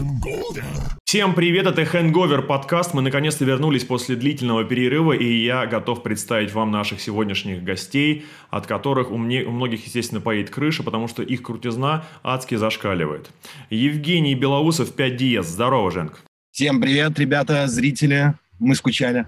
Всем привет, это Hangover подкаст. Мы наконец-то вернулись после длительного перерыва, и я готов представить вам наших сегодняшних гостей, от которых у многих, естественно, поедет крыша, потому что их крутизна адски зашкаливает. Евгений Белоусов, 5 диез. Здорово, Женк. Всем привет, ребята, зрители. Мы скучали.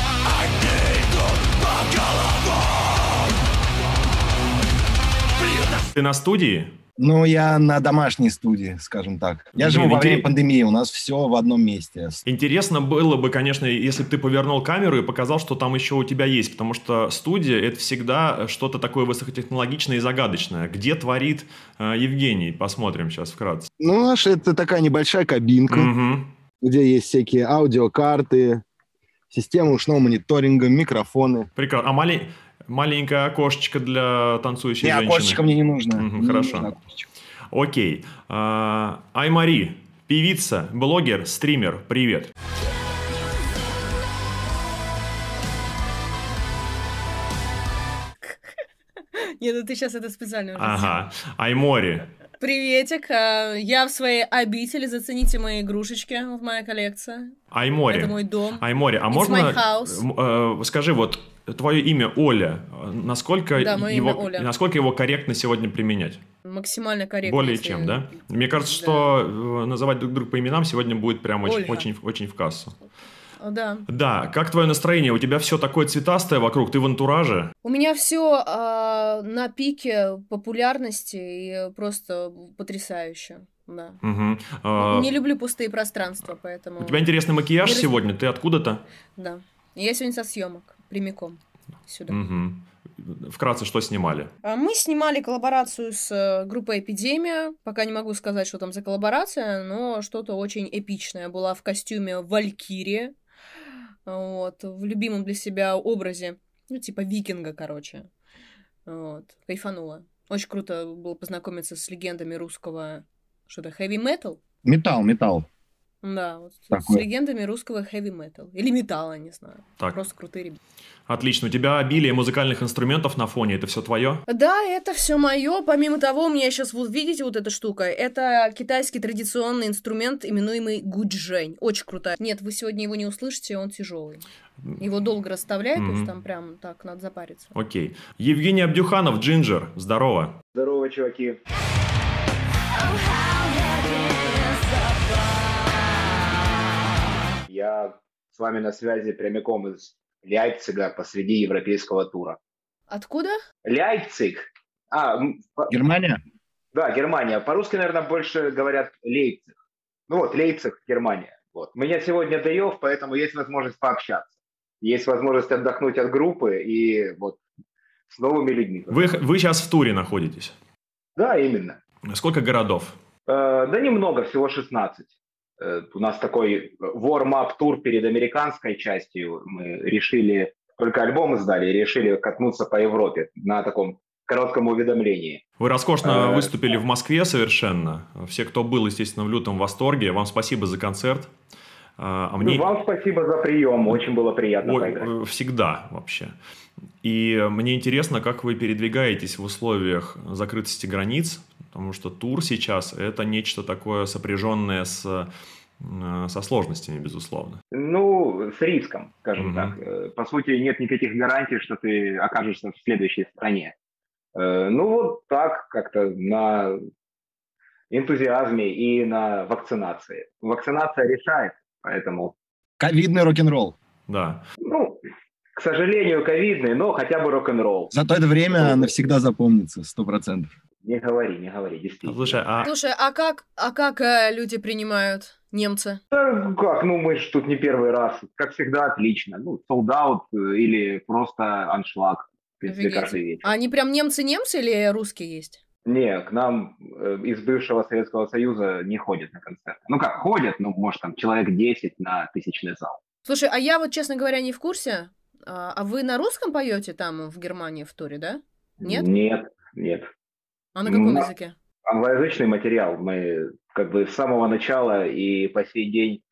Ты на студии? Ну, я на домашней студии, скажем так. Я живу во время пандемии, у нас все в одном месте. Интересно было бы, конечно, если бы ты повернул камеру и показал, что там еще у тебя есть, потому что студия – это всегда что-то такое высокотехнологичное и загадочное. Где творит Евгений? Посмотрим сейчас вкратце. Ну, это такая небольшая кабинка, где есть всякие аудиокарты, система ушного мониторинга, микрофоны. Прекрасно. А маленькое окошечко для танцующей женщины? Не, окошечко мне не нужно. Хорошо. Окей. Ай-Мари, певица, блогер, стример. Привет. Нет, ну ты сейчас это специально уже Ага. Ай-Мори. Приветик. Я в своей обители. Зацените мои игрушечки в моей коллекции. Ай-Мори. Это мой дом. Ай-Мори. А It's можно... Скажи, вот твое имя Оля. Насколько его корректно сегодня применять? Максимально корректно. Более чем, да? Мне кажется, что называть друг друга по именам сегодня будет прям очень в кассу. Да. Да, как твое настроение? У тебя все такое цветастое вокруг, ты в антураже? У меня все на пике популярности и просто потрясающе. Да. Не люблю пустые пространства, поэтому... У тебя интересный макияж сегодня, ты откуда-то? Да. Я сегодня со съемок, прямиком сюда. Вкратце, что снимали? Мы снимали коллаборацию с группой «Эпидемия». Пока не могу сказать, что там за коллаборация, но что-то очень эпичное. Была в костюме Валькирии. Вот, в любимом для себя образе, ну, типа викинга, короче. Вот, кайфанула. Очень круто было познакомиться с легендами русского, что-то, хэви-метал? Металл. Да, вот с легендами русского хэви-метал. Или металла, не знаю. Так. Просто крутые ребята. Отлично. У тебя обилие музыкальных инструментов на фоне. Это все твое? Да, это все мое. Помимо того, у меня сейчас, вот видите, вот эта штука. Это китайский традиционный инструмент, именуемый гуджень. Очень крутой. Нет, вы сегодня его не услышите, он тяжелый. Его долго расставляют, то есть там прям так надо запариться. Окей. Евгений Абдюханов, Джинджер. Здорово. Здорово, чуваки. Я с вами на связи прямиком из Лейпцига посреди европейского тура. Откуда? Лейпциг. Германия? Да, Германия. По-русски, наверное, больше говорят Лейпциг. Ну вот, Лейпциг, Германия. Вот. У меня сегодня day-off, поэтому есть возможность пообщаться. Есть возможность отдохнуть от группы и вот с новыми людьми. Вы сейчас в туре находитесь? Да, именно. Сколько городов? Да немного, всего 16. У нас такой warm-up тур перед американской частью. Мы решили, только альбом издали, и решили катнуться по Европе на таком коротком уведомлении. Вы роскошно выступили в Москве совершенно. Все, кто был, естественно, в лютом восторге. Вам спасибо за концерт. Вам спасибо за прием. Очень было приятно поиграть. Всегда вообще. И мне интересно, как вы передвигаетесь в условиях закрытости границ, потому что тур сейчас – это нечто такое сопряженное со сложностями, безусловно. Ну, с риском, скажем так. По сути, нет никаких гарантий, что ты окажешься в следующей стране. Ну, вот так как-то на энтузиазме и на вакцинации. Вакцинация решает, поэтому... Ковидный рок-н-ролл. Да. Ну, к сожалению, ковидный, но хотя бы рок-н-ролл. Зато это время навсегда запомнится, 100%. Не говори, действительно. Слушай, а как люди принимают, немцы? Да, как, мы же тут не первый раз. Как всегда, отлично. Солдат или просто аншлаг. В принципе, каждый вечер. А они прям немцы-немцы или русские есть? Не, к нам из бывшего Советского Союза не ходят на концерты. Ну как, ходят, может там человек 10 на тысячный зал. Слушай, а я вот, честно говоря, не в курсе. А вы на русском поете там в Германии в туре, да? Нет? Нет. А на каком языке? Англоязычный материал. Мы как бы с самого начала и по сей день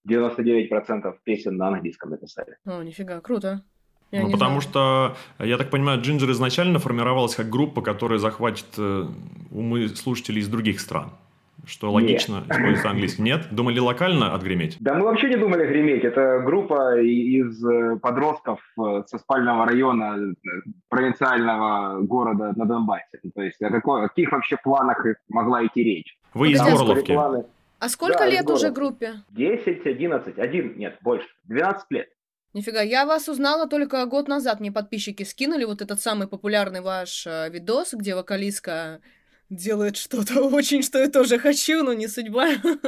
99% песен на английском написали. О, нифига, круто. Потому что, я так понимаю, Ginger изначально формировалась как группа, которая захватит умы слушателей из других стран. что логично использовать английский. Нет? Думали локально отгреметь? Да мы вообще не думали греметь. Это группа из подростков со спального района провинциального города на Донбассе. То есть о каких вообще планах могла идти речь? Вы из Горловки. А сколько лет уже группе? 10, 11, нет, больше, 12 лет. Нифига, я вас узнала только год назад. Мне подписчики скинули вот этот самый популярный ваш видос, где вокалистка делает что-то очень, что я тоже хочу, но не судьба.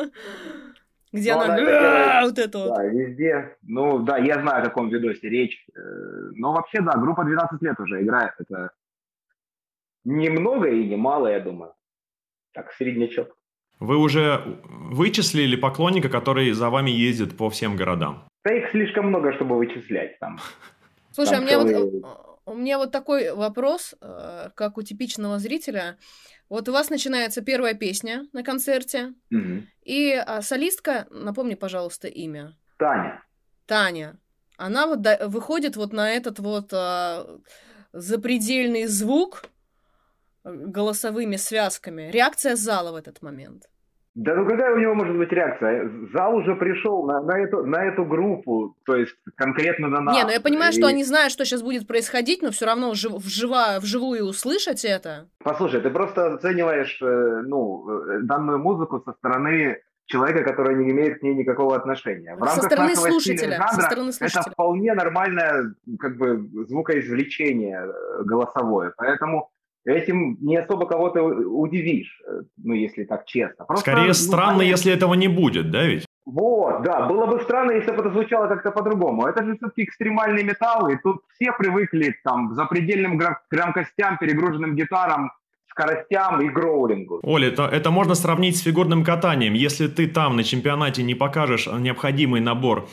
Где она вот это вот. Да, везде. Ну да, я знаю, о каком видосе речь. Но вообще, да, группа 12 лет уже играет. Это не много и не мало, я думаю. Так, среднячок. Вы уже вычислили поклонника, который за вами ездит по всем городам? Да их слишком много, чтобы вычислять там. Слушай, у меня вот такой вопрос, как у типичного зрителя. Вот у вас начинается первая песня на концерте, и солистка, напомни, пожалуйста, имя. Таня. Она вот выходит вот на этот вот запредельный звук голосовыми связками. Реакция зала в этот момент. Да ну какая у него может быть реакция? Зал уже пришел на эту группу, то есть конкретно на нас. Не, ну я понимаю, что они знают, что сейчас будет происходить, но все равно вживую услышать это. Послушай, ты просто оцениваешь данную музыку со стороны человека, который не имеет к ней никакого отношения. В рамках нашего стиля жанра это вполне нормальное как бы звукоизвлечение голосовое, поэтому этим не особо кого-то удивишь, ну, если так честно. Просто, скорее странно, если этого не будет, да ведь? Вот, да, было бы странно, если бы это звучало как-то по-другому. Это же все-таки экстремальный металл, и тут все привыкли там, к запредельным громкостям, перегруженным гитарам, скоростям и гроулингу. Оля, это можно сравнить с фигурным катанием. Если ты там на чемпионате не покажешь необходимый набор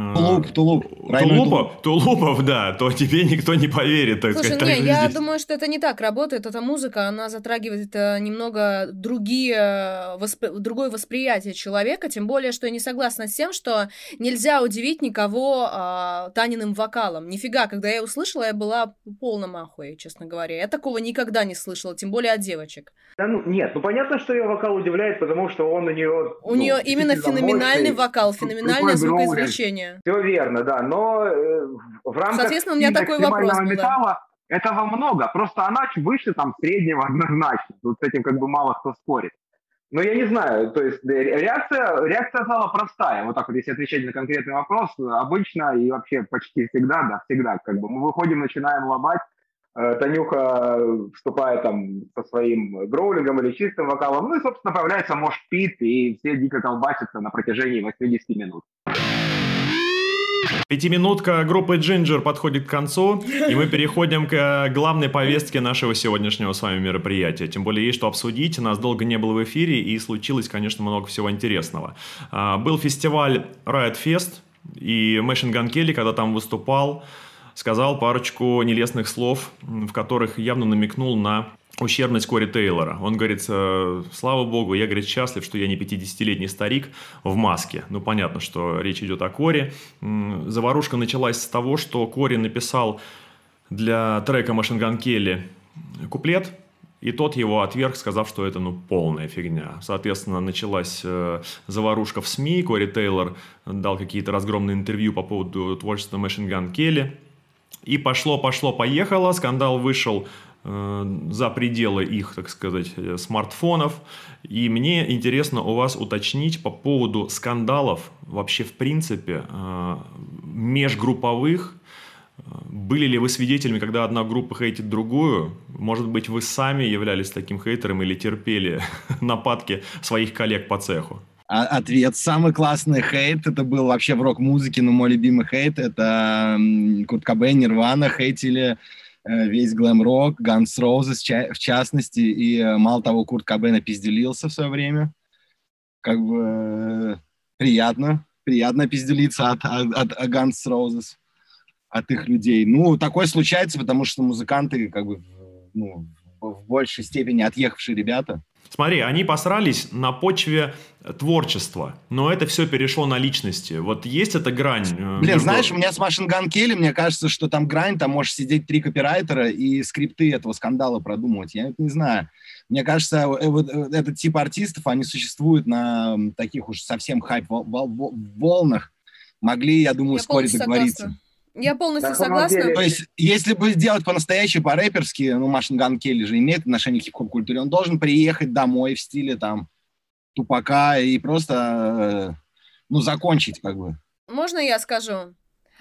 тулупов, да, то тебе никто не поверит. Слушай, я думаю, что это не так работает. Эта музыка, она затрагивает немного другое восприятие человека, тем более, что я не согласна с тем, что нельзя удивить никого Таниным вокалом. Нифига, когда я услышала, я была в полном ахуе, честно говоря. Я такого никогда не слышала, тем более от девочек. Да, нет, понятно, что ее вокал удивляет, потому что он у нее... У нее именно феноменальный вокал, феноменальное звукоизвлечение. Все верно, да, но в рамках соответственно, у меня такой вопрос был, металла этого много, просто она выше там среднего однозначно, тут с этим как бы мало кто спорит. Но я не знаю, то есть реакция зала простая, вот так вот, если отвечать на конкретный вопрос, обычно и вообще почти всегда, как бы мы выходим, начинаем ломать, Танюха вступает там со своим гроулингом или чистым вокалом, ну и, собственно, появляется мошпит, и все дико колбасятся на протяжении 80 минут. Пятиминутка группы Ginger подходит к концу, и мы переходим к главной повестке нашего сегодняшнего с вами мероприятия. Тем более есть что обсудить, нас долго не было в эфире, и случилось, конечно, много всего интересного. Был фестиваль Riot Fest, и Machine Gun Kelly, когда там выступал, сказал парочку нелестных слов, в которых явно намекнул на ущербность Кори Тейлора. Он говорит: слава богу, я, говорит, счастлив, что я не 50-летний старик в маске. Ну, понятно, что речь идет о Кори. Заварушка началась с того, что Кори написал для трека Machine Gun Kelly куплет, и тот его отверг, сказав, что это, полная фигня. Соответственно, началась заварушка в СМИ. Кори Тейлор дал какие-то разгромные интервью по поводу творчества Machine Gun Kelly. И пошло-поехало. Скандал вышел за пределы их, так сказать, смартфонов. И мне интересно у вас уточнить по поводу скандалов вообще в принципе межгрупповых. Были ли вы свидетелями, когда одна группа хейтит другую? Может быть, вы сами являлись таким хейтером или терпели нападки своих коллег по цеху? Ответ. Самый классный хейт, это был вообще в рок-музыке, но мой любимый хейт, это Курт Кобейн, Нирвана хейтили весь глэм-рок, Guns N' Roses в частности, и мало того, Курт Кобейн опизделился в свое время. Как бы приятно опизделиться от Guns N' Roses, от их людей. Ну, такое случается, потому что музыканты, как бы, в большей степени отъехавшие ребята. Смотри, они посрались на почве творчества, но это все перешло на личности. Вот есть эта грань? Блин, знаешь, у меня с Machine Gun Kelly, мне кажется, что там грань, там может сидеть 3 копирайтера и скрипты этого скандала продумывать. Я это не знаю. Мне кажется, вот этот тип артистов, они существуют на таких уж совсем хайп-волнах. Могли, я думаю, вскоре договориться. Я полностью согласна. То есть, если бы сделать по-настоящему, по-рэперски, ну, Machine Gun Kelly же имеет отношение к хип-хоп-культуре, он должен приехать домой в стиле, там, Тупака и просто, ну, закончить, как бы. Можно я скажу?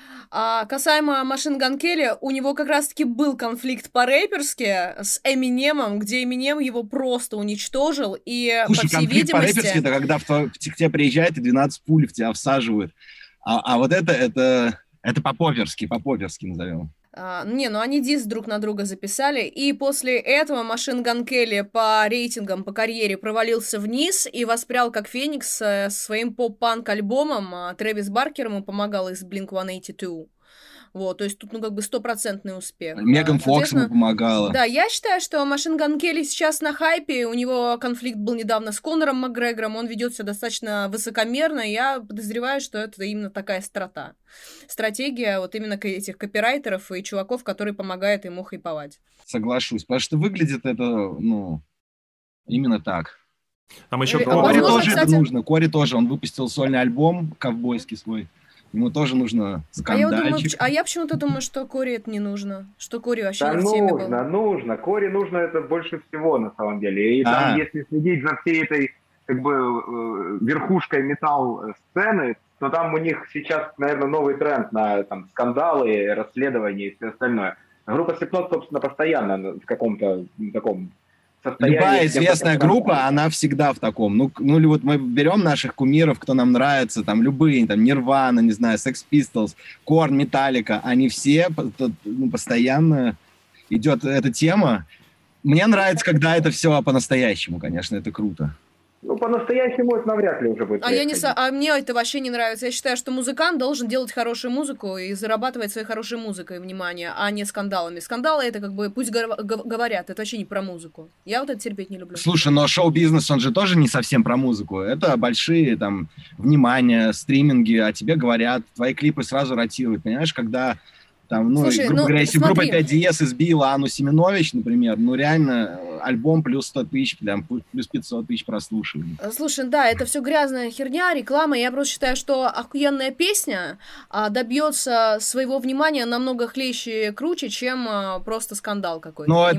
Касаемо Machine Gun Kelly, у него как раз-таки был конфликт по-рэперски с Эминемом, где Эминем его просто уничтожил, и, слушай, по всей конфликт видимости... по-рэперски — это когда к тебе приезжает и 12 пуль в тебя всаживают. А вот это по-поперски назовем. Ну они дисс друг на друга записали, и после этого Machine Gun Kelly по рейтингам, по карьере провалился вниз и воспрял как Феникс своим поп-панк альбомом. Трэвис Баркер ему помогал из Blink-182. Вот, то есть тут, ну, как бы 100% успех. Меган Фокс ему помогала. Да, я считаю, что Machine Gun Kelly сейчас на хайпе, у него конфликт был недавно с Конором Макгрегором, он ведет себя достаточно высокомерно, и я подозреваю, что это именно такая стратегия вот именно этих копирайтеров и чуваков, которые помогают ему хайповать. Соглашусь, потому что выглядит это, ну, именно так. Там еще Кори тоже это нужно, Кори тоже, он выпустил сольный альбом ковбойский свой. Ему тоже нужно скандальчик. Я почему-то думаю, что Кори это не нужно. Что Кори вообще не в теме был. Нужно. Кори нужно это больше всего, на самом деле. И там, если следить за всей этой, как бы, верхушкой металл-сцены, то там у них сейчас, наверное, новый тренд на там, скандалы, расследования и все остальное. Группа Slipknot, собственно, постоянно в каком-то таком состоянии. Любая известная группа, она всегда в таком. Ну, вот мы берем наших кумиров, кто нам нравится, там, любые, там, Nirvana, не знаю, Sex Pistols, Korn, Metallica, они все постоянно идет эта тема. Мне нравится, когда это все по-настоящему, конечно, это круто. Ну, по-настоящему это навряд ли уже будет. Мне это вообще не нравится. Я считаю, что музыкант должен делать хорошую музыку и зарабатывать своей хорошей музыкой внимание, а не скандалами. Скандалы это как бы, пусть говорят, это вообще не про музыку. Я вот это терпеть не люблю. Слушай, но шоу-бизнес, он же тоже не совсем про музыку. Это большие, там, внимания, стриминги, о тебе говорят, твои клипы сразу ротируют, понимаешь, когда... Там, слушай, грубо говоря, если группа 5 DS избила Анну Семенович, например, ну реально альбом плюс 100 тысяч, плюс 500 тысяч прослушиваний. Слушай, да, это все грязная херня, реклама. Я просто считаю, что охуенная песня добьется своего внимания намного хлеще и круче, чем просто скандал какой-то. Ну,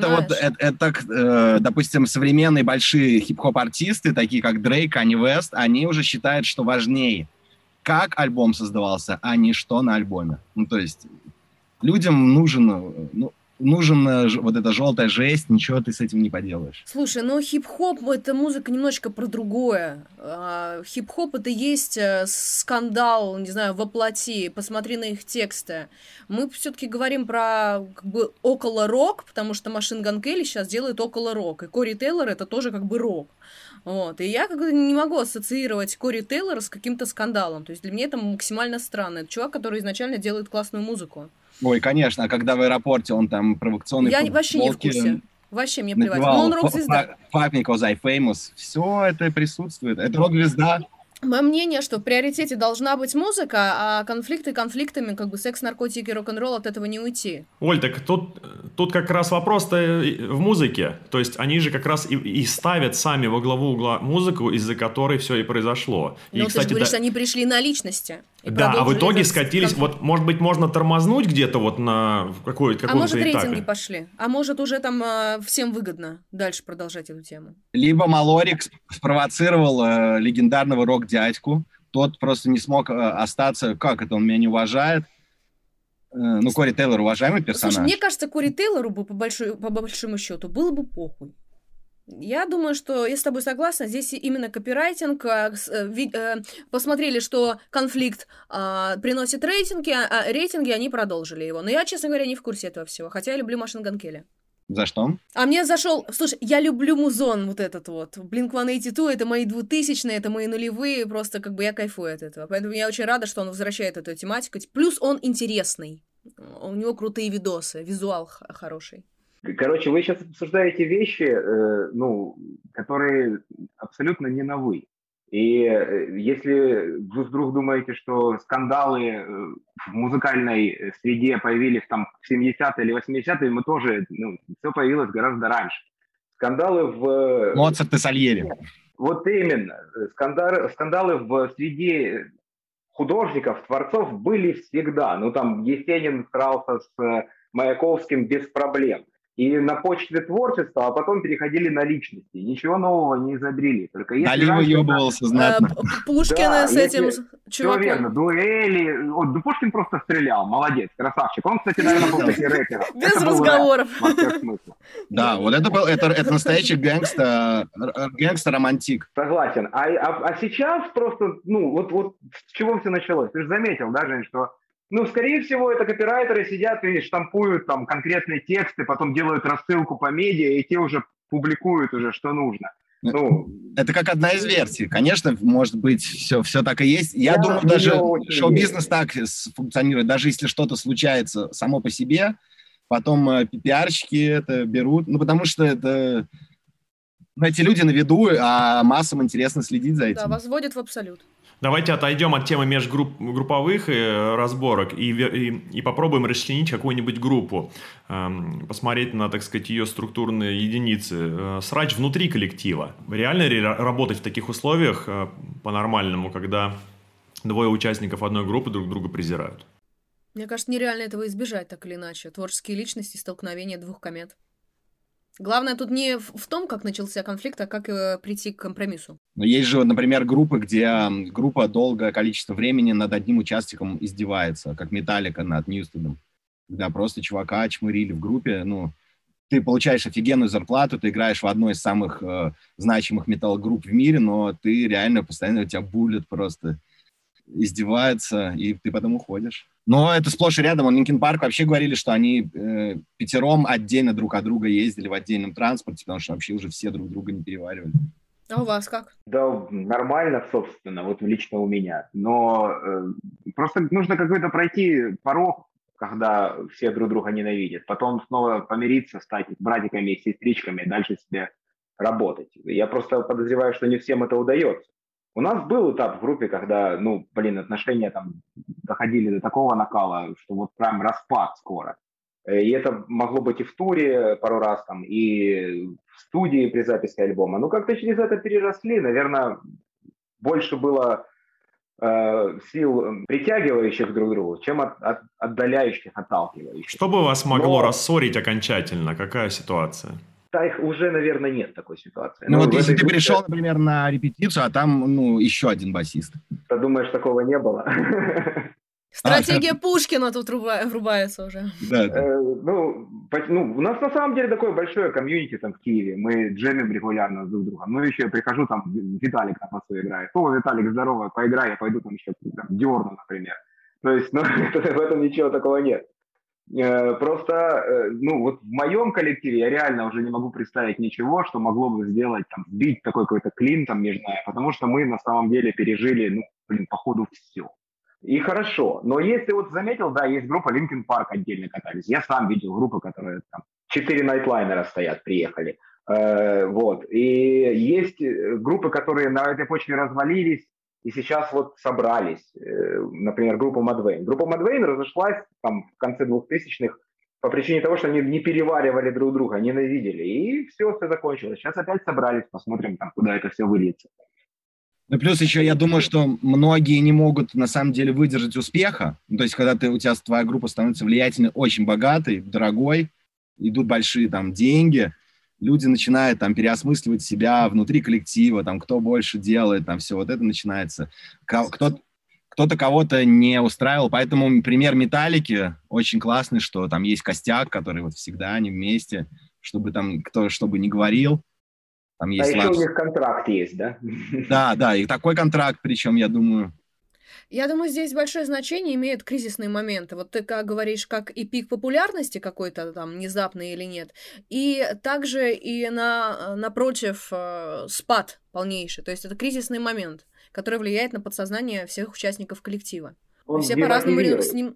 это допустим, современные большие хип-хоп-артисты, такие как Дрейк, Канье Уэст, они уже считают, что важнее, как альбом создавался, а не что на альбоме. Ну, то есть... Людям нужен вот эта желтая жесть, ничего ты с этим не поделаешь. Слушай, хип-хоп — это музыка немножечко про другое. Хип-хоп — это есть скандал, не знаю, воплоти, посмотри на их тексты. Мы все-таки говорим про как бы около-рок, потому что Machine Gun Kelly сейчас делает около-рок, и Кори Тейлор — это тоже как бы рок. Вот. И я как бы не могу ассоциировать Кори Тейлора с каким-то скандалом. То есть для меня это максимально странно. Это чувак, который изначально делает классную музыку. Ой, конечно, а когда в аэропорте он там провокационный... Я вообще не в курсе. Вообще мне плевать. Но он рок-звезда. Fuck me 'cause I famous. Все это присутствует. Это рок-звезда. Мое мнение, что в приоритете должна быть музыка, а конфликты конфликтами, как бы секс, наркотики, рок-н-ролл, от этого не уйти. Оль, так тут как раз вопрос-то в музыке. То есть они же как раз и ставят сами во главу угла музыку, из-за которой все и произошло. Ну, ты же говоришь, они пришли на личности. Да, а в итоге скатились, вот, может быть, можно тормознуть где-то вот на какой-то этапе. А может, рейтинги пошли, а может, уже там всем выгодно дальше продолжать эту тему. Либо Малорик спровоцировал легендарного рок-дядьку, тот просто не смог остаться, как это, он меня не уважает. Ну, Кори Тейлор уважаемый персонаж. Слушай, мне кажется, Кори Тейлору бы по большому счету было бы похуй. Я думаю, что я с тобой согласна, здесь именно копирайтинг, посмотрели, что конфликт приносит рейтинги, они продолжили его. Но я, честно говоря, не в курсе этого всего, хотя я люблю Machine Gun Kelly. За что? А мне зашел... Слушай, я люблю музон вот этот вот. Blink-182 — это мои 2000-е, это мои нулевые, просто как бы я кайфую от этого. Поэтому я очень рада, что он возвращает эту тематику. Плюс он интересный. У него крутые видосы, визуал хороший. Короче, вы сейчас обсуждаете вещи, которые абсолютно не новы. И если вы вдруг думаете, что скандалы в музыкальной среде появились там в 70-е или 80-е, мы тоже, все появилось гораздо раньше. Скандалы в... Моцарт и Сальери. Вот именно. Скандалы в среде художников, творцов были всегда. Там Есенин срался с Маяковским без проблем. И на почве творчества, а потом переходили на личности. Ничего нового не изобрели. Только если Дали выебывался знатно. Пушкина с этим чуваком. Все верно, дуэли. Пушкин просто стрелял, молодец, красавчик. Он, кстати, наверное, был таким рэпером. Без разговоров. Да, вот это настоящий гангстер-романтик. Согласен. А сейчас просто, вот с чего все началось? Ты же заметил, да, Жень, что скорее всего, это копирайтеры сидят и штампуют там конкретные тексты, потом делают рассылку по медиа, и те уже публикуют уже, что нужно. Это как одна из версий. Конечно, может быть, все так и есть. Я думаю, даже шоу-бизнес так функционирует. Даже если что-то случается само по себе, потом пиарщики это берут. Потому что эти люди на виду, а массам интересно следить за этим. Да, возводят в абсолют. Давайте отойдем от темы межгрупповых разборок и попробуем расчленить какую-нибудь группу, посмотреть на, так сказать, ее структурные единицы. Срач внутри коллектива. Реально ли работать в таких условиях по-нормальному, когда двое участников одной группы друг друга презирают? Мне кажется, нереально этого избежать так или иначе. Творческие личности, столкновение двух комет. Главное тут не в том, как начался конфликт, а как прийти к компромиссу. Но есть же, например, группы, где группа долгое количество времени над одним участником издевается, как Металлика над Ньюстедом. Когда просто чувака чмырили в группе, ты получаешь офигенную зарплату, ты играешь в одной из самых значимых метал-групп в мире, но ты реально постоянно, у тебя буллет просто издевается, и ты потом уходишь. Но это сплошь и рядом. Линкин Парк вообще говорили, что они пятером отдельно друг от друга ездили в отдельном транспорте, потому что вообще уже все друг друга не переваривали. А у вас как? Да, нормально, собственно, вот лично у меня. Но просто нужно какой-то пройти порог, когда все друг друга ненавидят. Потом снова помириться, стать братиками и сестричками, и дальше себе работать. Я просто подозреваю, что не всем это удается. У нас был этап в группе, когда, отношения там доходили до такого накала, что вот прям распад скоро. И это могло быть и в туре пару раз, там, и в студии при записи альбома. Как-то через это переросли. Наверное, больше было сил притягивающих друг к другу, чем отдаляющих, отталкивающих. Что бы вас могло рассорить окончательно? Какая ситуация? Да, их уже, наверное, нет такой ситуации. Если ты пришел, например, на репетицию, а там, еще один басист. Ты думаешь, такого не было? Стратегия Пушкина тут врубается уже. Да. У нас на самом деле такое большое комьюнити там в Киеве. Мы джемим регулярно друг с другом. Еще я прихожу, там Виталик на басу играет. О, Виталик, здорово, поиграй, я пойду там еще дерну, например. То есть, в этом ничего такого нет. Просто, вот в моем коллективе я реально уже не могу представить ничего, что могло бы сделать, там, сбить такой какой-то клин там между нами, потому что мы на самом деле пережили, походу, все. И хорошо. Но если вот заметил, да, есть группа Linkin Park отдельно катались. Я сам видел группу, которые там 4 найтлайнера стоят, приехали. И есть группы, которые на этой почве развалились, и сейчас вот собрались, например, группа Mudvayne. Группа Mudvayne разошлась там в конце 2000-х по причине того, что они не переваривали друг друга, ненавидели. И все закончилось. Сейчас опять собрались, посмотрим, там, куда это все выльется. Плюс еще я думаю, что многие не могут на самом деле выдержать успеха. То есть, когда твоя группа становится влиятельной, очень богатой, дорогой, идут большие там деньги, люди начинают там переосмысливать себя внутри коллектива, там, кто больше делает, там, все вот это начинается. Кто-то кого-то не устраивал, поэтому пример Металлики очень классный, что там есть костяк, который вот всегда они вместе, чтобы там кто что бы ни говорил. Там есть еще у них контракт есть, да? Да, и такой контракт, причем, я думаю... Я думаю, здесь большое значение имеют кризисные моменты. Вот ты как говоришь, как и пик популярности какой-то там внезапный или нет, и также и напротив спад полнейший. То есть это кризисный момент, который влияет на подсознание всех участников коллектива. Все по-разному с ним...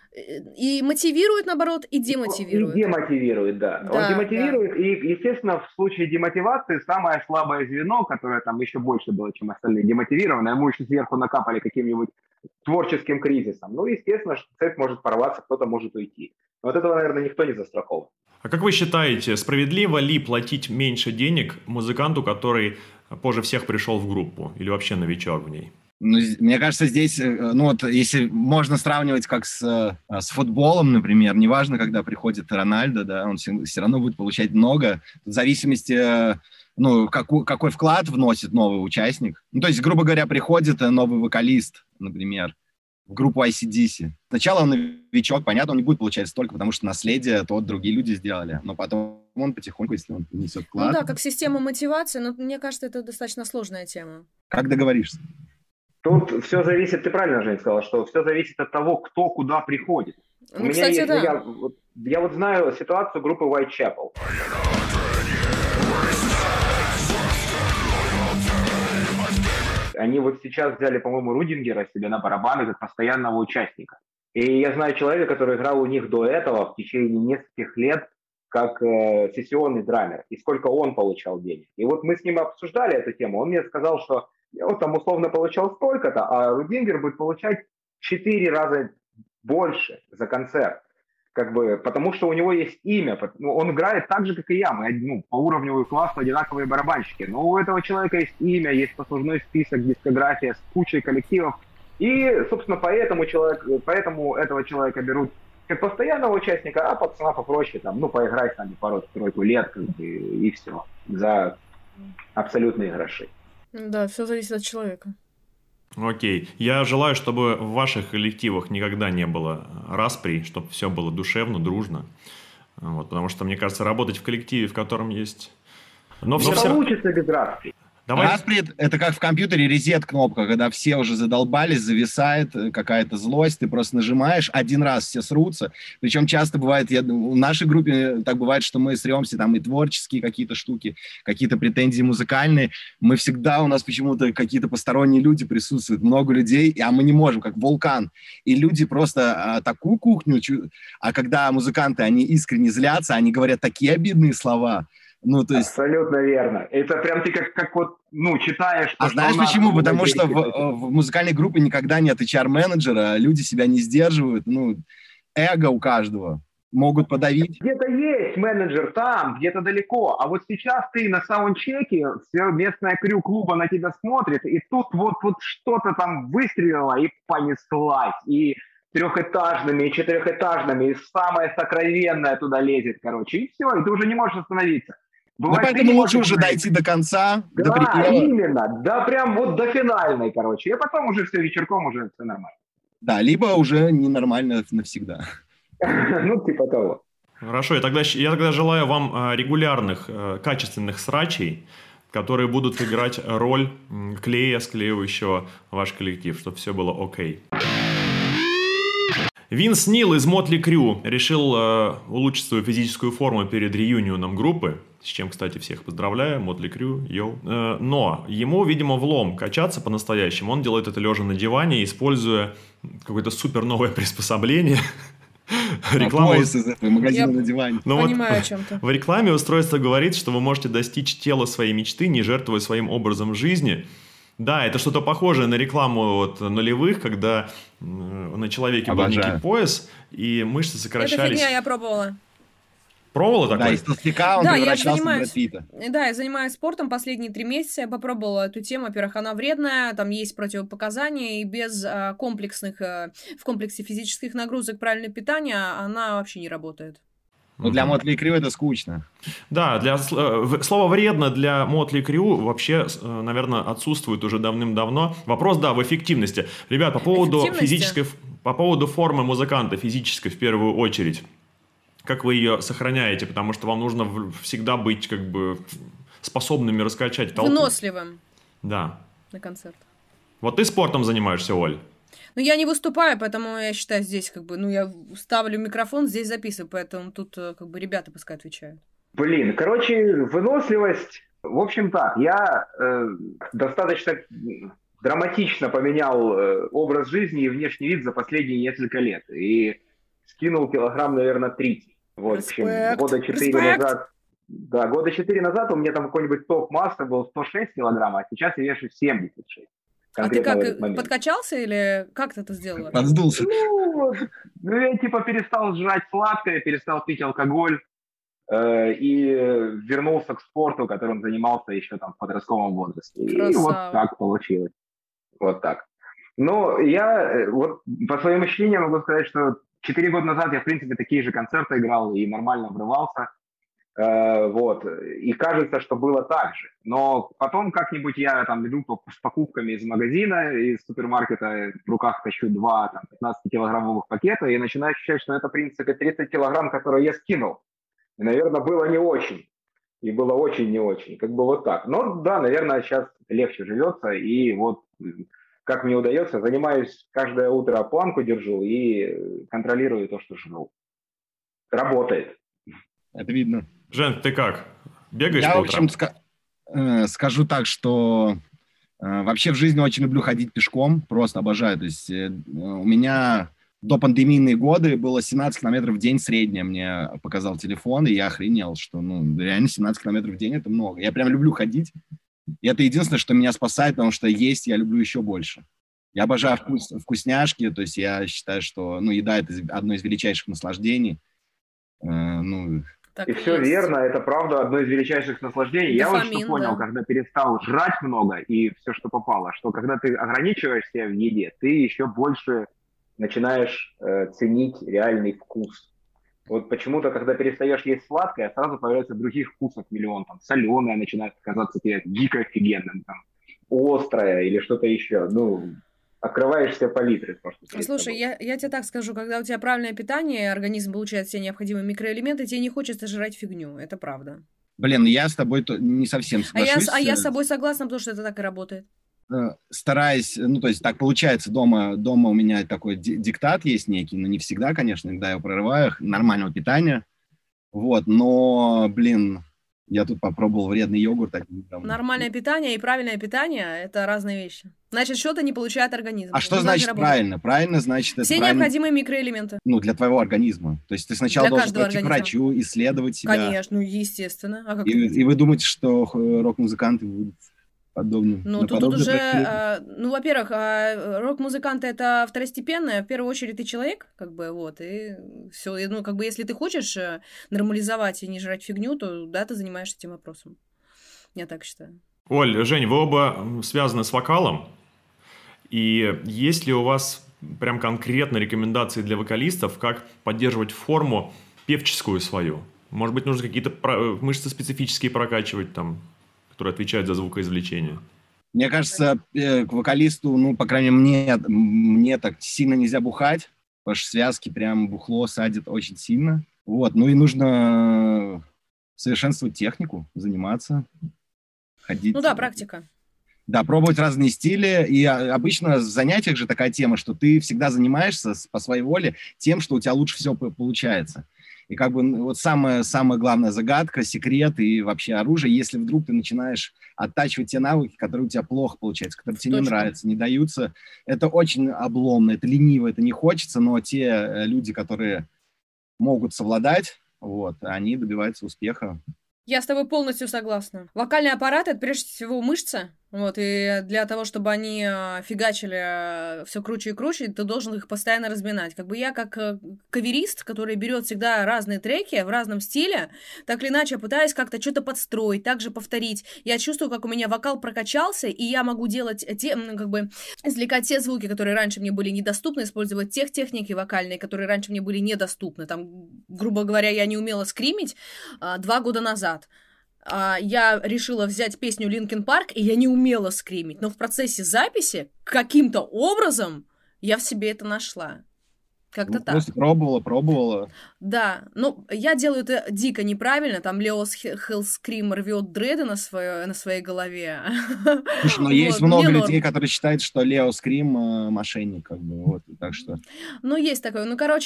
И мотивирует, наоборот, и демотивирует. И демотивирует, да. Он демотивирует, и, естественно, в случае демотивации самое слабое звено, которое там еще больше было, чем остальные, демотивировано, ему еще сверху накапали каким-нибудь творческим кризисом. Ну, естественно, что цепь может порваться, кто-то может уйти. Но от этого, наверное, никто не застрахован. А как вы считаете, справедливо ли платить меньше денег музыканту, который позже всех пришел в группу или вообще новичок в ней? Ну, мне кажется, здесь, ну вот, если можно сравнивать как с футболом, например, неважно, когда приходит Рональдо, да, он все равно будет получать много, в зависимости, ну, какой вклад вносит новый участник. Ну, то есть, грубо говоря, приходит новый вокалист, например, в группу AC/DC. Сначала он новичок, понятно, он не будет получать столько, потому что наследие то другие люди сделали, но потом он потихоньку, если он несет вклад... Ну да, как система мотивации, но мне кажется, это достаточно сложная тема. Как договоришься? Тут все зависит, ты правильно, Жень, сказала, что все зависит от того, кто куда приходит. Ну, у меня кстати, есть, да. Я вот знаю ситуацию группы Whitechapel. Они вот сейчас взяли, по-моему, Рудингера себе на барабаны как постоянного участника. И я знаю человека, который играл у них до этого в течение нескольких лет как сессионный драмер, и сколько он получал денег. И вот мы с ним обсуждали эту тему. Он мне сказал, что он там условно получал столько-то, а Рудингер будет получать 4 раза больше за концерт. Как бы, потому что у него есть имя. Он играет так же, как и я. Мы по уровню классу одинаковые барабанщики. Но у этого человека есть имя, есть послужной список, дискография с кучей коллективов. И, собственно, поэтому этого человека берут как постоянного участника, а пацана попроще, там, поиграй с нами пару-тройку лет, как бы, и все. За абсолютные гроши. Да, все зависит от человека. Окей. Я желаю, чтобы в ваших коллективах никогда не было распри, чтобы все было душевно, дружно. Вот, потому что, мне кажется, работать в коллективе, в котором есть... Но все получится без распри. Распри — это как в компьютере резет-кнопка, когда все уже задолбались, зависает какая-то злость, ты просто нажимаешь, один раз все срутся. Причем часто бывает, в нашей группе так бывает, что мы сремся, там и творческие какие-то штуки, какие-то претензии музыкальные. Мы всегда, у нас почему-то какие-то посторонние люди присутствуют, много людей, а мы не можем, как вулкан. И люди просто такую кухню, а когда музыканты, они искренне злятся, они говорят такие обидные слова. Ну, то есть... Абсолютно верно. Это прям ты как вот, читаешь... А знаешь почему? Потому что в музыкальной группе никогда нет HR-менеджера, люди себя не сдерживают, эго у каждого. Могут подавить. Где-то есть менеджер там, где-то далеко, а вот сейчас ты на саундчеке, все местное крю клуба на тебя смотрит, и тут вот что-то там выстрелило и понеслась, и трехэтажными, и четырехэтажными, и самое сокровенное туда лезет, короче, и все, и ты уже не можешь остановиться. Бывает, поэтому лучше уже дойти до конца, да, до предела. Именно, да, прям вот до финальной, короче, и потом уже все вечерком уже все нормально. Да, либо уже ненормально навсегда. Ну, типа того. Хорошо, я тогда желаю вам регулярных, качественных срачей, которые будут играть роль клея, склеивающего ваш коллектив, чтобы все было окей. Винс Нил из Motley Crue решил улучшить свою физическую форму перед реюнионом группы, с чем, кстати, всех поздравляю, Motley Crue, йоу. Но ему, видимо, влом качаться по-настоящему. Он делает это лежа на диване, используя какое-то супер новое приспособление. Пояс из этого магазина на диване. Понимаю о чем-то. В рекламе устройство говорит, что вы можете достичь тела своей мечты, не жертвуя своим образом жизни. Да, это что-то похожее на рекламу нулевых, когда на человеке был некий пояс, и мышцы сокращались. Это фигня, я пробовала. Пробовала такое? Да, из толстяка он превращался в Брэд Питта. Да, я занимаюсь спортом последние 3 месяца, я попробовала эту тему. Во-первых, она вредная, там есть противопоказания, и без в комплексе физических нагрузок правильное питание она вообще не работает. Ну, для Motley Crue это скучно. Да, слово «вредно» для Motley Crue вообще, наверное, отсутствует уже давным-давно. Вопрос, да, в эффективности. Ребят, по поводу формы музыканта, физической в первую очередь, как вы ее сохраняете? Потому что вам нужно всегда быть как бы способными раскачать толпу. Выносливым. Да. На концерт. Вот ты спортом занимаешься, Оль? Ну, я не выступаю, поэтому я считаю здесь я ставлю микрофон, здесь записываю, поэтому тут ребята пускай отвечают. Блин, короче, выносливость, в общем так, я достаточно драматично поменял образ жизни и внешний вид за последние несколько лет. И скинул килограмм, наверное, 30. Вот, в общем, года 4 назад... Да, года 4 назад у меня там какой-нибудь топ массы был 106 килограмм, а сейчас я вешу 76. А ты Конкретно в этот как, момент. подкачался или как ты это сделал? Подсдулся. Ну, я типа перестал жрать сладкое, перестал пить алкоголь и вернулся к спорту, которым занимался еще там в подростковом возрасте. Красава. И вот так получилось. Вот так. Но я вот по своим ощущениям могу сказать, что 4 года назад я, в принципе, такие же концерты играл и нормально врывался. Вот. И кажется, что было так же. Но потом как-нибудь я там иду с покупками из магазина, из супермаркета, в руках тащу 2 там, 15-килограммовых пакета и начинаю ощущать, что это, в принципе, 30 килограмм, которые я скинул. И, наверное, было не очень. И было очень не очень. Как бы вот так. Но да, наверное, сейчас легче живется. И вот как мне удается, занимаюсь каждое утро, планку держу и контролирую то, что жру. Работает. Это видно. Жень, ты как? Бегаешь Я, по в утрам? общем, скажу так, что вообще в жизни очень люблю ходить пешком, просто обожаю. То есть у меня до пандемийные годы было 17 километров в день среднее, мне показал телефон, и я охренел, что реально 17 километров в день это много. Я прям люблю ходить, и это единственное, что меня спасает, потому что есть я люблю еще больше. Я обожаю вкусняшки, то есть я считаю, что еда – это одно из величайших наслаждений. Так и все есть. верно, это правда одно из величайших наслаждений. Я вот что понял, когда перестал жрать много и все, что попало, что когда ты ограничиваешь себя в еде, ты еще больше начинаешь ценить реальный вкус. Вот почему-то, когда перестаешь есть сладкое, сразу появляется других вкусов миллион. Там соленое начинает казаться тебе дико офигенным, там, острое или что-то еще. Открываешься палитры. Слушай, я тебе так скажу, когда у тебя правильное питание, организм получает все необходимые микроэлементы, тебе не хочется жрать фигню, это правда. Блин, я с тобой не совсем соглашусь. Я с собой согласна, потому что это так и работает. Стараюсь, то есть так получается, дома у меня такой диктат есть некий, но не всегда, конечно, иногда я прорываю нормального питания, вот, но, блин, я тут попробовал вредный йогурт. Нормальное питание и правильное питание – это разные вещи. Значит, что-то не получает организм. А что значит правильно? Правильно, значит, это все правильно... необходимые микроэлементы. Для твоего организма. То есть ты сначала должен пойти к врачу, исследовать себя. Конечно, естественно. А как и вы думаете, что рок-музыканты будут подобным? Тут уже, во-первых, рок-музыканты – это второстепенное. В первую очередь ты человек, и все. Если ты хочешь нормализовать и не жрать фигню, то да, ты занимаешься этим вопросом. Я так считаю. Оль, Жень, вы оба связаны с вокалом. И есть ли у вас прям конкретно рекомендации для вокалистов, как поддерживать форму певческую свою? Может быть, нужно какие-то мышцы специфические прокачивать там, которые отвечают за звукоизвлечение? Мне кажется, к вокалисту, по крайней мере, мне так сильно нельзя бухать, потому что связки прям бухло садит очень сильно. Вот, и нужно совершенствовать технику, заниматься, ходить. Практика. Да, пробовать разные стили. И обычно в занятиях же такая тема, что ты всегда занимаешься по своей воле тем, что у тебя лучше всего получается. И самая главная загадка, секрет и вообще оружие, если вдруг ты начинаешь оттачивать те навыки, которые у тебя плохо получаются, которые тебе не нравятся, не даются, это очень обломно, это лениво, это не хочется, но те люди, которые могут совладать, они добиваются успеха. Я с тобой полностью согласна. Вокальный аппарат – это прежде всего мышцы. И для того, чтобы они фигачили все круче и круче, ты должен их постоянно разминать. Я как каверист, который берет всегда разные треки в разном стиле, так или иначе пытаюсь как-то что-то подстроить, также повторить. Я чувствую, как у меня вокал прокачался, и я могу делать извлекать те звуки, которые раньше мне были недоступны, использовать тех техники вокальные, которые раньше мне были недоступны. Грубо говоря, я не умела скримить 2 года назад. Я решила взять песню Linkin Park, и я не умела скримить, но в процессе записи каким-то образом я в себе это нашла. Как-то так. Просто пробовала. Да, я делаю это дико неправильно. Там Лео Хеллскрим рвет дреды на своей голове. Слушай, есть много людей, которые считают, что Лео Скрим мошенник, так что... Есть такое.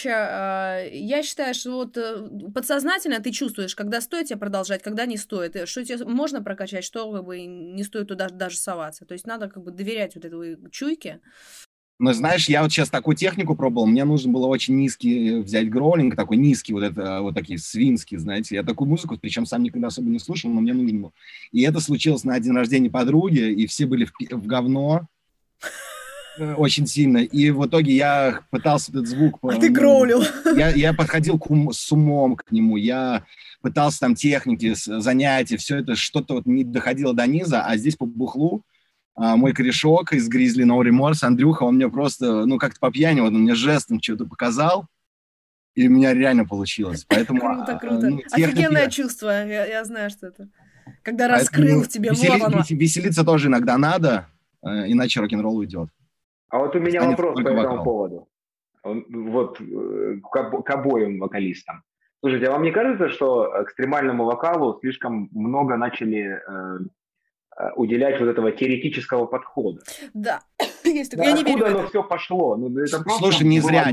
Я считаю, что подсознательно ты чувствуешь, когда стоит тебе продолжать, когда не стоит, что тебе можно прокачать, что не стоит туда даже соваться. То есть надо доверять этой чуйке. Но знаешь, я вот сейчас такую технику пробовал, мне нужно было очень низкий взять гроулинг, такой низкий, вот это вот такие свинские, знаете. Я такую музыку, причем сам никогда особо не слушал, но мне нужно было. И это случилось на день рождения подруги, и все были в говно очень сильно. И в итоге я пытался этот звук... А ты гроулил. Я подходил с умом к нему, я пытался там техники, занятия, все это что-то вот не доходило до низа, а здесь по бухлу мой корешок из Grizzly No Remorse, Андрюха, он мне просто, ну, как-то по пьяни, вот он мне жестом что-то показал, и у меня реально получилось. Поэтому, круто, круто. Ну, офигенное чувство, я знаю, что это. Когда раскрыл в тебе, вот оно. Веселиться тоже иногда надо, иначе рок-н-ролл уйдет. А вот у меня вопрос по этому поводу. Вот к обоим вокалистам. Слушайте, а вам не кажется, что экстремальному вокалу слишком много начали уделять вот этого теоретического подхода? Да, есть такое. Я не верю в это. Оно все пошло? Ну, это слушай, не зря.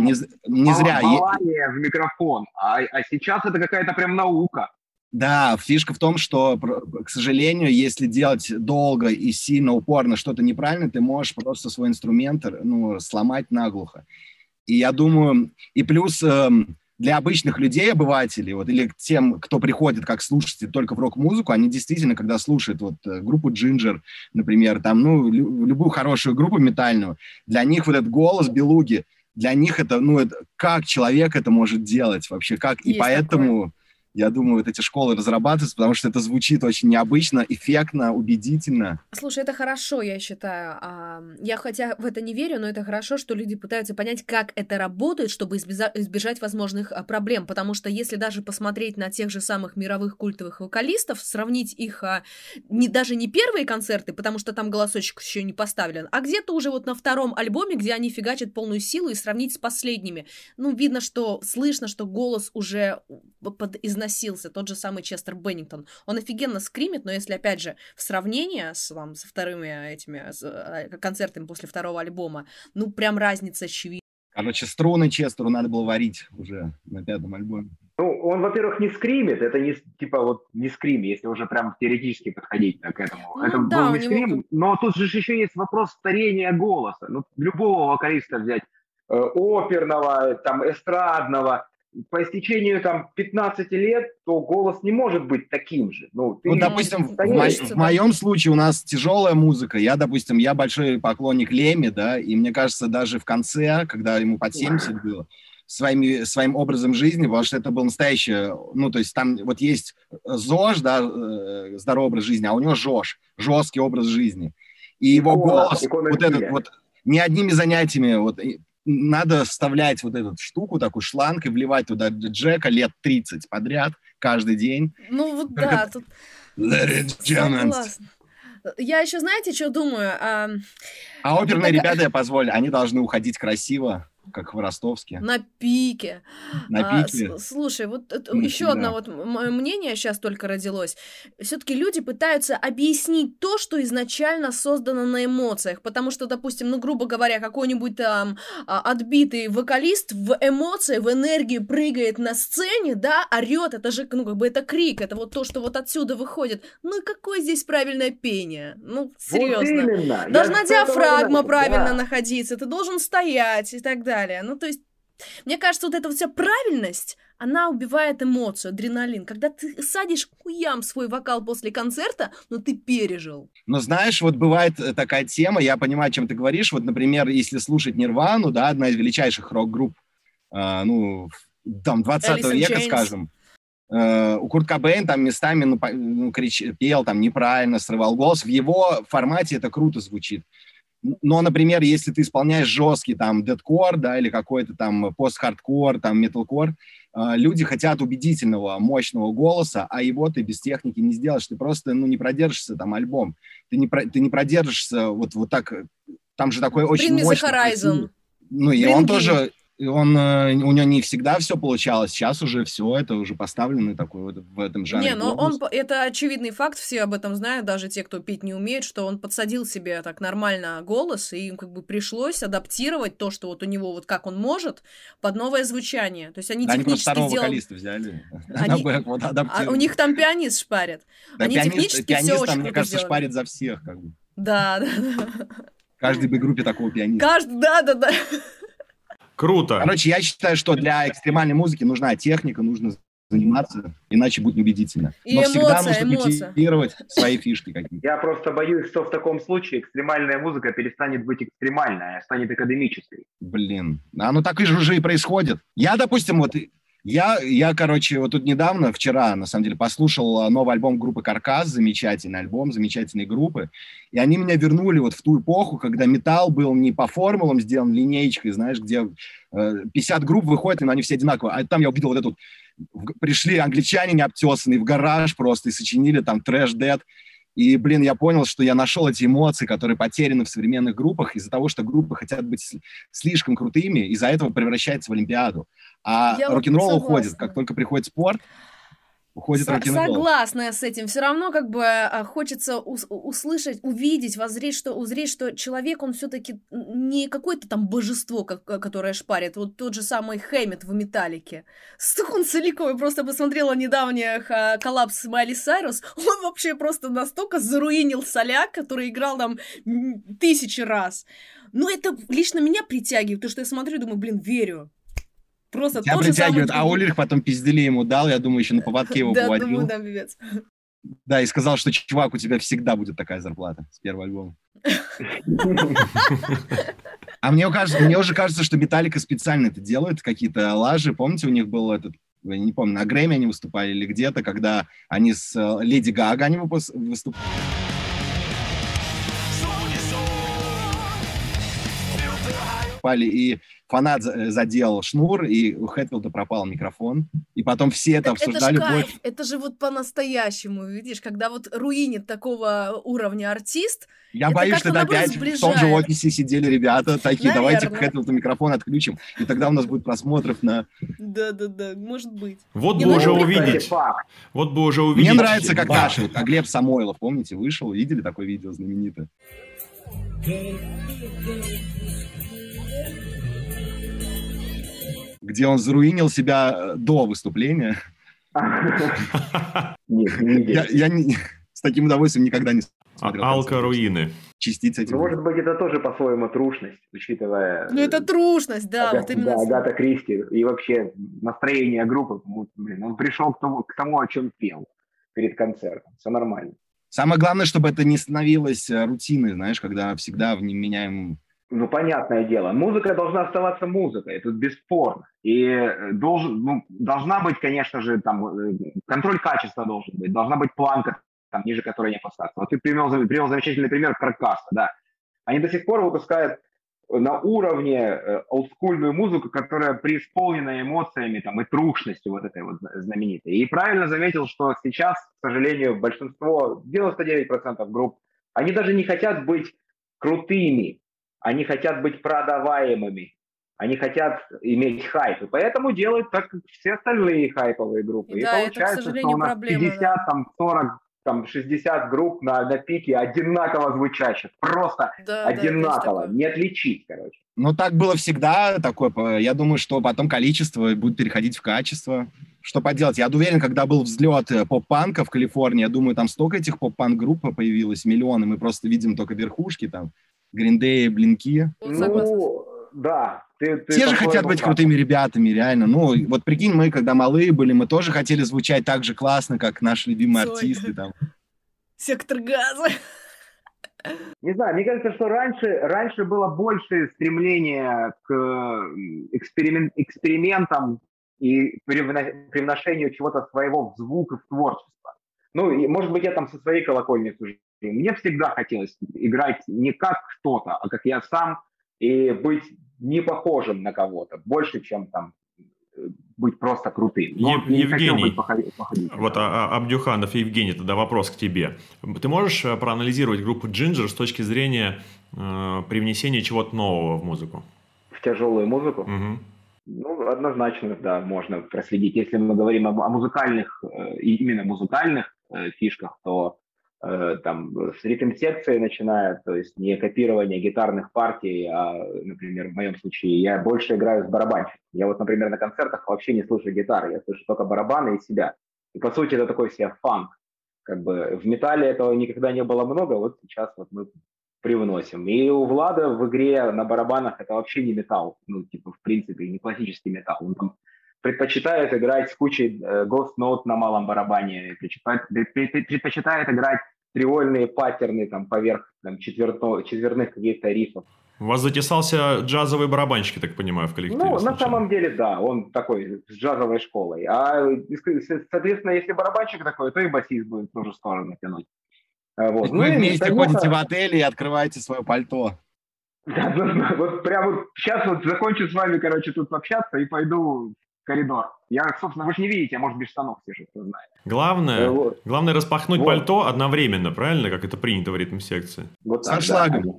Волание в микрофон. А сейчас это какая-то прям наука. Да, фишка в том, что, к сожалению, если делать долго и сильно упорно что-то неправильно, ты можешь просто свой инструмент, ну, сломать наглухо. И я думаю, и плюс для обычных людей, обывателей, вот, или тем, кто приходит как слушатель только в рок-музыку, они действительно, когда слушают вот группу Ginger, например, там, ну, любую хорошую группу метальную, для них вот этот голос Белуги, для них это, ну, это, как человек это может делать вообще, как, и поэтому... Такое. Я думаю, вот эти школы разрабатываются, потому что это звучит очень необычно, эффектно, убедительно. Слушай, это хорошо, я считаю. Я хотя в это не верю, но это хорошо, что люди пытаются понять, как это работает, чтобы избежать возможных проблем. Потому что если даже посмотреть на тех же самых мировых культовых вокалистов, сравнить их даже не первые концерты, потому что там голосочек еще не поставлен, а где-то уже вот на втором альбоме, где они фигачат полную силу, и сравнить с последними. Ну, видно, что слышно, что голос уже износился, тот же самый Честер Беннингтон. Он офигенно скримит, но если, опять же, в сравнении со вторыми этими концертами после второго альбома, ну, прям разница очевидна. Короче, струны Честеру надо было варить уже на пятом альбоме. Ну, он, во-первых, не скримит, это не, типа, вот, не скрим, если уже прям теоретически подходить к этому. Ну, это да, был не скрим, но тут же еще есть вопрос старения голоса. Ну, любого вокалиста взять, оперного, там, эстрадного, по истечению там 15 лет, то голос не может быть таким же. Ну, допустим, в моем случае у нас тяжелая музыка. Я большой поклонник Леми, да, и мне кажется, даже в конце, когда ему под 70 было, своим образом жизни, потому что это был настоящий, ну, то есть там вот есть ЗОЖ, да, здоровый образ жизни, а у него ЖОЖ, жесткий образ жизни. И его голос, вот этот вот, не одними занятиями, вот, надо вставлять вот эту штуку, такую шланг, и вливать туда Джека лет 30 подряд, каждый день. Ну вот да, тут... Я еще, знаете, что думаю? А оперные ребята, я позволю, они должны уходить красиво, как Хворостовский. На пике. На пике. Слушай, вот еще одно вот мнение сейчас только родилось. Все-таки люди пытаются объяснить то, что изначально создано на эмоциях. Потому что, допустим, ну, грубо говоря, какой-нибудь там отбитый вокалист в эмоции, в энергии прыгает на сцене, да, орет. Это же, ну, как бы это крик, это вот то, что вот отсюда выходит. Ну, какое здесь правильное пение? Ну, серьезно. Вот именно. Должна диафрагма правильно находиться, ты должен стоять и так далее. Ну, то есть, мне кажется, вот эта вся правильность, она убивает эмоцию, адреналин. Когда ты садишь хуям свой вокал после концерта, но ты пережил. Но знаешь, вот бывает такая тема, я понимаю, о чем ты говоришь. Вот, например, если слушать Нирвану, да, одна из величайших рок-групп, ну, там, 20 века, скажем, у Курт Кобейн там местами пел там неправильно, срывал голос. В его формате это круто звучит. Но, например, если ты исполняешь жесткий там дэткор, да, или какой-то там пост-хардкор, там металкор, люди хотят убедительного, мощного голоса, а его ты без техники не сделаешь. Ты просто, ну, не продержишься там альбом. Ты не продержишься вот так. Там же такой очень мощный. Ну, и он тоже... у него не всегда все получалось, сейчас уже все, это уже поставлено такой вот в этом жанре. Не, но это очевидный факт, все об этом знают, даже те, кто петь не умеет, что он подсадил себе так нормально голос, и им как бы пришлось адаптировать то, что вот у него вот как он может, под новое звучание. То есть они технически второго вокалиста взяли, у них там пианист шпарит. Они технически все очень круто сделали. Мне кажется, шпарит за всех как бы. Да. каждой бы-группе такого пианиста. Да. Круто. Короче, я считаю, что для экстремальной музыки нужна техника, нужно заниматься, иначе будет неубедительно. И Но всегда нужно эмоция. культивировать свои фишки какие-то. Я просто боюсь, что в таком случае экстремальная музыка перестанет быть экстремальной, а станет академической. Блин, оно так и уже и происходит. Я, допустим, вот короче, вот тут недавно, вчера, на самом деле, послушал новый альбом группы «Каркас», замечательный альбом, замечательные группы, и они меня вернули вот в ту эпоху, когда металл был не по формулам сделан линеечкой, знаешь, где 50 групп выходят, и они все одинаковые, а там я увидел вот эту, пришли англичане необтесанные в гараж просто и сочинили там трэш-дэт. И, блин, я понял, что я нашел эти эмоции, которые потеряны в современных группах из-за того, что группы хотят быть слишком крутыми, из-за этого превращается в Олимпиаду. А рок-н-ролл уходит. Как только приходит спорт, уходит рок-н-ролл. Согласна с этим. Все равно как бы хочется услышать, увидеть, узреть, что человек, он все-таки не какое-то там божество, которое шпарит. Вот тот же самый Хэммет в «Металлике». Он целиком, я просто посмотрела недавний коллапс Майли Сайрус, он вообще просто настолько заруинил соляк, который играл там 1000 раз. Но это лично меня притягивает, потому что я смотрю и думаю, блин, верю. Просто тебя притягивает, а Ульрих потом пиздели ему дал, я думаю, еще на поводке его поводил. Да, думаю, да, пипец. Да, и сказал, что, чувак, у тебя всегда будет такая зарплата с первого альбома. А мне уже кажется, что Металлика специально это делают, какие-то лажи. Помните, у них был этот, я не помню, на Грэмми они выступали или где-то, когда они с Леди Гага выступали. И фанат задел шнур, и у Хэтфилда пропал микрофон. И потом все это обсуждали. Это же кайф, это же вот по-настоящему, видишь, когда вот руинит такого уровня артист. Я боюсь, что это опять в том же офисе сидели ребята такие, давайте Хэтфилду микрофон отключим, и тогда у нас будет просмотров на... Да, может быть. Вот бы уже увидеть. Вот бы уже увидеть. Мне нравится, как наши, как Глеб Самойлов, помните, вышел, видели такое видео знаменитое? Где он заруинил себя до выступления. Я с таким удовольствием никогда не смотрел. Алко-руины. Частица этих. Может быть, это тоже по-своему трушность, учитывая... Ну, это трушность, да. Вот именно. Да, Агата Кристи. И вообще настроение группы. Блин, он пришел к тому, о чем пел перед концертом. Все нормально. Самое главное, чтобы это не становилось рутиной, знаешь, когда всегда в нем меняем... Ну, понятное дело. Музыка должна оставаться музыкой, это бесспорно. И должна быть, конечно же, там, контроль качества должен быть, должна быть планка, там, ниже которой не опускаться. Вот ты привел замечательный пример Каркаса, да. Они до сих пор выпускают на уровне олдскульную музыку, которая преисполнена эмоциями там, и трушностью вот этой вот знаменитой. И правильно заметил, что сейчас, к сожалению, большинство, 99% групп, они даже не хотят быть крутыми, они хотят быть продаваемыми, они хотят иметь хайп, и поэтому делают так, как все остальные хайповые группы. Да, и получается, это, что у нас 50, там, 40, там, 60 групп на пике одинаково звучащих. Просто одинаково, не отличить, короче. Ну, так было всегда такое. Я думаю, что потом количество будет переходить в качество. Что поделать? Я уверен, когда был взлет поп-панка в Калифорнии, я думаю, там столько этих поп-панк-групп появилось, миллионы, мы просто видим только верхушки там. Гриндей, Блинки. Ну, да. Все же хотят быть крутыми ребятами, реально. Ну, вот прикинь, мы, когда малые были, мы тоже хотели звучать так же классно, как наши любимые артисты. Там. Сектор газа. Не знаю, мне кажется, что раньше было больше стремления к экспериментам и привношению чего-то своего в звук и в творчество. Ну, и, может быть, я там со своей колокольни сужу. Мне всегда хотелось играть не как кто-то, а как я сам, и быть не похожим на кого-то, больше, чем там быть просто крутым. Евгений, вот Абдюханов Евгений, тогда вопрос к тебе. Ты можешь проанализировать группу Ginger с точки зрения привнесения чего-то нового в музыку? В тяжелую музыку? Угу. Ну, однозначно, да, можно проследить. Если мы говорим о музыкальных, именно музыкальных фишках, то там с ритм-секции начиная, то есть не копирование гитарных партий, а, например, в моем случае я больше играю с барабанщиком. Я вот, например, на концертах вообще не слышу гитары, я слышу только барабаны и себя. И по сути это такой себе фанк. Как бы в металле этого никогда не было много, вот сейчас вот мы привносим. И у Влада в игре на барабанах это вообще не металл. Ну, типа, в принципе, не классический металл. Он там предпочитает играть с кучей Ghost Note на малом барабане, предпочитает играть тривольные паттерны там поверх там, четверных каких-то рифов. У вас затесался джазовый барабанщик, я так понимаю, в коллективе. Ну, на самом деле, да, он такой с джазовой школой. А, соответственно, если барабанщик такой, то и басист будет в ту же сторону тянуть. Вот. Вы вместе ходите в отель и открываете свое пальто. Да, вот прямо вот сейчас вот закончу с вами, короче, тут общаться и пойду в коридор. Я, собственно, вы же не видите, я, может, без штанов сижу, кто знает. Главное распахнуть пальто одновременно, правильно, как это принято в ритм-секции? Вот со шлагом.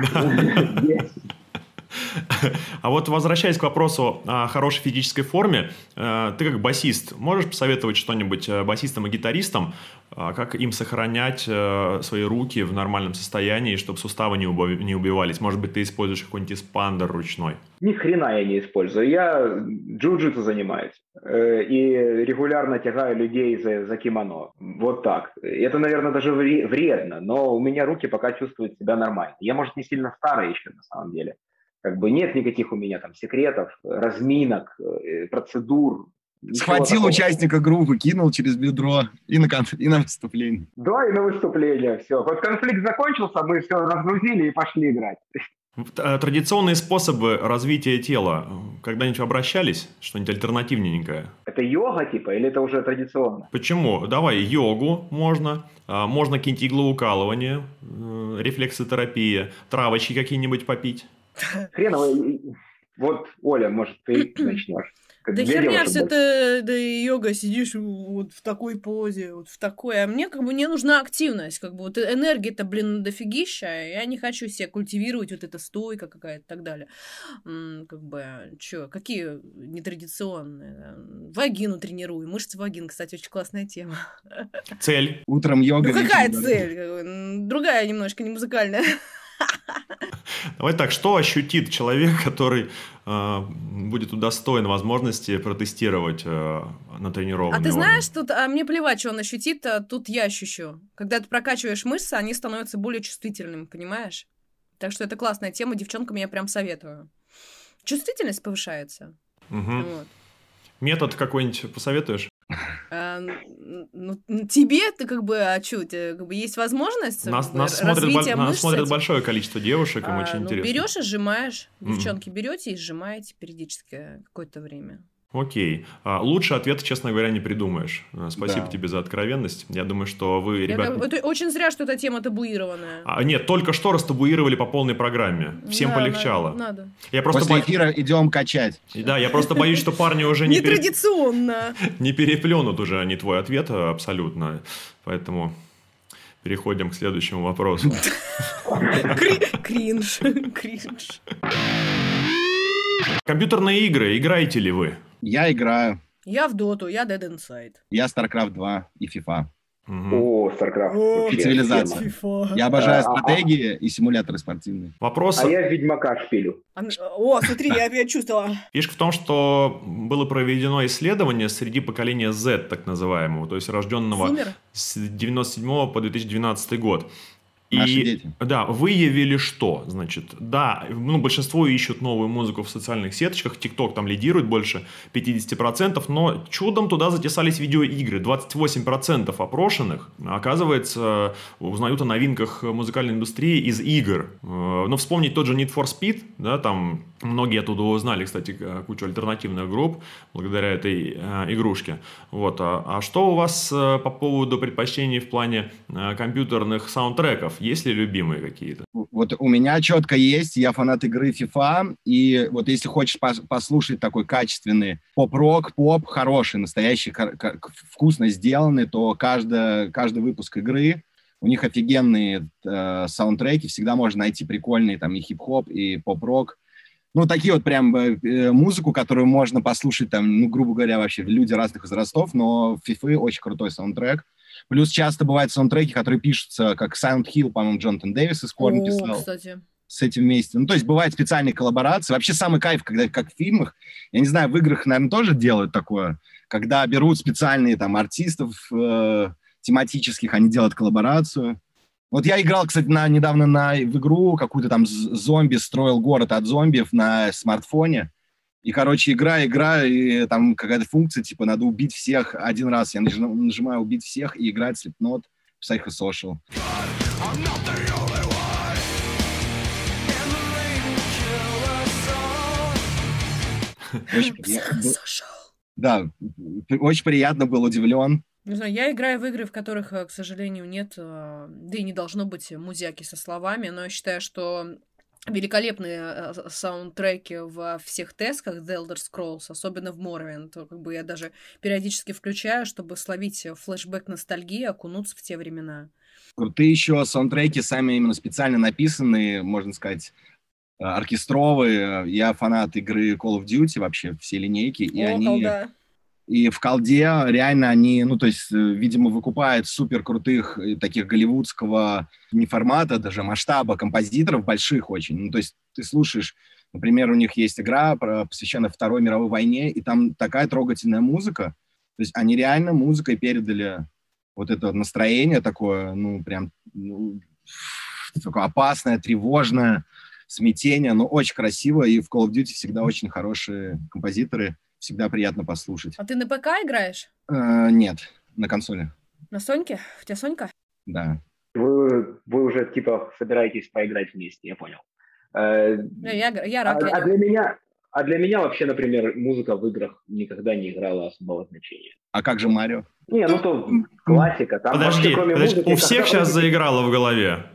А вот возвращаясь к вопросу о хорошей физической форме, ты как басист можешь посоветовать что-нибудь басистам и гитаристам, как им сохранять свои руки в нормальном состоянии, чтобы суставы не убивались? Может быть, ты используешь какой-нибудь эспандер ручной? Ни хрена я не использую. Я джиу-джитсу занимаюсь и регулярно тягаю людей за кимоно. Вот так. Это, наверное, даже вредно, но у меня руки пока чувствуют себя нормально. Я, может, не сильно старый еще на самом деле. Как бы нет никаких у меня там секретов, разминок, процедур. Схватил участника группы, кинул через бедро и на выступление. Да, и на выступление, все. Вот конфликт закончился, мы все разгрузили и пошли играть. Традиционные способы развития тела. Когда-нибудь обращались? Что-нибудь альтернативненькое? Это йога типа или это уже традиционно? Почему? Давай, йогу можно. Можно какие-нибудь иглоукалывания, рефлексотерапия, травочки какие-нибудь попить. Хреново. Вот, Оля, может, ты начнешь. Да херня все это, да и йога, сидишь вот в такой позе, вот в такой, а мне как бы не нужна активность, как бы вот энергия-то, блин, дофигища, я не хочу себя культивировать, вот эта стойка какая-то и так далее. Как бы, чё, какие нетрадиционные? Вагину тренирую, мышцы вагин, кстати, очень классная тема. Цель? Утром йога. Ну какая цель? Другая немножко, не музыкальная. Давай так, что ощутит человек, который будет удостоен возможности протестировать натренированный орган? А ты знаешь, тут мне плевать, что он ощутит, тут я ощущу. Когда ты прокачиваешь мышцы, они становятся более чувствительными, понимаешь? Так что это классная тема, девчонкам я прям советую. Чувствительность повышается. Угу. Вот. Метод какой-нибудь посоветуешь? Ну, тебе ты как бы, как бы есть возможность развития мышц. Нас смотрит большое количество девушек, им очень интересно. Берешь и сжимаешь. Девчонки, берете и сжимаете периодически какое-то время. Окей. Лучше ответа, честно говоря, не придумаешь. Спасибо тебе за откровенность. Я думаю, что вы, ребята... Это очень зря, что эта тема табуированная. Нет, только что растабуировали по полной программе. Всем полегчало. Надо. После эфира идем качать. Да, я просто боюсь, что парни уже не... Нетрадиционно. Не переплюнут уже они твой ответ абсолютно. Поэтому переходим к следующему вопросу. Кринж. Компьютерные игры. Играете ли вы? Я играю. Я в Доту, я Dead Inside. Я StarCraft 2 и FIFA. О, StarCraft. И цивилизация. FIFA. Я обожаю стратегии и симуляторы спортивные. Вопрос... А я в Ведьмака шпилю. О, смотри, я чувствовала. Фишка в том, что было проведено исследование среди поколения Z, так называемого, то есть рожденного с 97 по 2012 год. Наши дети. Да, выявили что? Значит, да, большинство ищут новую музыку в социальных сеточках, TikTok там лидирует больше 50%, но чудом туда затесались видеоигры. 28% опрошенных, оказывается, узнают о новинках музыкальной индустрии из игр. Но вспомнить тот же Need for Speed, да, там многие оттуда узнали, кстати, кучу альтернативных групп благодаря этой игрушке. Вот. А что у вас по поводу предпочтений в плане компьютерных саундтреков? Есть ли любимые какие-то? Вот у меня четко есть. Я фанат игры FIFA. И вот если хочешь послушать такой качественный поп-рок, поп хороший, настоящий, вкусно сделанный, то каждый выпуск игры, у них офигенные саундтреки. Всегда можно найти прикольные там и хип-хоп, и поп-рок. Ну, такие вот прям музыку, которую можно послушать там, ну, грубо говоря, вообще люди разных возрастов, но в FIFA очень крутой саундтрек. Плюс часто бывают саундтреки, которые пишутся, как Silent Hill, по-моему, Джонатан Дэвис из Корн писал. Кстати. С этим вместе. Ну, то есть бывают специальные коллаборации. Вообще самый кайф, когда, как в фильмах, я не знаю, в играх, наверное, тоже делают такое, когда берут специальные там артистов тематических, они делают коллаборацию. Вот я играл, кстати, недавно в игру какую-то там зомби, строил город от зомбиев на смартфоне. И, короче, игра, и там какая-то функция, типа, надо убить всех один раз. Я нажимаю «убить всех» и играет Slipknot, Psychosocial. Да, очень приятно, был удивлен. Не знаю, я играю в игры, в которых, к сожалению, нет, да и не должно быть музяки со словами, но я считаю, что великолепные саундтреки во всех тесках The Elder Scrolls, особенно в Morrowind, то как бы я даже периодически включаю, чтобы словить флешбэк ностальгии, окунуться в те времена. Крутые еще саундтреки, сами именно специально написанные, можно сказать, оркестровые. Я фанат игры Call of Duty вообще, все линейки. И в колде реально они, ну, то есть, видимо, выкупают супер крутых таких голливудского не формата, даже масштаба композиторов больших очень. Ну, то есть ты слушаешь, например, у них есть игра, посвященная Второй мировой войне, и там такая трогательная музыка. То есть они реально музыкой передали вот это настроение такое, ну, прям такое опасное, тревожное, смятение, но очень красиво, и в Call of Duty всегда очень хорошие композиторы. Всегда приятно послушать. А ты на ПК играешь? Нет, на консоли. На Соньке? У тебя Сонька? Да. Вы уже типа собираетесь поиграть вместе, я понял. Я рад. А для меня вообще, например, музыка в играх никогда не играла особого значения. А как же Марио? Не, ну то классика. Там подожди, вообще, кроме музыки, у всех сейчас заиграло в голове.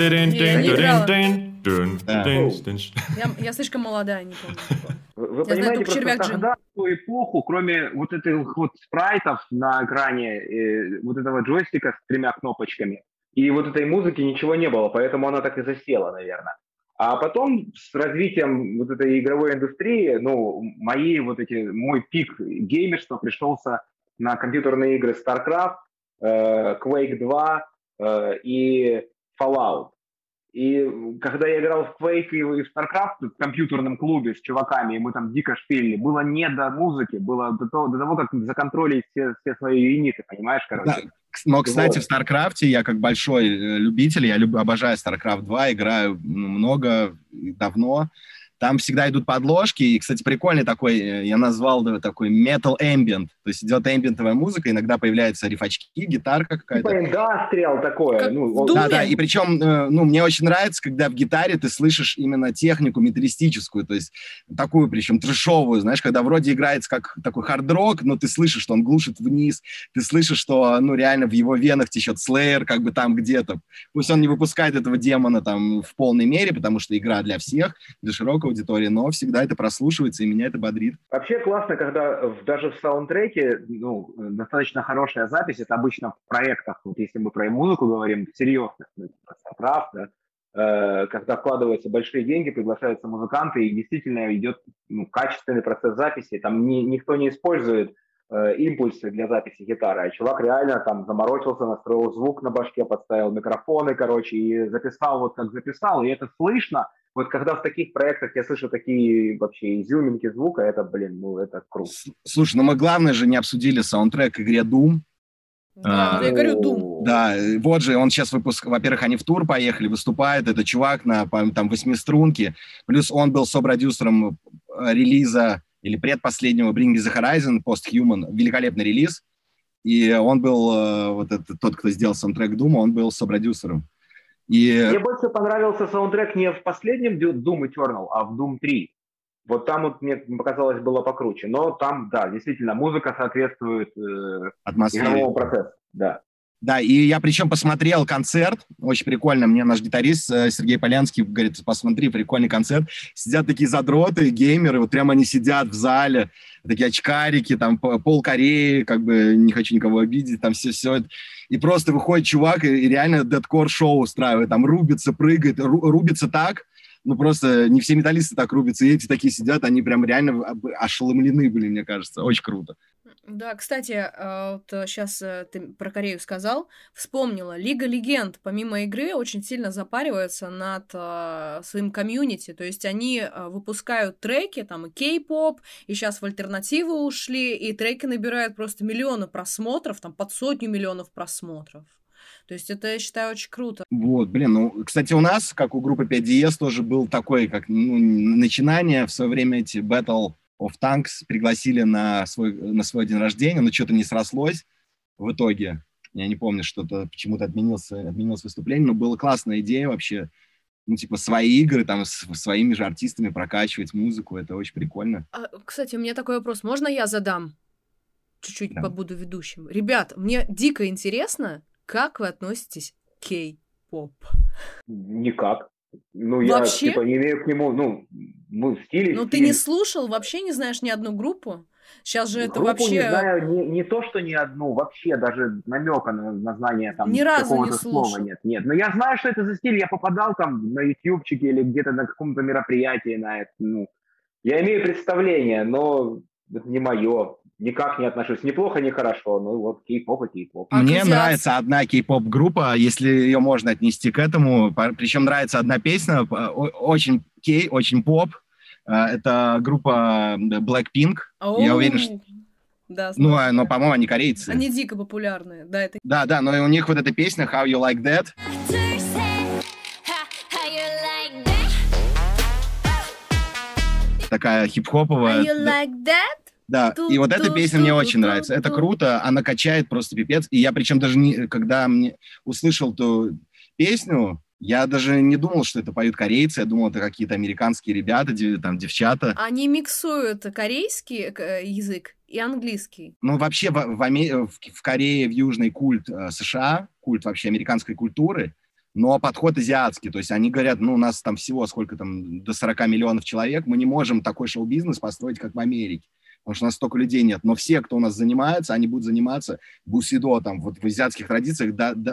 Я слишком молодая, не помню. Вы понимаете, просто тогда, в ту эпоху, кроме вот этих вот спрайтов на экране, вот этого джойстика с 3 кнопочками, и вот этой музыки ничего не было, поэтому она так и засела, наверное. А потом с развитием вот этой игровой индустрии, ну, мой пик геймерства пришелся на компьютерные игры StarCraft, Quake 2 и Fallout. И когда я играл в Quake и в StarCraft в компьютерном клубе с чуваками, и мы там дико шпилили, было не до музыки, было до того как законтролить все свои юниты, понимаешь, короче. Да. Но, кстати, в StarCraft я как большой любитель, я обожаю StarCraft 2, играю много, давно. Там всегда идут подложки, и, кстати, прикольный такой, я назвал такой metal ambient, то есть идет эмбиентовая музыка, иногда появляются рифачки, гитарка какая-то. Типа индастриал такое. Да, и причем, мне очень нравится, когда в гитаре ты слышишь именно технику металлистическую, то есть такую, причем трэшовую, знаешь, когда вроде играется как такой хард-рок, но ты слышишь, что он глушит вниз, ты слышишь, что, реально в его венах течет Slayer, как бы там где-то. Пусть он не выпускает этого демона там в полной мере, потому что игра для всех, для широкого аудитории, но всегда это прослушивается, и меня это бодрит. Вообще классно, когда даже в саундтреке достаточно хорошая запись, это обычно в проектах, вот если мы про музыку говорим, серьезных, StarCraft, да, когда вкладываются большие деньги, приглашаются музыканты, и действительно идет качественный процесс записи, там никто не использует импульсы для записи гитары, а чувак реально там заморочился, настроил звук на башке, подставил микрофоны, короче, и записал вот как записал, и это слышно. Вот когда в таких проектах я слышу такие вообще изюминки звука, это, это круто. Слушай, мы главное же не обсудили саундтрек к игре Doom. Да, я говорю Doom. Да, вот же он сейчас во-первых, они в тур поехали, выступает, это чувак на там 8-струнке, плюс он был сопродюсером релиза или предпоследнего Bring Me The Horizon, Post-Human, великолепный релиз, и он был, тот, кто сделал саундтрек Doom, он был сопродюсером. Мне больше понравился саундтрек не в последнем Doom Eternal, а в Doom 3. Вот там вот мне показалось было покруче. Но там, да, действительно, музыка соответствует игровому процессу. Да. Да, и я причем посмотрел концерт, очень прикольно, мне наш гитарист Сергей Полянский говорит, посмотри, прикольный концерт, сидят такие задроты, геймеры, вот прямо они сидят в зале, такие очкарики, там пол Кореи, как бы не хочу никого обидеть, там все это, и просто выходит чувак и реально дедкор-шоу устраивает, там рубится, прыгает, рубится так, просто не все металлисты так рубятся, и эти такие сидят, они прям реально ошеломлены были, мне кажется, очень круто. Да, кстати, вот сейчас ты про Корею сказал, вспомнила, Лига Легенд, помимо игры, очень сильно запаривается над своим комьюнити, то есть они выпускают треки, там и кей-поп, и сейчас в альтернативу ушли, и треки набирают просто миллионы просмотров, там под 100 миллионов просмотров. То есть это, я считаю, очень круто. Вот, блин, ну, кстати, у нас, как у группы 5DS, тоже был такой, как, ну, начинание. В свое время эти Battle of Tanks пригласили на свой день рождения, но что-то не срослось в итоге. Я не помню, что-то почему-то отменилось выступление, но была классная идея вообще, ну, типа, свои игры, там, с своими же артистами прокачивать музыку, это очень прикольно. Кстати, у меня такой вопрос, можно я задам? Чуть-чуть Да. побуду ведущим. Ребят, мне дико интересно, как вы относитесь к кей-поп? Никак. Ну, Вообще? я, типа, не имею к нему, ну, мы в стиле... Ну, ты не слушал, вообще не знаешь ни одну группу? Сейчас же это Группу вообще... не знаю, не то, что ни одну, вообще даже намека на знание там Ни разу не какого-то слова слушал. нет. Но я знаю, что это за стиль, я попадал там на ютубчике или где-то на каком-то мероприятии на это, ну, я имею представление, но это не мое, никак не отношусь, ни плохо, ни хорошо, ну вот кей-поп и кей-поп. Мне Энтузиаст. нравится одна кей-поп-группа, если ее можно отнести к этому, причем нравится одна песня, очень кей, очень поп, это группа Blackpink, я уверен, что... Да, Ну, знаю. но, по-моему, они корейцы. Они дико популярные, да, это... Да, но у них вот эта песня How You Like That, такая хип-хоповая. Are you like that? Да, и вот эта песня мне очень нравится. Это круто, она качает просто пипец. И я причем даже, когда мне услышал эту песню, я даже не думал, что это поют корейцы, я думал, это какие-то американские ребята, там, девчата. Они миксуют корейский язык и английский. Ну, вообще в Корее, в Южной культ США, культ вообще американской культуры, но подход азиатский. То есть они говорят, ну, у нас там всего сколько там, до 40 миллионов человек, мы не можем такой шоу-бизнес построить, как в Америке. Потому что у нас столько людей нет. Но все, кто у нас занимается, они будут заниматься бусидо, там, вот в азиатских традициях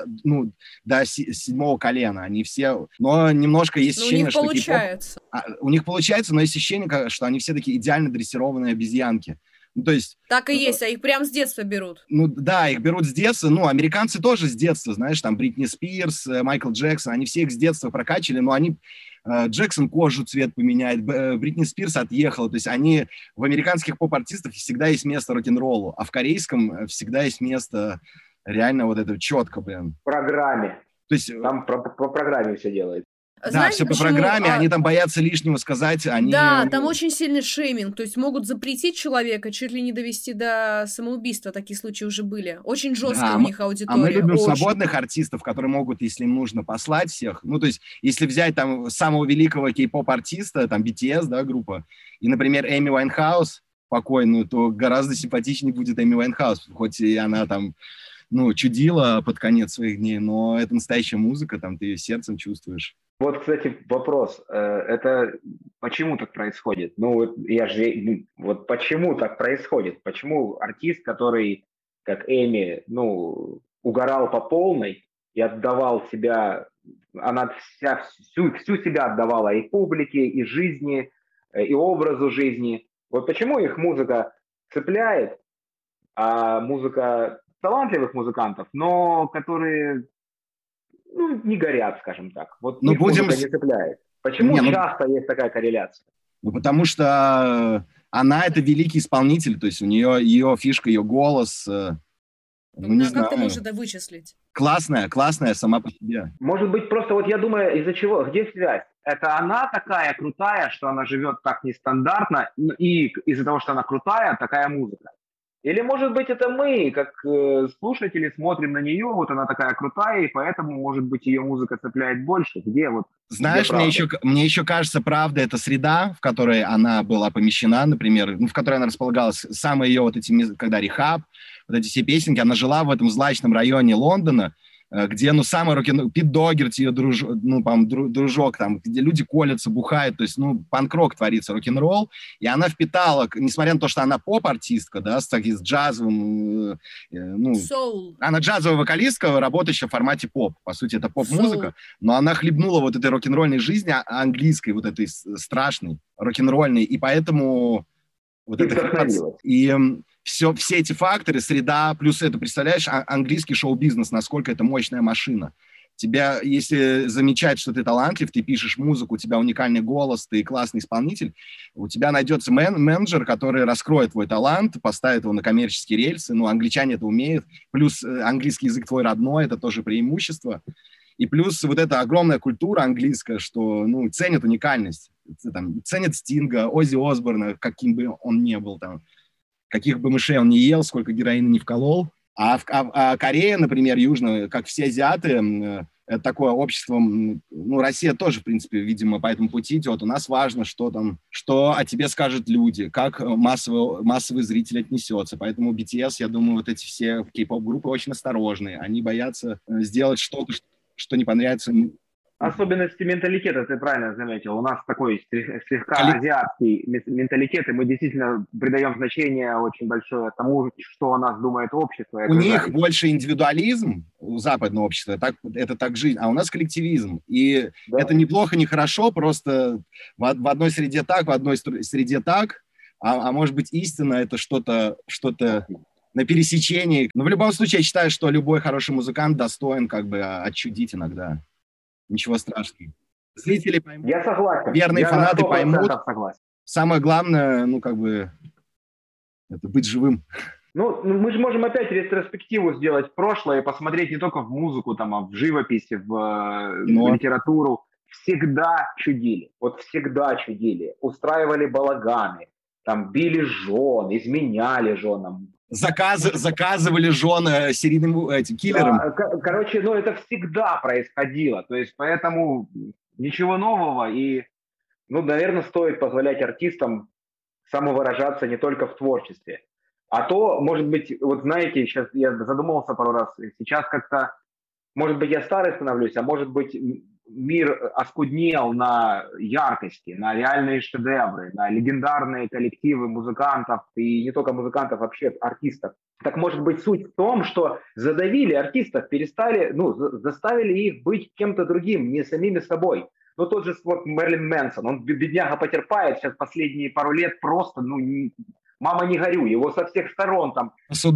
до седьмого колена. Они все... Но немножко есть ощущение, что... У них получается. У них получается, но есть ощущение, что они все такие идеально дрессированные обезьянки. Ну, то есть... Так и есть, а их прям с детства берут. Ну, да, их берут с детства. Ну, американцы тоже с детства, знаешь, там, Бритни Спирс, Майкл Джексон, они все их с детства прокачали, но они... Джексон кожу цвет поменяет, Бритни Спирс отъехала. То есть они в американских поп-артистах всегда есть место рок-н-роллу, а в корейском всегда есть место реально вот это четко, блин. В программе. То есть... Там по программе все делается. Да, все по программе, они там боятся лишнего сказать. Да, там очень сильный шейминг, то есть могут запретить человека, чуть ли не довести до самоубийства, такие случаи уже были. Очень жесткая у них аудитория. А мы любим свободных артистов, которые могут, если им нужно, послать всех. Ну, то есть, если взять там самого великого кей-поп-артиста, там BTS, да, группа, и, например, Эми Уайнхаус покойную, то гораздо симпатичнее будет Эми Уайнхаус, хоть и она там, ну, чудила под конец своих дней, но это настоящая музыка, там ты ее сердцем чувствуешь. Вот, кстати, вопрос. Это почему так происходит? Ну, вот почему так происходит? Почему артист, который, как Эми, ну, угорал по полной и отдавал себя, она всю себя отдавала и публике, и жизни, и образу жизни. Вот почему их музыка цепляет, а музыка талантливых музыкантов, но которые... Ну, не горят, скажем так. Вот их музыка не цепляет. Почему часто есть такая корреляция? Ну, потому что она это великий исполнитель, то есть у нее ее фишка, ее голос. Не знаю. Как ты можешь это вычислить? Классная сама по себе. Может быть, просто вот я думаю, из-за чего? Где связь? Это она такая крутая, что она живет так нестандартно, и из-за того, что она крутая, такая музыка. Или, может быть, это мы, как слушатели, смотрим на нее, вот она такая крутая, и поэтому, может быть, ее музыка цепляет больше. Где вот? Знаешь, мне еще кажется, правда, это среда, в которой она была помещена, например, в которой она располагалась. Самые ее вот эти, когда рехаб, вот эти все песенки, она жила в этом злачном районе Лондона, где, ну, самый рок-н-ролл, Пит Догерти, ее дружок, там, где люди колятся, бухают, то есть, ну, панк-рок творится, рок-н-ролл, и она впитала, несмотря на то, что она поп-артистка, да, с джазовым, ну, Soul. Она джазовая вокалистка, работающая в формате поп, по сути, это поп-музыка, но она хлебнула вот этой рок-н-ролльной жизни, английской, вот этой страшной, рок-н-ролльной, и поэтому вот это... И все эти факторы, среда, плюс это, представляешь, английский шоу-бизнес, насколько это мощная машина. Тебя, если замечать, что ты талантлив, ты пишешь музыку, у тебя уникальный голос, ты классный исполнитель, у тебя найдется менеджер, который раскроет твой талант, поставит его на коммерческие рельсы. Ну, англичане это умеют. Плюс английский язык твой родной, это тоже преимущество. И плюс вот эта огромная культура английская, что, ну, ценят уникальность. Там, ценят Стинга, Оззи Осборна, каким бы он ни был, там, каких бы мышей он не ел, сколько героина не вколол. А Корея, например, южная, как все азиаты, это такое общество, ну, Россия тоже, в принципе, видимо, по этому пути идет. У нас важно, что о тебе скажут люди, как массовый зритель отнесется. Поэтому BTS, я думаю, вот эти все кей-поп-группы очень осторожные. Они боятся сделать что-то, что не понравится. Особенности менталитета, ты правильно заметил. У нас такой слегка азиатский менталитет, и мы действительно придаем значение очень большое тому, что о нас думает общество. У них больше индивидуализм, у западного общества, это так жизнь, а у нас коллективизм. И это не плохо, не хорошо, просто в одной среде так, в одной среде так, а может быть истина это что-то на пересечении. Но в любом случае я считаю, что любой хороший музыкант достоин как бы отчудить иногда. Ничего страшного. Зрители поймут. Я согласен. Верные фанаты поймут. Согласен. Самое главное, ну, как бы, это быть живым. Ну, мы же можем опять ретроспективу сделать в прошлое и посмотреть не только в музыку, там, а в живопись, в литературу. Всегда чудили. Вот всегда чудили. Устраивали балаганы, там, били жен, изменяли женам. Заказывали жены серийным киллерам. Да, короче, ну это всегда происходило. То есть поэтому ничего нового. И, ну, наверное, стоит позволять артистам самовыражаться не только в творчестве. А то, может быть, вот знаете, сейчас я задумался пару раз, сейчас как-то, может быть, я старый становлюсь, а может быть, мир оскуднел на яркости, на реальные шедевры, на легендарные коллективы музыкантов, и не только музыкантов, вообще артистов. Так может быть суть в том, что задавили артистов, заставили их быть кем-то другим, не самими собой. Ну тот же вот Мерлин Мэнсон, он бедняга потерпает сейчас последние пару лет просто, мама не горюй, его со всех сторон там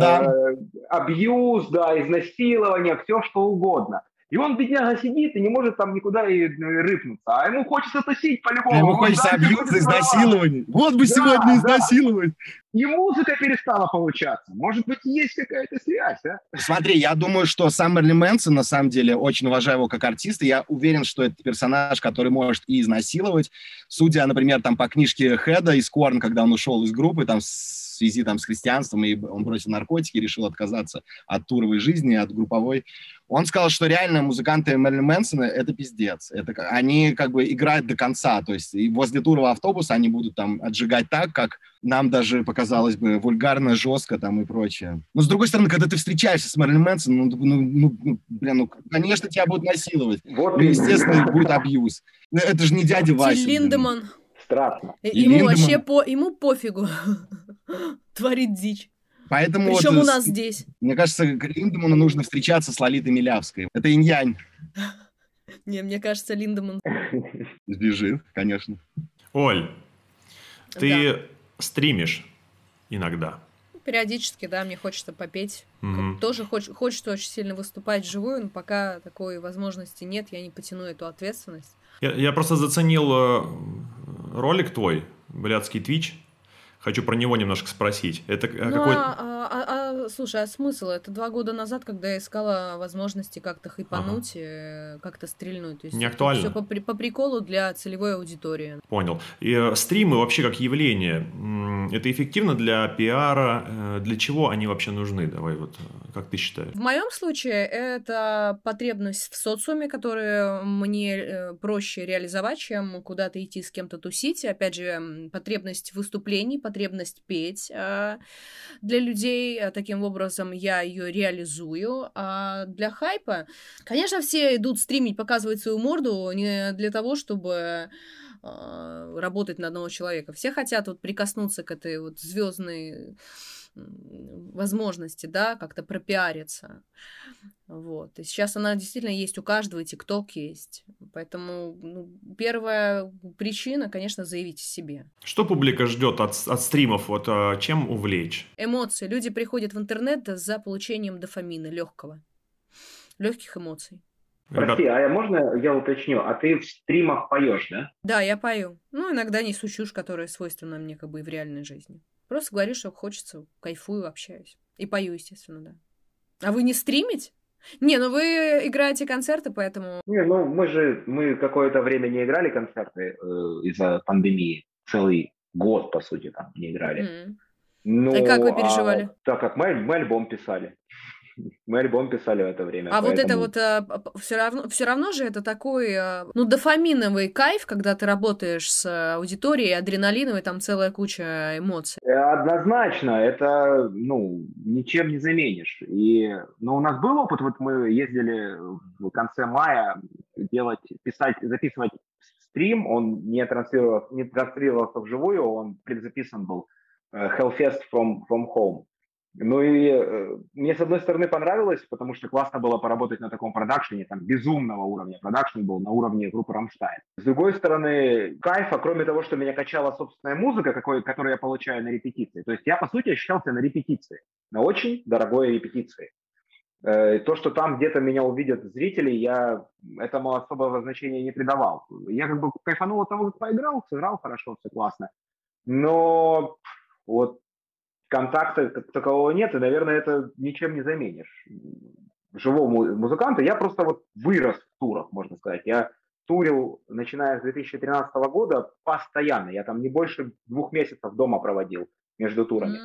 абьюз, изнасилование, все что угодно. И он, бедняга, сидит и не может там никуда и рыпнуться. А ему хочется тусить по-любому. Ему хочется абьюз, изнасилование. Вот бы сегодня изнасиловать. И музыка перестала получаться. Может быть, есть какая-то связь, а? Смотри, я думаю, что сам Мерлин Мэнсон, на самом деле, очень уважаю его как артиста. Я уверен, что это персонаж, который может и изнасиловать. Судя, например, там по книжке Хеда из Корн, когда он ушел из группы, там в связи там, с христианством, и он бросил наркотики, решил отказаться от туровой жизни, от групповой. Он сказал, что реально музыканты Мерлин Мэнсона — это пиздец. Они как бы играют до конца. То есть и возле турового автобуса они будут там отжигать так, как нам даже показалось бы вульгарно, жестко там и прочее. Но с другой стороны, когда ты встречаешься с Мерлин Мэнсоном, конечно, тебя будут насиловать. Естественно, будет абьюз. Это же не дядя Вася. Линдеманн. Страшно. Ему пофигу. Творит дичь. Поэтому причем у нас здесь. Мне кажется, Линдеманну нужно встречаться с Лолитой Милявской. Это инь-янь. Не, мне кажется, Линдеманн сбежит, конечно. Оль, ты стримишь иногда? Периодически, да, мне хочется попеть. Тоже хочется очень сильно выступать вживую, но пока такой возможности нет, я не потяну эту ответственность. Я просто заценил ролик твой, блядский Twitch. Хочу про него немножко спросить. Это слушай, а смысл? Это 2 года назад, когда я искала возможности как-то хайпануть, как-то стрельнуть. То есть не актуально? Все по приколу для целевой аудитории. Понял. И стримы вообще как явление, это эффективно для пиара? Для чего они вообще нужны? Давай вот, как ты считаешь? В моем случае это потребность в социуме, которую мне проще реализовать, чем куда-то идти с кем-то тусить. Опять же, потребность выступлений, потребность петь для людей. Таким образом, я ее реализую. А для хайпа, конечно, все идут стримить, показывать свою морду не для того, чтобы работать на одного человека. Все хотят вот прикоснуться к этой вот звездной возможности, да, как-то пропиариться. Вот. И сейчас она действительно есть у каждого, и ТикТок есть. Поэтому первая причина, конечно, заявить о себе. Что публика ждет от стримов? Вот чем увлечь? Эмоции. Люди приходят в интернет за получением дофамина легких эмоций. Прости, а можно я уточню? А ты в стримах поешь, да? Да, я пою. Ну, иногда несу чушь, которая свойственна мне как бы и в реальной жизни. Просто говорю, что хочется, кайфую, общаюсь. И пою, естественно, да. А вы не стримите? Не, ну вы играете концерты, поэтому... Не, ну мы какое-то время не играли концерты из-за пандемии. Целый год, по сути, там не играли. Ну, и как вы переживали? Так как мы альбом писали. Мы альбом писали в это время. А поэтому... вот это вот все равно же это такой, ну, дофаминовый кайф, когда ты работаешь с аудиторией, адреналиновый, там целая куча эмоций. Однозначно, это, ну, ничем не заменишь. Но у нас был опыт, вот мы ездили в конце мая записывать стрим, он не транслировался вживую, он предзаписан был. Hellfest from Home. Ну и мне, с одной стороны, понравилось, потому что классно было поработать на таком продакшене, там безумного уровня продакшн был, на уровне группы Rammstein. С другой стороны, кайфа, кроме того, что меня качала собственная музыка, которую я получаю на репетиции. То есть я, по сути, ощущался на репетиции, на очень дорогой репетиции. То, что там где-то меня увидят зрители, я этому особого значения не придавал. Я как бы кайфанул от того, как поиграл, сыграл хорошо, все классно. Но вот контакта как такового нет, и, наверное, это ничем не заменишь. Живому музыканту я просто вот вырос в турах, можно сказать. Я турил, начиная с 2013 года, постоянно. Я там не больше 2 месяцев дома проводил между турами.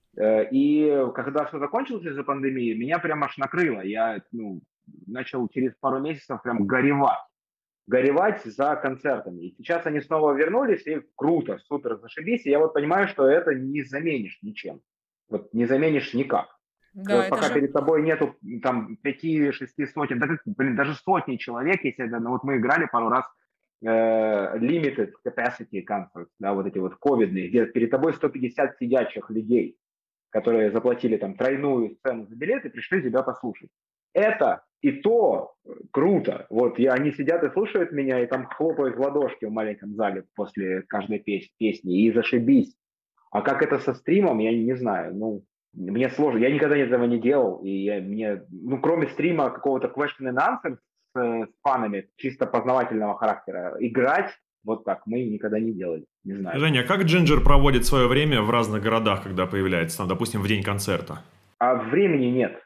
И когда все закончилось из-за пандемии, меня прям аж накрыло. Я начал через пару месяцев прям горевать за концертами. И сейчас они снова вернулись, и круто, супер, зашибись. И я вот понимаю, что это не заменишь ничем. Вот не заменишь никак. Да, вот пока перед тобой нету там 5-6 сотен, даже сотни человек, если вот мы играли пару раз limited capacity concerts, да, вот эти вот ковидные, где перед тобой 150 сидячих людей, которые заплатили там тройную цену за билет и пришли тебя послушать. Это и то круто. Вот они сидят и слушают меня, и там хлопают в ладошки в маленьком зале после каждой песни, и зашибись. А как это со стримом, я не знаю. Ну, мне сложно. Я никогда этого не делал. И кроме стрима какого-то question and answer с фанами, чисто познавательного характера, играть вот так мы никогда не делали. Не знаю. Женя, как Ginger проводит свое время в разных городах, когда появляется, там, допустим, в день концерта? А времени нет.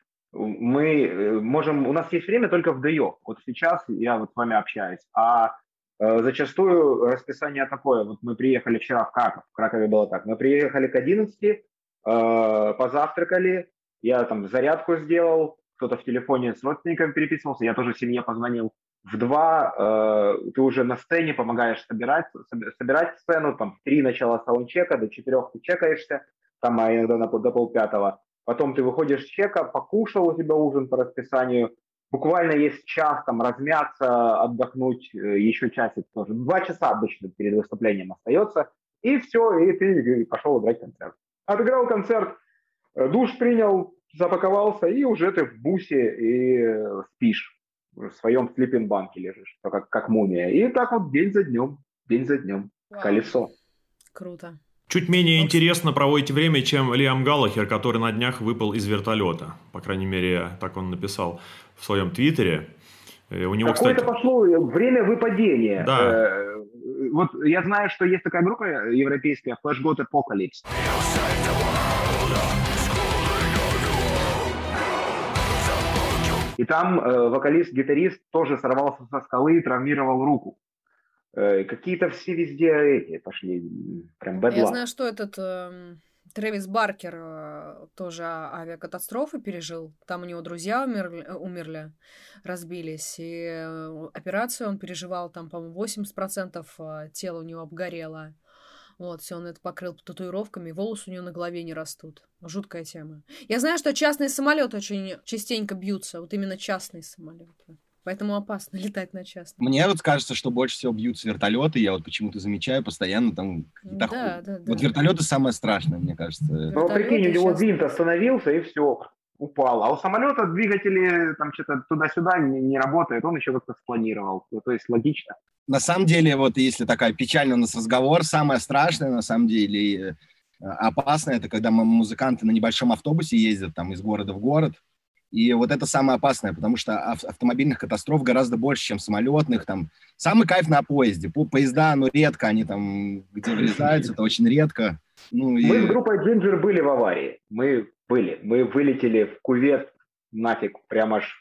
У нас есть время только в ДО. Вот сейчас я вот с вами общаюсь, а зачастую расписание такое. Вот мы приехали вчера в Краков. В Кракове было так. Мы приехали к 11, позавтракали, я там зарядку сделал, кто-то в телефоне с родственниками переписывался, я тоже семье позвонил. В 2 ты уже на сцене помогаешь собирать сцену, там в 3 начала саундчека, до 4 ты чекаешься, там иногда до 4:30. Потом ты выходишь с чека, покушал, у тебя ужин по расписанию, буквально есть час там размяться, отдохнуть, еще часик тоже. 2 часа обычно перед выступлением остается, и все, и ты пошел играть концерт. Отыграл концерт, душ принял, запаковался, и уже ты в бусе и спишь. В своем слипинг-банке лежишь, как мумия. И так вот день за днем. Вау. Колесо. Круто. Чуть менее интересно проводите время, чем Лиам Галлахер, который на днях выпал из вертолета. По крайней мере, так он написал в своем твиттере. У него, какое-то пошло время выпадения. Да. Вот я знаю, что есть такая группа европейская, Flash God Apocalypse. И там вокалист-гитарист тоже сорвался со скалы и травмировал руку. Какие-то все везде эти пошли, прям бэдлак. Я знаю, что этот Трэвис Баркер тоже авиакатастрофы пережил. Там у него друзья умерли, разбились. И операцию он переживал, там, по-моему, 80% тела у него обгорело. Вот, все, он это покрыл татуировками, волосы у него на голове не растут. Жуткая тема. Я знаю, что частные самолеты очень частенько бьются, вот именно частные самолеты. Поэтому опасно летать на частном. Мне вот кажется, что больше всего бьются вертолеты. Я вот почему-то замечаю постоянно там... Да. Вот вертолеты самое страшное, мне кажется. Ну, прикинь, у него винт остановился, и все, упал. А у самолета двигатели там что-то туда-сюда не работают, он еще как-то спланировал. То есть логично. На самом деле, вот если такая печальный у нас разговор, самое страшное, на самом деле, опасное, это когда музыканты на небольшом автобусе ездят там из города в город, И вот это самое опасное, потому что автомобильных катастроф гораздо больше, чем самолетных. Там. Самый кайф на поезде. Поезда, ну, редко они там, где врезаются, это очень редко. Ну, Мы с группой Ginger были в аварии. Мы вылетели в кювет нафиг, прямо аж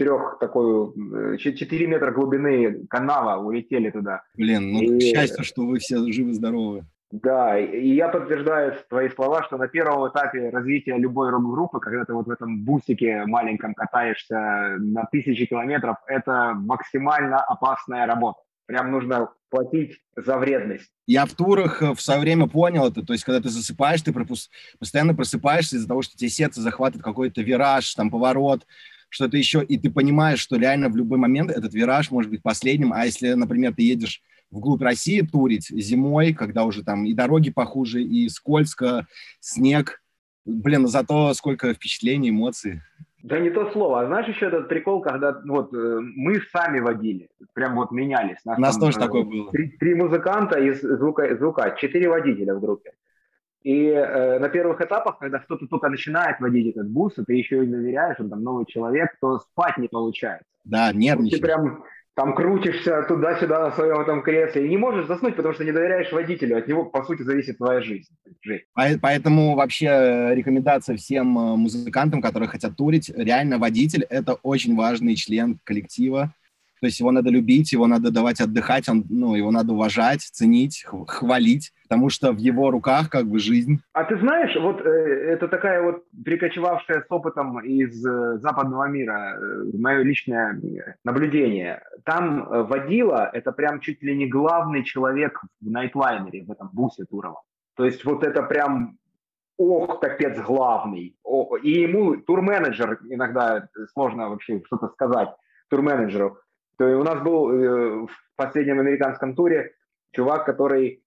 4 метра глубины канала, улетели туда. Блин, ну, к счастью, что вы все живы-здоровы. Да, и я подтверждаю твои слова, что на первом этапе развития любой рок-группы, когда ты вот в этом бусике маленьком катаешься на 1000 километров, это максимально опасная работа. Прям нужно платить за вредность. Я в турах в свое время понял это, то есть когда ты засыпаешь, ты постоянно просыпаешься из-за того, что тебе сердце захватывает какой-то вираж, там поворот, что-то еще, и ты понимаешь, что реально в любой момент этот вираж может быть последним, а если, например, ты едешь вглубь России турить зимой, когда уже там и дороги похуже, и скользко, снег, блин, зато сколько впечатлений, эмоций. Да не то слово. А знаешь еще этот прикол, когда вот мы сами водили, прям вот менялись. У нас тоже такое было. 3 музыканта из звука, 4 водителя в группе. И на первых этапах, когда кто-то только начинает водить этот бус, и ты еще и доверяешь, он там новый человек, то спать не получается. Да, нервничаешь. Ты прям там крутишься туда-сюда на своем этом кресле и не можешь заснуть, потому что не доверяешь водителю. От него, по сути, зависит твоя жизнь. Поэтому вообще рекомендация всем музыкантам, которые хотят турить, реально водитель – это очень важный член коллектива. То есть его надо любить, его надо давать отдыхать, его надо уважать, ценить, хвалить, потому что в его руках как бы жизнь. А ты знаешь, вот это такая вот перекочевавшая с опытом из западного мира, мое личное наблюдение. Там водила – это прям чуть ли не главный человек в найтлайнере, в этом бусе туровом. То есть вот это прям, капец главный. И ему турменеджер, иногда сложно вообще что-то сказать турменеджеру. То есть у нас был в последнем американском туре чувак, который,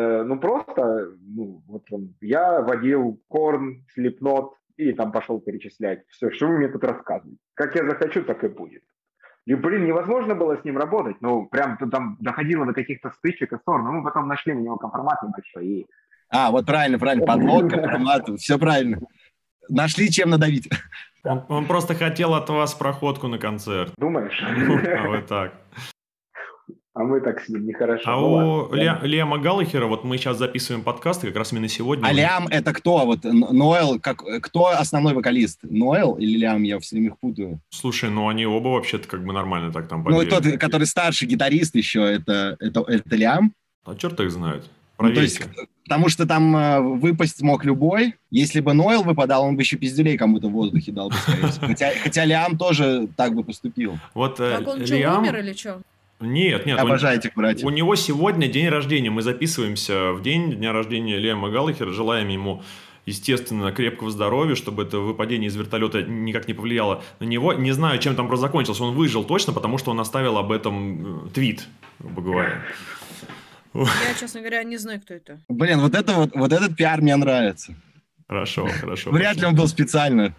я водил Корн, Slipknot, и там пошел перечислять. Все, что вы мне тут рассказываете? Как я захочу, так и будет. И, невозможно было с ним работать. Прям там доходило до каких-то стычек и ссор. Но мы потом нашли у него компромат небольшой. И... Вот правильно, подлог, компромат, все правильно. Нашли чем надавить. Он просто хотел от вас проходку на концерт. Думаешь? А вы так. А мы так с ним нехорошо. А у Лиама Галлахера, вот мы сейчас записываем подкасты, как раз именно сегодня. А Лиам это кто? Вот Ноэл, кто основной вокалист? Ноэл или Лиам? Я все время их путаю. Слушай, они оба вообще-то как бы нормально так там подвели. Тот, который старший гитарист еще, это Лиам? А черт их знает. То есть, потому что там выпасть мог любой. Если бы Ноэл выпадал, он бы еще пиздюлей кому-то в воздухе дал бы, скорее всего. Хотя Лиам тоже так бы поступил. Так он же умер или что? Нет. Обожаю этих братьев. У него сегодня день рождения. Мы записываемся в день дня рождения Лиама Галлахера. Желаем ему, естественно, крепкого здоровья, чтобы это выпадение из вертолета никак не повлияло на него. Не знаю, чем там просто закончился. Он выжил точно, потому что он оставил об этом твит, грубо говоря. Я, честно говоря, не знаю, кто это. Блин, вот этот пиар мне нравится. Хорошо. Вряд ли он был специально.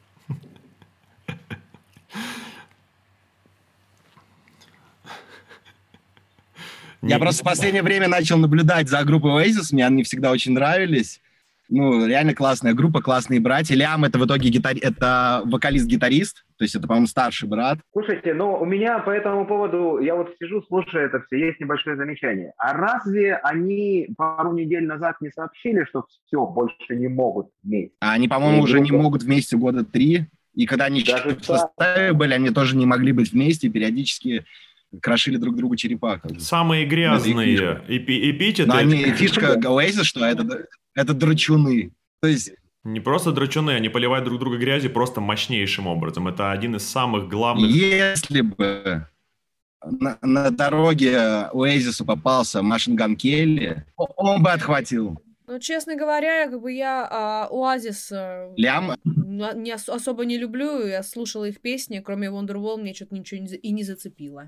Я просто в последнее время начал наблюдать за группой Oasis, мне они всегда очень нравились. Реально классная группа, классные братья. Лиам это в итоге это вокалист-гитарист, то есть это, по-моему, старший брат. Слушайте, у меня по этому поводу, я вот сижу, слушаю это все, есть небольшое замечание. А разве они пару недель назад не сообщили, что все, больше не могут вместе? А они, по-моему, уже не могут вместе года 3. И когда они в составе были, они тоже не могли быть вместе и периодически крошили друг другу черепа. Самые грязные эпитеты. Но фишка Oasis, что это драчуны. То есть... Не просто драчуны, они поливают друг друга грязью просто мощнейшим образом. Это один из самых главных... Если бы на дороге Oasis попался Machine Gun Kelly, он бы отхватил. Честно говоря, я Оазис не особо не люблю. Я слушала их песни, кроме Wonderwall, мне что-то ничего и не зацепило.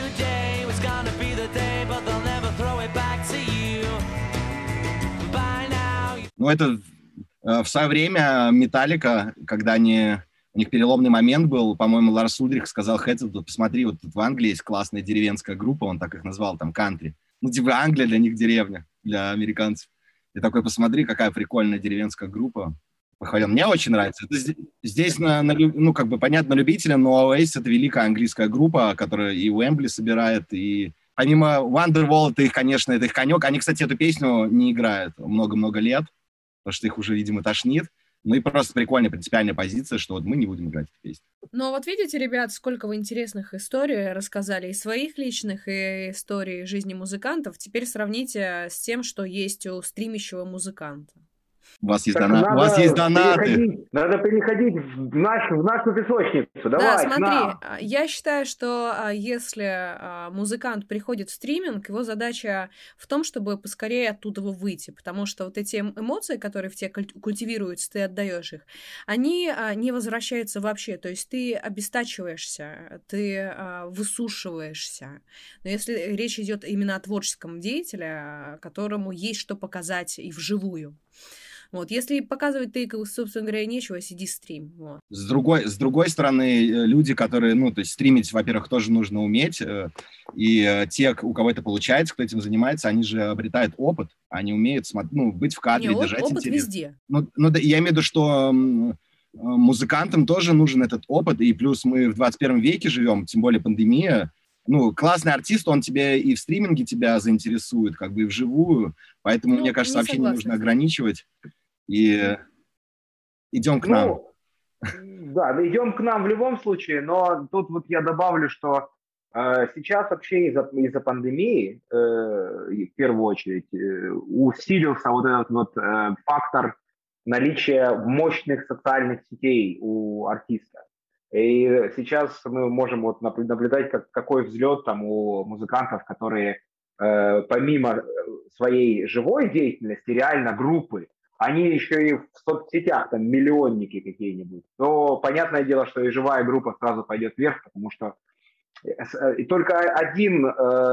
Это в свое время Металлика, когда у них переломный момент был, по-моему, Ларс Ульрих сказал Хэтфилду: посмотри, вот тут в Англии есть классная деревенская группа, он так их назвал, там, кантри. Англия для них деревня, для американцев. И такой: посмотри, какая прикольная деревенская группа. похвалил. Мне очень нравится. Это здесь, ну, как бы понятно любителям, но Oasis — это великая английская группа, которая и Уэмбли собирает, и помимо Wonderwall, это их, конечно, это их конек. Они, кстати, эту песню не играют много-много лет, потому что их уже, видимо, тошнит. Ну и просто прикольная принципиальная позиция, что вот мы не будем играть эту песню. Ну вот видите, ребят, сколько вы интересных историй рассказали, и своих личных, и историй жизни музыкантов. Теперь сравните с тем, что есть у стримящего музыканта. У вас есть донаты. Надо переходить в нашу песочницу. Да, смотри, я считаю, что если музыкант приходит в стриминг, его задача в том, чтобы поскорее оттуда выйти, потому что вот эти эмоции, которые в тебе культивируются, ты отдаешь их, они не возвращаются вообще, то есть ты обестачиваешься, ты высушиваешься. Но если речь идет именно о творческом деятеле, которому есть что показать и вживую. Вот, если показывать ты, собственно говоря, нечего, сиди стрим. Вот. С другой стороны, люди, которые, ну, то есть стримить, во-первых, тоже нужно уметь, и те, у кого это получается, кто этим занимается, они же обретают опыт, они умеют, ну, быть в кадре, держать опыт интерес. Везде. Ну, да, я имею в виду, что музыкантам тоже нужен этот опыт, и плюс мы в 21 веке живем, тем более пандемия. Ну, классный артист, он тебе и в стриминге тебя заинтересует, как бы и вживую, поэтому, мне кажется, вообще не нужно ограничивать. И идем к нам. Да, идем к нам в любом случае, но тут вот я добавлю, что сейчас вообще из-за пандемии, в первую очередь, усилился вот этот вот фактор наличия мощных социальных сетей у артиста. И сейчас мы можем вот наблюдать, какой взлет там у музыкантов, которые помимо своей живой деятельности, реально группы, они еще и в соцсетях, там, миллионники какие-нибудь, то понятное дело, что и живая группа сразу пойдет вверх, потому что только один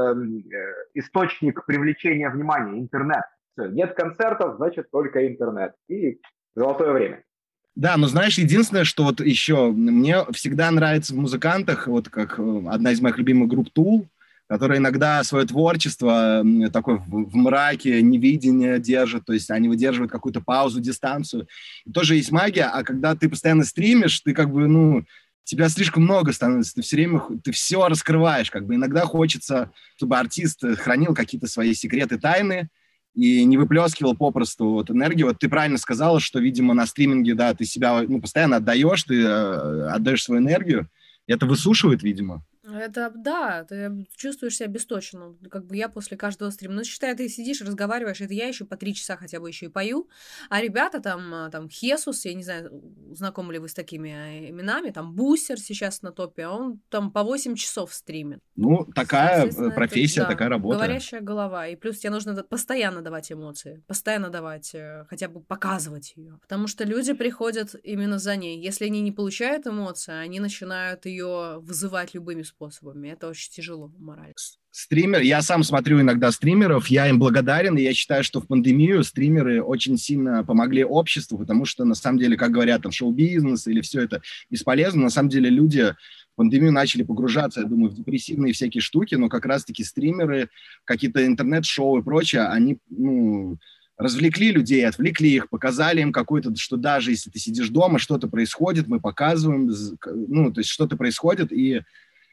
источник привлечения внимания – интернет. Все, нет концертов, значит, только интернет. И золотое время. Да, но знаешь, единственное, что вот еще мне всегда нравится в музыкантах, вот как одна из моих любимых групп Tool, которые иногда свое творчество такое в мраке, невидение держат, то есть они выдерживают какую-то паузу, дистанцию. И тоже есть магия, а когда ты постоянно стримишь, ты как бы, ну, тебя слишком много становится, ты все время, ты все раскрываешь, как бы иногда хочется, чтобы артист хранил какие-то свои секреты, тайны и не выплескивал попросту вот энергию. Вот ты правильно сказала, что, видимо, на стриминге, да, ты себя, ну, постоянно отдаешь, ты отдаешь свою энергию, и это высушивает, видимо. Это, да, ты чувствуешь себя обесточенным. Как бы я после каждого стрима, ну, считай, ты сидишь, разговариваешь, это я еще по 3 часа хотя бы еще и пою, а ребята там Хесус, я не знаю, знакомы ли вы с такими именами, там Бусер сейчас на топе, он там по 8 часов стримит. Ну, такая профессия, это, такая работа. Говорящая голова, и плюс тебе нужно постоянно давать эмоции, постоянно давать, хотя бы показывать ее, потому что люди приходят именно за ней. Если они не получают эмоции, они начинают ее вызывать любыми способами. Это очень тяжело морально. Стример, я сам смотрю иногда стримеров, я им благодарен, и я считаю, что в пандемию стримеры очень сильно помогли обществу, потому что, на самом деле, как говорят, там, шоу-бизнес или все это бесполезно, на самом деле люди в пандемию начали погружаться, я думаю, в депрессивные всякие штуки, но как раз-таки стримеры, какие-то интернет-шоу и прочее, они, ну, развлекли людей, отвлекли их, показали им какой-то, что даже если ты сидишь дома, что-то происходит, мы показываем, ну, то есть что-то происходит, и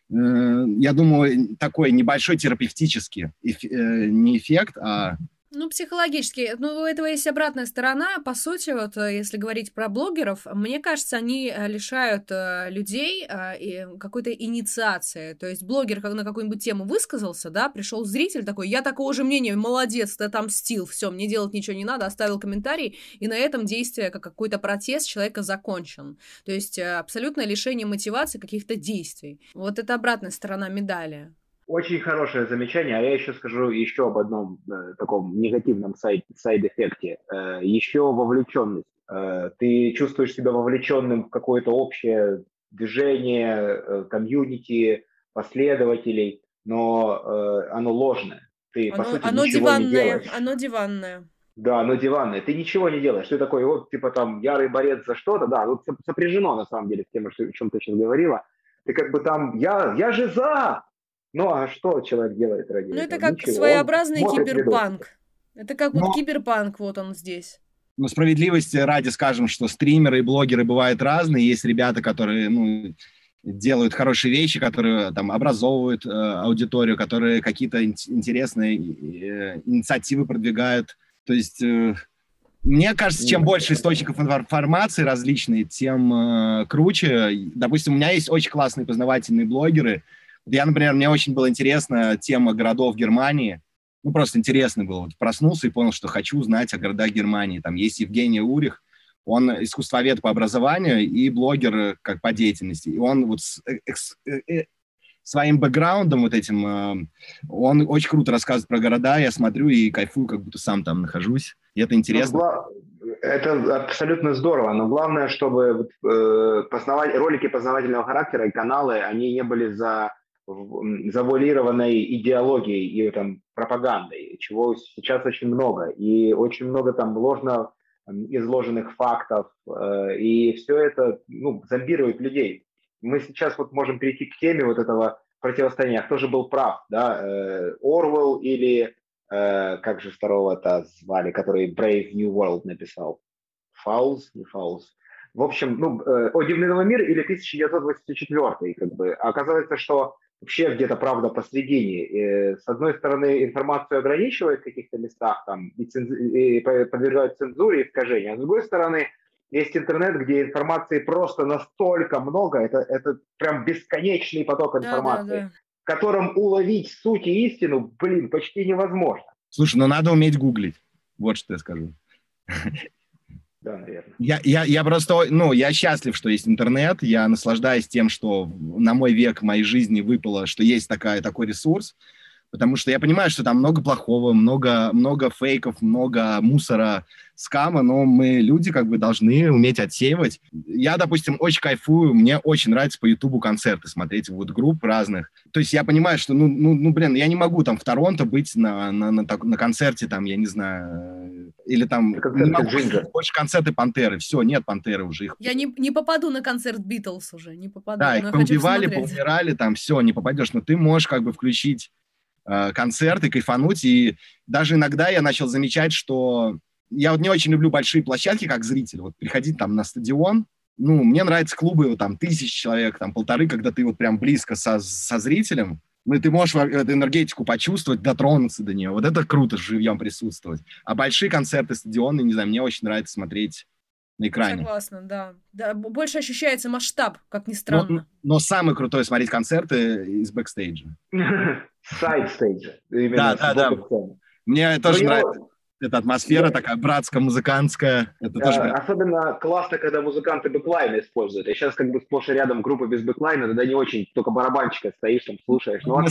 я думаю, такой небольшой терапевтический не эффект, а... Ну, психологически. Ну, у этого есть обратная сторона. По сути, вот если говорить про блогеров, мне кажется, они лишают людей какой-то инициации. То есть блогер на какую-нибудь тему высказался, да, пришел зритель такой, я такого же мнения, молодец, ты отомстил, все, мне делать ничего не надо, оставил комментарий, и на этом действие, как какой-то протест человека закончен. То есть абсолютное лишение мотивации каких-то действий. Вот это обратная сторона медали. Очень хорошее замечание, а я еще скажу еще об одном таком негативном сайд-эффекте. Еще вовлеченность. Ты чувствуешь себя вовлеченным в какое-то общее движение, комьюнити, последователей, но оно ложное. Ты, по сути, оно ничего диванное, не делаешь. Оно диванное. Да, оно диванное. Ты ничего не делаешь. Ты такой, вот, типа, там, ярый борец за что-то. Да, вот сопряжено, на самом деле, с тем, о чем ты сейчас говорила. Ты как бы там, я же за! Ну, а что человек делает ради этого? Ну, это как Ничего. своеобразный киберпанк. Это как вот киберпанк, вот он здесь. Ну, справедливости ради скажем, что стримеры и блогеры бывают разные. Есть ребята, которые, ну, делают хорошие вещи, которые там образовывают аудиторию, которые какие-то интересные инициативы продвигают. То есть мне кажется, чем больше источников информации различные, тем круче. Допустим, у меня есть очень классные познавательные блогеры. Я, например, мне очень была интересна тема городов Германии. Ну, просто интересно было. Вот проснулся и понял, что хочу знать о городах Германии. Там есть Евгений Урих, он искусствовед по образованию и блогер как по деятельности. И он вот своим бэкграундом вот этим, он очень круто рассказывает про города. Я смотрю и кайфую, как будто сам там нахожусь. И это интересно. Это абсолютно здорово, но главное, чтобы ролики познавательного характера и каналы, они не были завуалированной идеологией и там, пропагандой, чего сейчас очень много. И очень много там ложно изложенных фактов. И все это зомбирует людей. Мы сейчас вот можем перейти к теме вот этого противостояния. Кто же был прав? Да? Орвелл или как же второго-то звали, который Brave New World написал? Фаулс? Не Фаулс. В общем, «О дивный новый мир» или 1984, как бы. Оказывается, что вообще где-то правда посредине. С одной стороны, информацию ограничивают в каких-то местах там, и подвергают цензуре и искажению, а с другой стороны, есть интернет, где информации просто настолько много, это прям бесконечный поток информации, в котором уловить суть и истину, почти невозможно. Слушай, но надо уметь гуглить. Вот что я скажу. Да, наверное. Я просто, я счастлив, что есть интернет, я наслаждаюсь тем, что на мой век моей жизни выпало, что есть такой ресурс, потому что я понимаю, что там много плохого, много фейков, много мусора, скама, но мы, люди, как бы должны уметь отсеивать. Я, допустим, очень кайфую, мне очень нравится по Ютубу концерты смотреть, вот групп разных. То есть я понимаю, что, я не могу там в Торонто быть на концерте, там, я не знаю, или там не могу больше концерты Пантеры. Все, нет Пантеры уже. Я не попаду на концерт Битлз уже, не попаду. Да, их поубивали, поумирали, там все, не попадешь. Но ты можешь как бы включить концерт и кайфануть. И даже иногда я начал замечать, что я вот не очень люблю большие площадки, как зритель. Вот приходить там на стадион, мне нравятся клубы, вот, там 1000 человек, там 1500, когда ты вот прям близко со зрителем, и ты можешь эту энергетику почувствовать, дотронуться до нее. Вот это круто, живьем присутствовать. А большие концерты, стадионы, не знаю, мне очень нравится смотреть на экране. Согласна, да. Да, больше ощущается масштаб, как ни странно. Но самое крутое смотреть концерты из бэкстейджа. Сайдстейджа. Да. Мне тоже нравится. Эта атмосфера такая братско-музыкантская. Особенно классно, когда музыканты бэклайна используют. Я сейчас как бы сплошь и рядом группа без бэклайна, тогда не очень, только барабанчика стоишь, там слушаешь. Мы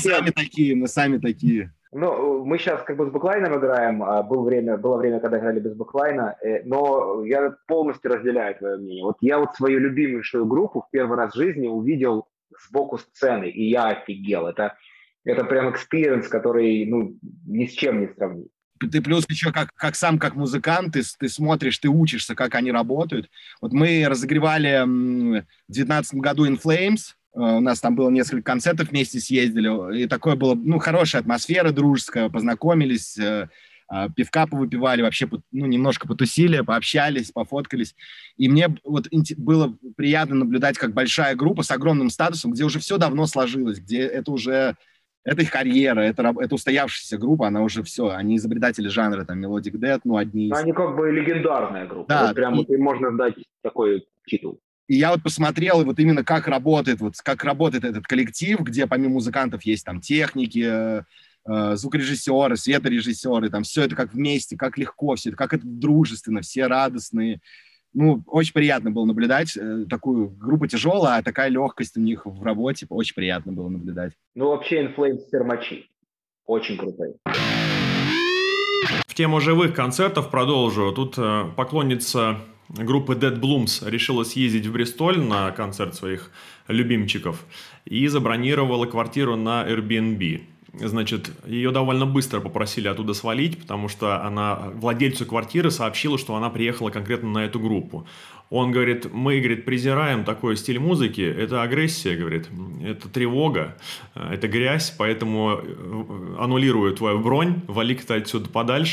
сами такие. Мы сейчас как бы с бэклайном играем, было время, когда играли без бэклайна, но я полностью разделяю твое мнение. Вот я вот свою любимейшую группу в первый раз в жизни увидел сбоку сцены, и я офигел. Это прям экспириенс, который, ни с чем не сравнить. Ты плюс еще как музыкант, ты смотришь, ты учишься, как они работают. Вот мы разогревали в 2019 году In Flames, у нас там было несколько концертов, вместе съездили, и такое было, хорошая атмосфера дружеская, познакомились, пивка повыпивали, вообще, немножко потусили, пообщались, пофоткались. И мне вот было приятно наблюдать, как большая группа с огромным статусом, где уже все давно сложилось, где это их карьера, это устоявшаяся группа, она уже все, они изобретатели жанра, там, Melodic Death, одни из... Они как бы легендарная группа, да, вот прямо им можно дать такой титул. И я вот посмотрел, вот именно как работает этот коллектив, где помимо музыкантов есть там техники, звукорежиссеры, светорежиссеры, там все это как вместе, как легко, все это, как это дружественно, все радостные. Очень приятно было наблюдать такую группу тяжелая, а такая легкость у них в работе, очень приятно было наблюдать. Вообще In Flames термачи. Очень крутой. В тему живых концертов продолжу. Тут поклонница группы Dead Blooms решила съездить в Бристоль на концерт своих любимчиков и забронировала квартиру на Airbnb. Значит, ее довольно быстро попросили оттуда свалить, потому что она владельцу квартиры сообщила, что она приехала конкретно на эту группу. Он говорит, мы, презираем такой стиль музыки, это агрессия, говорит, это тревога, это грязь, поэтому аннулирую твою бронь, вали-ка ты отсюда подальше.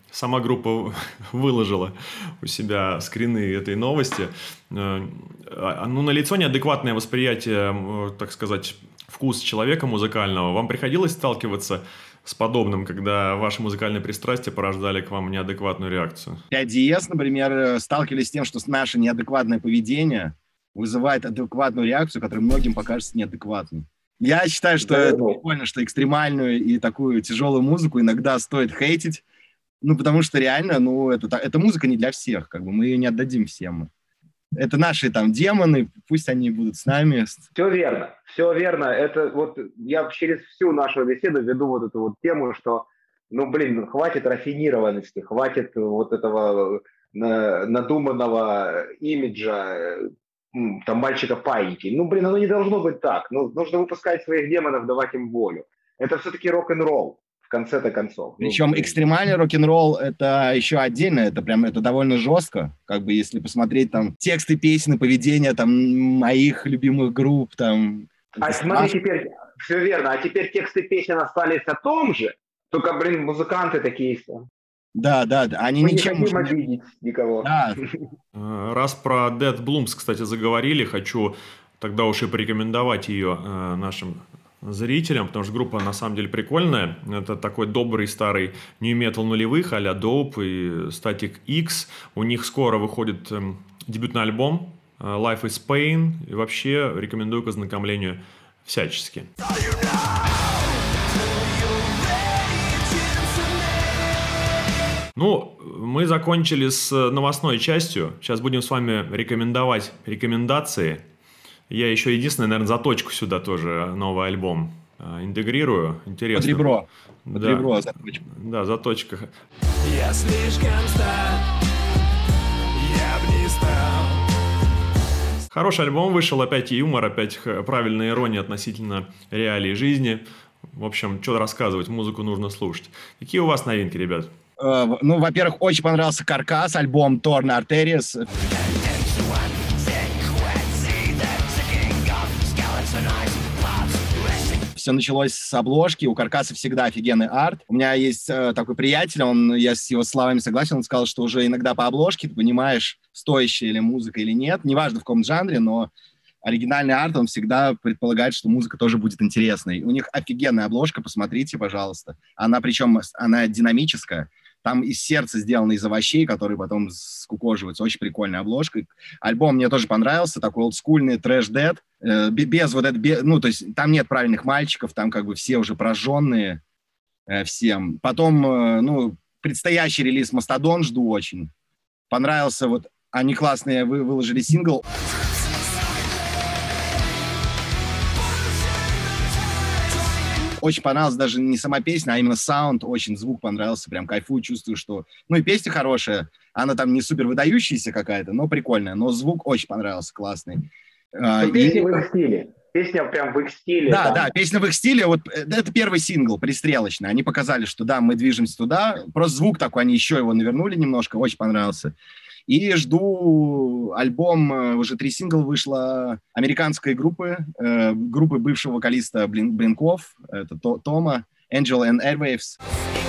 сама группа выложила у себя скрины этой новости. Ну, налицо неадекватное восприятие, так сказать, вкус человека музыкального. Вам приходилось сталкиваться с подобным, когда ваши музыкальные пристрастия порождали к вам неадекватную реакцию? 5DS, например, сталкивались с тем, что наше неадекватное поведение вызывает адекватную реакцию, которая многим покажется неадекватной. Я считаю, что это прикольно, что экстремальную и такую тяжелую музыку иногда стоит хейтить, ну, потому что реально, ну, это музыка не для всех, как бы мы ее не отдадим всем. Это наши там демоны, пусть они будут с нами. Все верно, все верно. Это вот я через всю нашу беседу веду вот эту вот тему, что, ну, блин, хватит рафинированности, хватит вот этого надуманного имиджа, там, мальчика-паиньки. Ну, блин, оно не должно быть так. Ну, нужно выпускать своих демонов, давать им волю. Это все-таки рок-н-ролл. В конце-то концов. Причем экстремальный рок-н-ролл это еще отдельно, это довольно жестко. Как бы если посмотреть там тексты песен, поведение там моих любимых групп, там. А смотри, теперь все верно. А теперь тексты песен остались о том же, только, блин, музыканты такие. Да, они мы ничем не хотим обидеть никого. Да. Раз про Dead Blooms, кстати, заговорили, хочу тогда уж и порекомендовать ее нашим зрителям, потому что группа на самом деле прикольная. Это такой добрый старый нью-метал нулевых а-ля Dope и Static X. У них скоро выходит дебютный альбом Life is Pain. И вообще рекомендую к ознакомлению всячески. Ну, мы закончили с новостной частью. Сейчас будем с вами рекомендовать рекомендации. Я еще единственное, наверное, заточку сюда тоже новый альбом интегрирую. Интересно. Под ребро. Да. Под ребро заточка. Да, заточка. Я слишком стар, я б не стал. Хороший альбом вышел, опять юмор, опять правильная ирония относительно реалий жизни. В общем, что рассказывать, музыку нужно слушать. Какие у вас новинки, ребят? Ну, во-первых, очень понравился «Каркас», альбом «Torn Arteries». Все началось с обложки. У «Каркаса» всегда офигенный арт. У меня есть такой приятель, я с его словами согласен, он сказал, что уже иногда по обложке ты понимаешь, стоящая ли музыка или нет. Неважно в каком жанре, но оригинальный арт, он всегда предполагает, что музыка тоже будет интересной. У них офигенная обложка, посмотрите, пожалуйста. Она динамическая. Там из сердца сделано из овощей, которые потом скукоживаются. Очень прикольная обложка. Альбом мне тоже понравился. Такой олдскульный трэш-дэд. Без вот этого... Ну, то есть там нет правильных мальчиков. Там как бы все уже прожженные всем. Потом, ну, предстоящий релиз «Мастодон» жду очень. Понравился вот... Они классные выложили сингл. Очень понравилась даже не сама песня, а именно саунд, очень звук понравился, прям кайфую, чувствую, что... Ну и песня хорошая, она там не супер выдающаяся какая-то, но прикольная, но звук очень понравился, классный. Песня в их стиле. Песня прям в их стиле. Да, там. Да, песня в их стиле, вот это первый сингл, пристрелочный, они показали, что да, мы движемся туда, просто звук такой, они еще его навернули немножко, очень понравился. И жду альбом, уже 3 сингла вышло американской группы бывшего вокалиста Блинков, это Тома, Angel and Airwaves.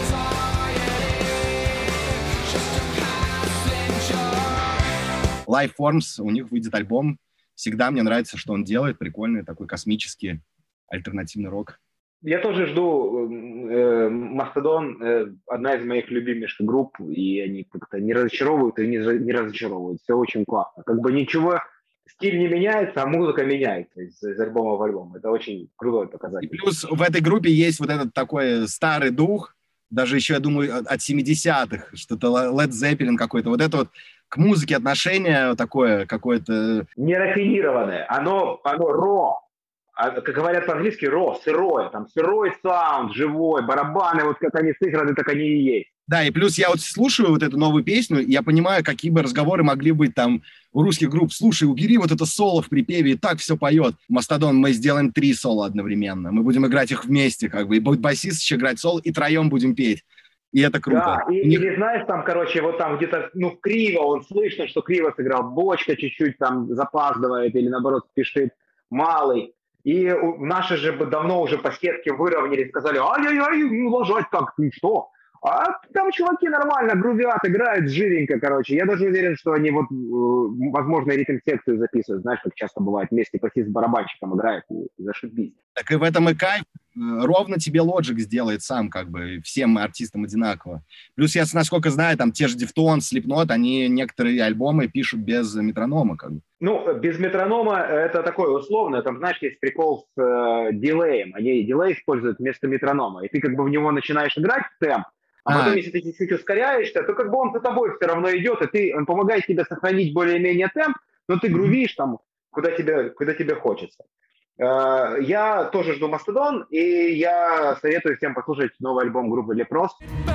Life Forms, у них выйдет альбом. Всегда мне нравится, что он делает, прикольный такой космический альтернативный рок. Я тоже жду Мастодон, одна из моих любимейших групп, и они как-то не разочаровывают и не разочаровывают. Все очень классно. Как бы ничего, стиль не меняется, а музыка меняется из альбома в альбом. Это очень крутой показатель. И плюс в этой группе есть вот этот такой старый дух, даже еще, я думаю, от 70-х, что-то Led Zeppelin какой-то. Вот это вот к музыке отношение такое какое-то... Нерафинированное. Оно raw. Как говорят по-английски, raw, сырое. Там сырой саунд, живой, барабаны, вот как они сыграны, так они и есть. Да, и плюс я вот слушаю вот эту новую песню, я понимаю, какие бы разговоры могли быть там у русских групп. Слушай, убери вот это соло в припеве, и так все поет. Мастодон, мы сделаем 3 соло одновременно. Мы будем играть их вместе, как бы. И будет басист еще играть соло, и троем будем петь. И это круто. Да, или знаешь, там, короче, вот там где-то, ну, криво, он слышно, что криво сыграл. Бочка чуть-чуть там запаздывает или, наоборот, спешит малый. И наши же давно уже по сетке выровняли, сказали, ай-яй-яй, не ложать так, ты что? А там чуваки нормально грувят, играют живенько, короче. Я даже уверен, что они вот, возможно, ритм-секцию записывают. Знаешь, как часто бывает, вместе басист с барабанщиком играет, и зашибись. Так и в этом и кайф. Ровно тебе Logic сделает сам, как бы, всем артистам одинаково. Плюс, я, насколько знаю, там те же Deftones, Slipknot, они некоторые альбомы пишут без метронома, как бы. Ну, без метронома это такое условное. Там, знаешь, есть прикол с дилеем. Они дилей используют вместо метронома. И ты как бы в него начинаешь играть в темп, а потом, если ты чуть-чуть ускоряешься, то как бы он за тобой все равно идет, и он помогает тебе сохранить более-менее темп, но ты грувишь там, куда тебе хочется. Я тоже жду Мастодон, и я советую всем послушать новый альбом группы Leprous.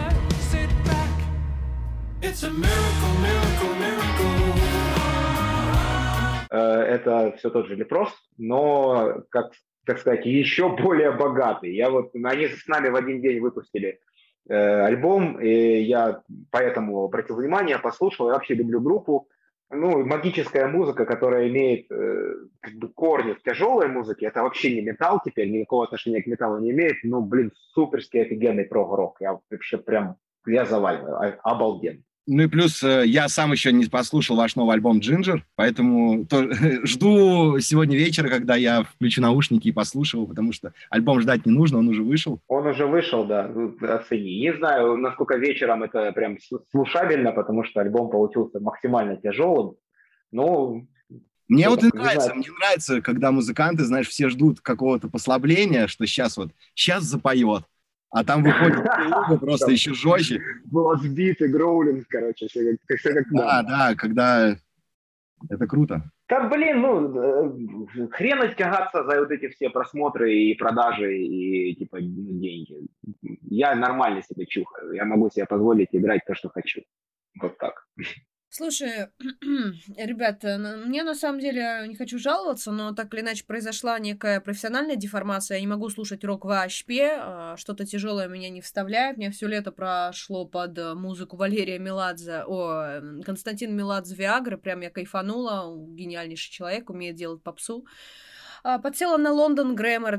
Это все тот же Leprous, но, как сказать, еще более богатый. Они с нами в один день выпустили альбом, и я поэтому обратил внимание, послушал. Я вообще люблю группу. Ну, магическая музыка, которая имеет как бы корни в тяжелой музыке, это вообще не металл теперь, никакого отношения к металлу не имеет. Ну, блин, суперский офигенный прог-рок. Я вообще я заваливаю, обалденно. Ну и плюс я сам еще не послушал ваш новый альбом «Ginger», поэтому жду сегодня вечера, когда я включу наушники и послушаю, потому что альбом ждать не нужно, он уже вышел. Он уже вышел, да, оцени. Не знаю, насколько вечером это прям слушабельно, потому что альбом получился максимально тяжелым, но... Мне вот мне нравится, когда музыканты, знаешь, все ждут какого-то послабления, что сейчас запоет. А там выходит просто еще жестче. Бластбит и гроулинг, короче, все как надо. Да, когда... Это круто. Да, блин, хрен тягаться за вот эти все просмотры и продажи и, типа, деньги. Я нормально себе чухаю. Я могу себе позволить играть то, что хочу. Вот так. Слушай, ребята, мне на самом деле, не хочу жаловаться, но так или иначе произошла некая профессиональная деформация. Я не могу слушать рок вообще, что-то тяжелое меня не вставляет. У меня все лето прошло под музыку Валерия Меладзе, Константин Меладзе Виагры, прям я кайфанула, гениальнейший человек, умеет делать попсу. Подсела на Лондон Грэммер.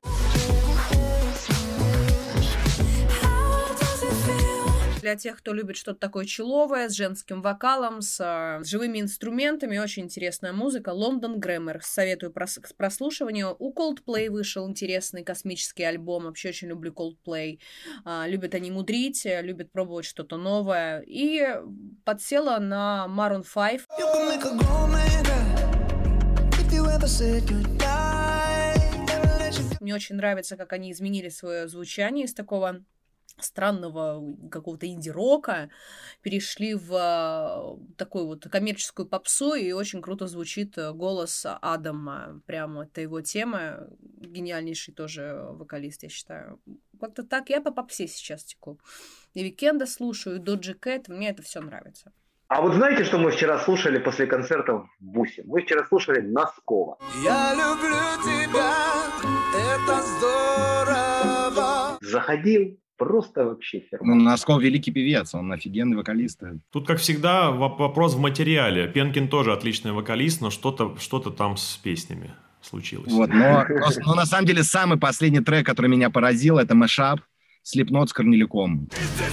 Для тех, кто любит что-то такое человое, с женским вокалом, с живыми инструментами, очень интересная музыка. Лондон Грэммер. Советую к прослушиванию. У Coldplay вышел интересный космический альбом. Вообще очень люблю Coldplay. Любят они мудрить, любят пробовать что-то новое. И подсела на Maroon 5. Мне очень нравится, как они изменили свое звучание из такого странного какого-то инди-рока, перешли в такую вот коммерческую попсу, и очень круто звучит голос Адама. Прямо это его тема. Гениальнейший тоже вокалист, я считаю. Как-то так. Я по попсе сейчас теку. И Уикенда слушаю, и Доджи Кэт. Мне это все нравится. А вот знаете, что мы вчера слушали после концерта в Бусе? Мы вчера слушали Носкова. Я люблю тебя, это здорово. Заходил. Просто вообще ферма. Носков великий певец, он офигенный вокалист. Тут, как всегда, вопрос в материале. Пенкин тоже отличный вокалист, но что-то там с песнями случилось. Вот, но на самом деле самый последний трек, который меня поразил, это Mashup Slipknot с Корнелюком.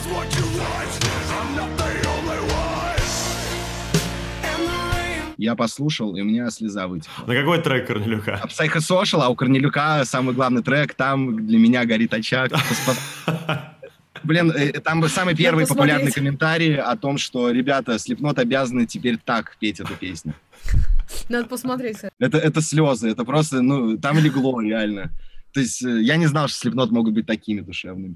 Я послушал, и у меня слеза вытекла. На какой трек Корнелюка? Psychosocial, а у Корнелюка самый главный трек, там для меня горит очаг. Блин, там самый первый популярный комментарий о том, что, ребята, Slipknot обязаны теперь так петь эту песню. Надо посмотреть. Это слезы, это просто, там легло реально. То есть я не знал, что Slipknot могут быть такими душевными.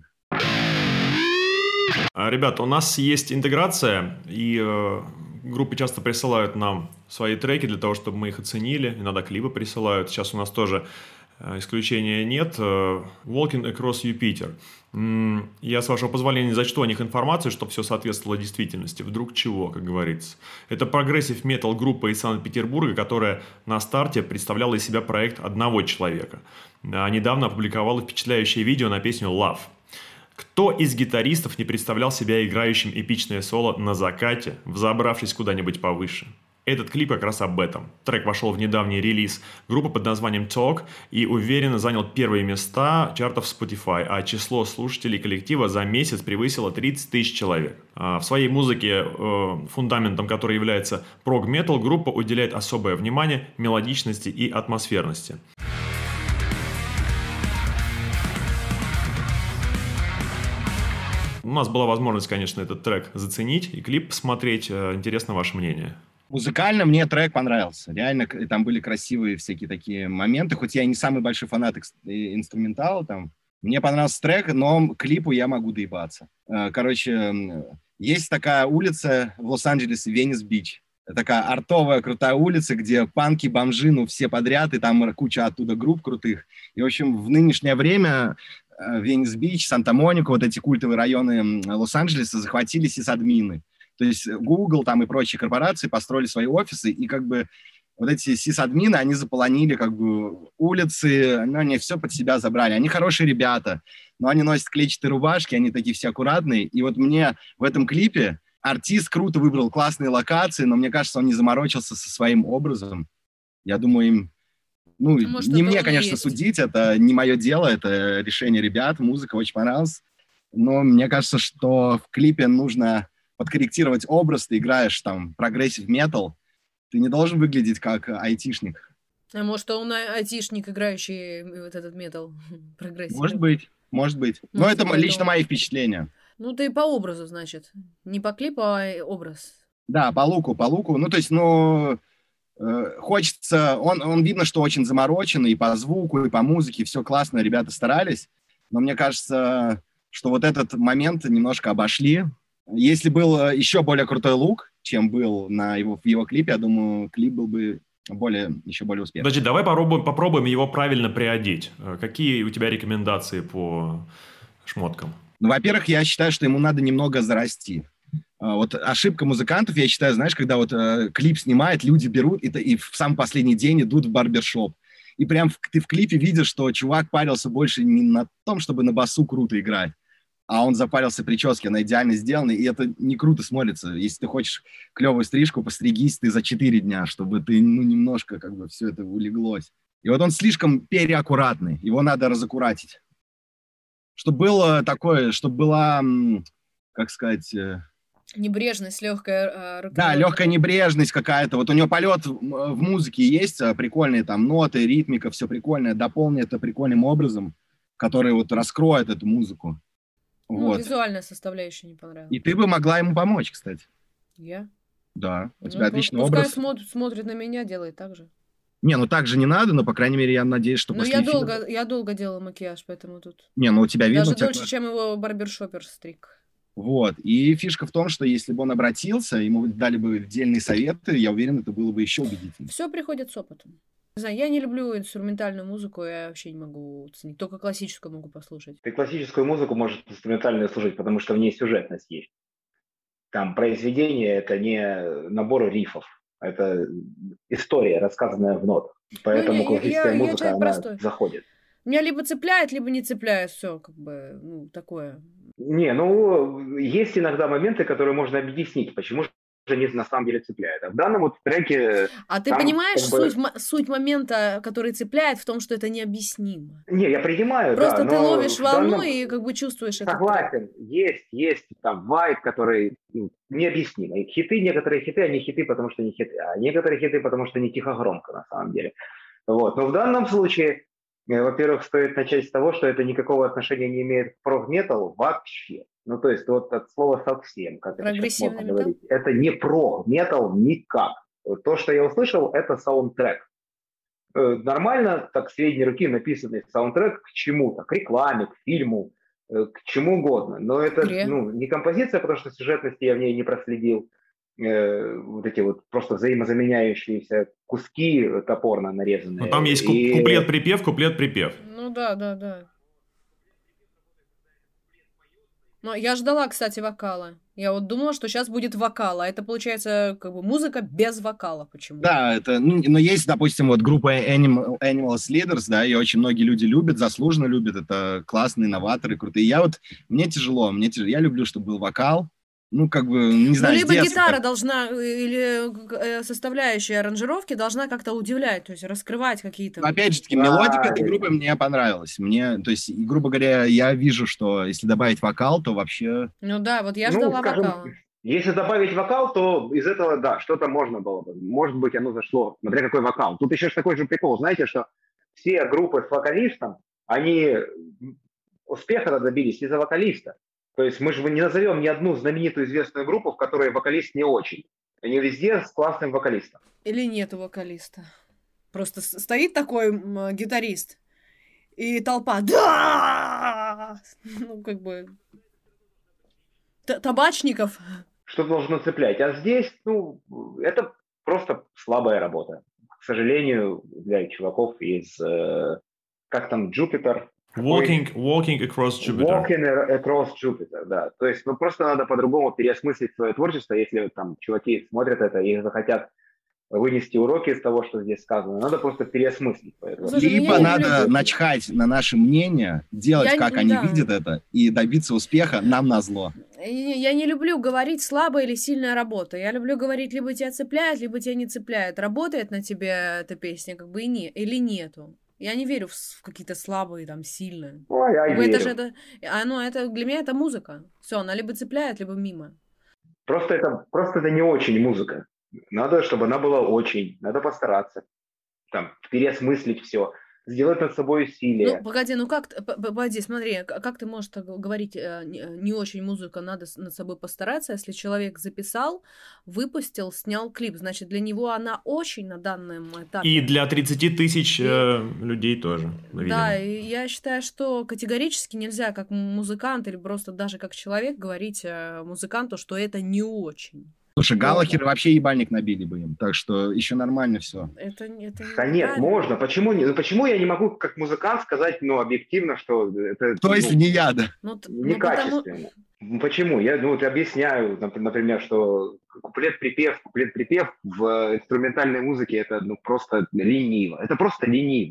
Ребята, у нас есть интеграция, и группы часто присылают нам свои треки для того, чтобы мы их оценили. Иногда клипы присылают. Сейчас у нас тоже исключения нет. Walking Across Jupiter. Я, с вашего позволения, зачту о них информацию, чтобы все соответствовало действительности. Вдруг чего, как говорится. Это прогрессив-метал группа из Санкт-Петербурга, которая на старте представляла из себя проект одного человека. Недавно опубликовала впечатляющее видео на песню «Love». Кто из гитаристов не представлял себя играющим эпичное соло на закате, взобравшись куда-нибудь повыше? Этот клип как раз об этом. Трек вошел в недавний релиз группы под названием Talk и уверенно занял первые места чартов Spotify, а число слушателей коллектива за месяц превысило 30 тысяч человек. В своей музыке, фундаментом которой является прог-метал, группа уделяет особое внимание мелодичности и атмосферности. У нас была возможность, конечно, этот трек заценить и клип посмотреть. Интересно ваше мнение. Музыкально мне трек понравился. Реально, там были красивые всякие такие моменты. Хоть я и не самый большой фанат инструментала, там. Мне понравился трек, но клипу я могу доебаться. Короче, есть такая улица в Лос-Анджелесе, Венес-Бич. Такая артовая, крутая улица, где панки, бомжи, ну, все подряд, и там куча оттуда групп крутых. И, в общем, в нынешнее время Венес-Бич, Санта-Моника, вот эти культовые районы Лос-Анджелеса захватили сисадмины. То есть Google там и прочие корпорации построили свои офисы, и как бы вот эти сисадмины, они заполонили как бы улицы, ну, они все под себя забрали. Они хорошие ребята, но они носят клетчатые рубашки, они такие все аккуратные. И вот мне в этом клипе артист круто выбрал классные локации, но мне кажется, он не заморочился со своим образом. Я думаю, им... Ну, может, не мне, конечно, есть. Судить, это не мое дело, это решение ребят, музыка очень понравилась. Но мне кажется, что в клипе нужно подкорректировать образ, ты играешь там прогрессив метал, ты не должен выглядеть как айтишник. А может, он айтишник, играющий вот этот метал прогрессив? Может быть. Но это лично мои впечатления. Ну, ты по образу, значит. Не по клипу, а образ. Да, по луку. Ну, то есть, хочется... Он видно, что очень замороченный и по звуку, и по музыке. Все классно, ребята старались. Но мне кажется, что вот этот момент немножко обошли. Если был еще более крутой лук, чем был в его клипе, я думаю, клип был бы еще более успешный. Подожди, давай попробуем его правильно приодеть. Какие у тебя рекомендации по шмоткам? Ну, во-первых, я считаю, что ему надо немного зарасти. Вот ошибка музыкантов, я считаю, знаешь, когда вот клип снимают, люди берут и в самый последний день идут в барбершоп. И прям ты в клипе видишь, что чувак парился больше не на том, чтобы на басу круто играть, а он запарился прически, она идеально сделана, и это не круто смотрится. Если ты хочешь клевую стрижку, постригись ты за 4 дня, чтобы ты, немножко как бы все это улеглось. И вот он слишком переаккуратный, его надо разаккуратить. Чтобы было такое, чтобы была, как сказать... Небрежность, легкая руководство. Да, легкая небрежность какая-то. Вот у него полет в музыке есть, прикольные там ноты, ритмика, все прикольное. Дополни это прикольным образом, который вот раскроет эту музыку. Вот. Визуальная составляющая не понравилась. И ты бы могла ему помочь, кстати. Я? Да, у тебя отличный образ. Пускай смотрит на меня, делает так же. Не, так же не надо, но, по крайней мере, я надеюсь, что после эфира... я долго делала макияж, поэтому тут... у тебя видно... Даже дольше, чем его барбершопер стриг. Вот. И фишка в том, что если бы он обратился, ему дали бы отдельные советы, я уверен, это было бы еще убедительнее. Все приходит с опытом. Не знаю, я не люблю инструментальную музыку, я вообще не могу ценить. Только классическую могу послушать. Ты классическую музыку можешь инструментальную слушать, потому что в ней сюжетность есть. Там произведение — это не набор рифов, это история, рассказанная в нотах. Поэтому классическая музыка, она заходит. Меня либо цепляет, либо не цепляет. Все, как бы, такое. Не, есть иногда моменты, которые можно объяснить, почему же не на самом деле цепляет. А в данном вот треке... А ты понимаешь суть момента, который цепляет, в том, что это необъяснимо? Не, я принимаю, просто да, ты ловишь волну и как бы чувствуешь это. Согласен, есть там вайб, который необъяснимый. Некоторые хиты, они хиты, потому что не хиты, а некоторые хиты, потому что не тихо-громко на самом деле. Вот. Но в данном случае, во-первых, стоит начать с того, что это никакого отношения не имеет к прог-металу вообще. То есть вот от слова совсем, как это сейчас можно говорить. Это не прог-метал никак. То, что я услышал, это саундтрек. Нормально, так средней руки написанный саундтрек к чему-то, к рекламе, к фильму, к чему угодно. Но это не композиция, потому что сюжетности я в ней не проследил. Вот эти вот просто взаимозаменяющиеся куски топорно нарезанные. Там есть куплет-припев, куплет-припев. Да. Но я ждала, кстати, вокала. Я вот думала, что сейчас будет вокал, а это получается как бы музыка без вокала. Почему? Да, это, но есть, допустим, вот группа Animals Leaders, да, и очень многие люди любят, заслуженно любят, это классные новаторы, крутые. Мне тяжело, я люблю, чтобы был вокал, ну, как бы, не знаю, либо с детства. гитара должна, или составляющая аранжировки должна как-то удивлять, то есть раскрывать какие-то... Но опять же таки, мелодика этой группы мне понравилась. То есть, грубо говоря, я вижу, что если добавить вокал, то вообще... Ну да, вот я ждала вокала. Если добавить вокал, то из этого, да, что-то можно было бы. Может быть, оно зашло, смотря какой вокал. Тут еще такой же прикол. Знаете, что все группы с вокалистом, они успеха добились из-за вокалиста. То есть мы же не назовем ни одну знаменитую известную группу, в которой вокалист не очень. Они везде с классным вокалистом. Или нету вокалиста. Просто стоит такой гитарист, и толпа «Да!» Ну, как бы... Табачников. Что должно цеплять? А здесь, ну, это просто слабая работа. К сожалению, для чуваков из... как там, Jupiter... Walking across Jupiter. Walking across Jupiter, да. То есть, ну, просто надо по-другому переосмыслить свое творчество, если там чуваки смотрят это и захотят вынести уроки из того, что здесь сказано. Надо просто переосмыслить. Слушай, либо надо начхать на наше мнение, делать, как они видят это, и добиться успеха нам назло. Я не люблю говорить слабая или сильная работа. Я люблю говорить, либо тебя цепляет, либо тебя не цепляет. Работает на тебе эта песня, как бы и не, или нету. Я не верю в какие-то слабые, там, сильные. Ой, я верю. Это для меня это музыка. Все, она либо цепляет, либо мимо. Просто это не очень музыка. Надо, чтобы она была очень. Надо постараться. Там, переосмыслить все. Сделать над собой усилия. Ну, погоди, смотри, как ты можешь говорить, не очень музыка, надо над собой постараться, если человек записал, выпустил, снял клип, значит, для него она очень на данном этапе. И для 30 тысяч людей тоже, видимо. Да, и я считаю, что категорически нельзя как музыкант или просто даже как человек говорить музыканту, что это не очень. Слушай, Галлахер вообще ебальник набили бы им, так что еще нормально все. Да нет, можно. Почему я не могу как музыкант сказать, объективно, что это... То есть не я, да? Некачественно. Почему? Я объясняю, например, что куплет-припев в инструментальной музыке это просто лениво. Это просто лениво.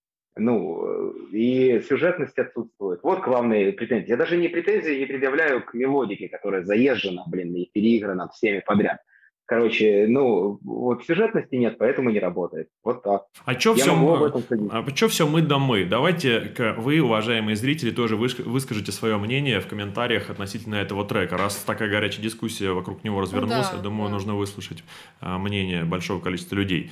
И сюжетность отсутствует. Вот главные претензии. Я даже претензии не предъявляю к мелодике, которая заезжена, и переиграна всеми подряд. Короче, вот сюжетности нет, поэтому не работает. Вот так. А что все мы да мы? Давайте вы, уважаемые зрители, тоже выскажите свое мнение в комментариях относительно этого трека. Раз такая горячая дискуссия вокруг него развернулась, я думаю, нужно выслушать мнение большого количества людей.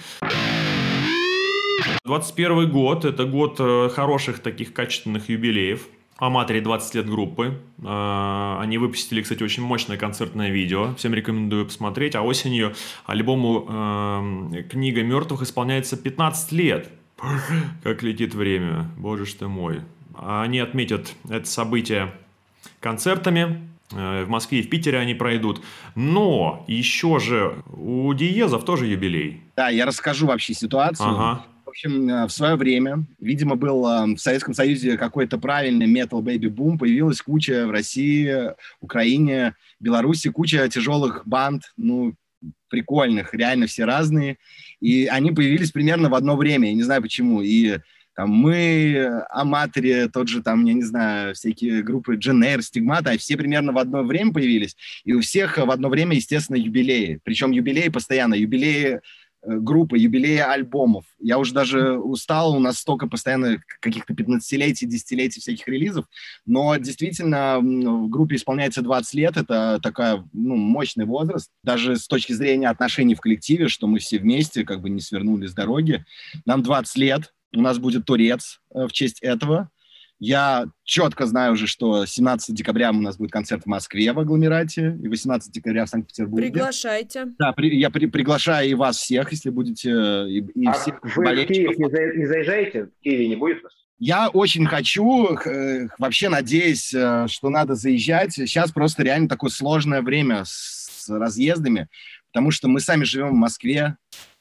21 год – это год хороших таких качественных юбилеев. Аматори 20 лет группы. Они выпустили, кстати, очень мощное концертное видео. Всем рекомендую посмотреть. А осенью альбому «Книга мертвых» исполняется 15 лет. Как летит время. Боже ж ты мой. Они отметят это событие концертами. В Москве и в Питере они пройдут. Но еще же у Диезов тоже юбилей. Да, я расскажу вообще ситуацию. Ага. В общем, в свое время, видимо, был в Советском Союзе какой-то правильный metal baby boom, появилась куча в России, Украине, Беларуси, куча тяжелых банд, прикольных, реально все разные, и они появились примерно в одно время, я не знаю почему, и там мы, Аматори, тот же там, я не знаю, всякие группы Дженер, Стигмата, все примерно в одно время появились, и у всех в одно время, естественно, юбилеи, причем юбилеи постоянно, юбилеи группы, юбилеи альбомов. Я уже даже устал, у нас столько постоянно каких-то 15-летий, 10-летий всяких релизов, но действительно в группе исполняется 20 лет, это такой мощный возраст, даже с точки зрения отношений в коллективе, что мы все вместе как бы не свернули с дороги. Нам 20 лет, у нас будет турец в честь этого. Я четко знаю уже, что 17 декабря у нас будет концерт в Москве в агломерате, и 18 декабря в Санкт-Петербурге. Приглашайте. Да, я приглашаю и вас всех, если будете, и всех вы болельщиков. В Киев не заезжаете? В Киеве не будет вас? Я очень хочу, вообще надеюсь, что надо заезжать. Сейчас просто реально такое сложное время с разъездами, потому что мы сами живем в Москве,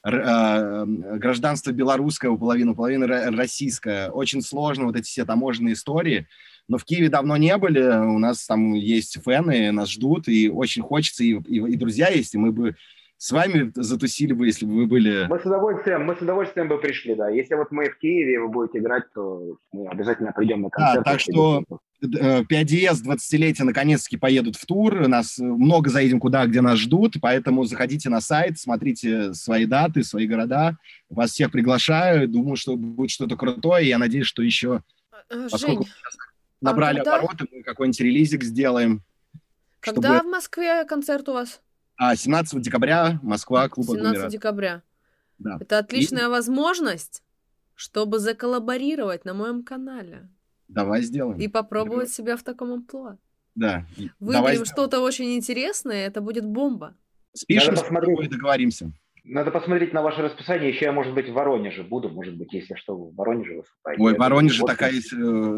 гражданство белорусское половина российское. Очень сложно вот эти все таможенные истории. Но в Киеве давно не были. У нас там есть фэны, нас ждут. И очень хочется, и друзья есть. И мы бы с вами затусили бы, если бы вы были... Мы с удовольствием бы пришли, да. Если вот мы в Киеве, вы будете играть, то мы обязательно придем на концерт. Да, так что 5DS 20-летия наконец-таки поедут в тур. Нас много заедем куда, где нас ждут. Поэтому заходите на сайт, смотрите свои даты, свои города. Вас всех приглашаю. Думаю, что будет что-то крутое. Я надеюсь, что еще, поскольку Жень, набрали когда- обороты, мы какой-нибудь релизик сделаем. когда чтобы- в Москве концерт у вас? 17 декабря Москва, клуб 17 Агломерат. декабря. Да. Это отличная возможность, чтобы заколлаборировать на моем канале Давай сделаем. и попробовать себя в таком амплуа. Да. Давай Выберем сделаем. что-то очень интересное, это будет бомба. Спишем Надо посмотреть. и договоримся. Надо посмотреть на ваше расписание. Еще я, может быть, в Воронеже буду. Может быть, если что, в Воронеже выступаете. Ой, Я в Воронеже думаю, такая есть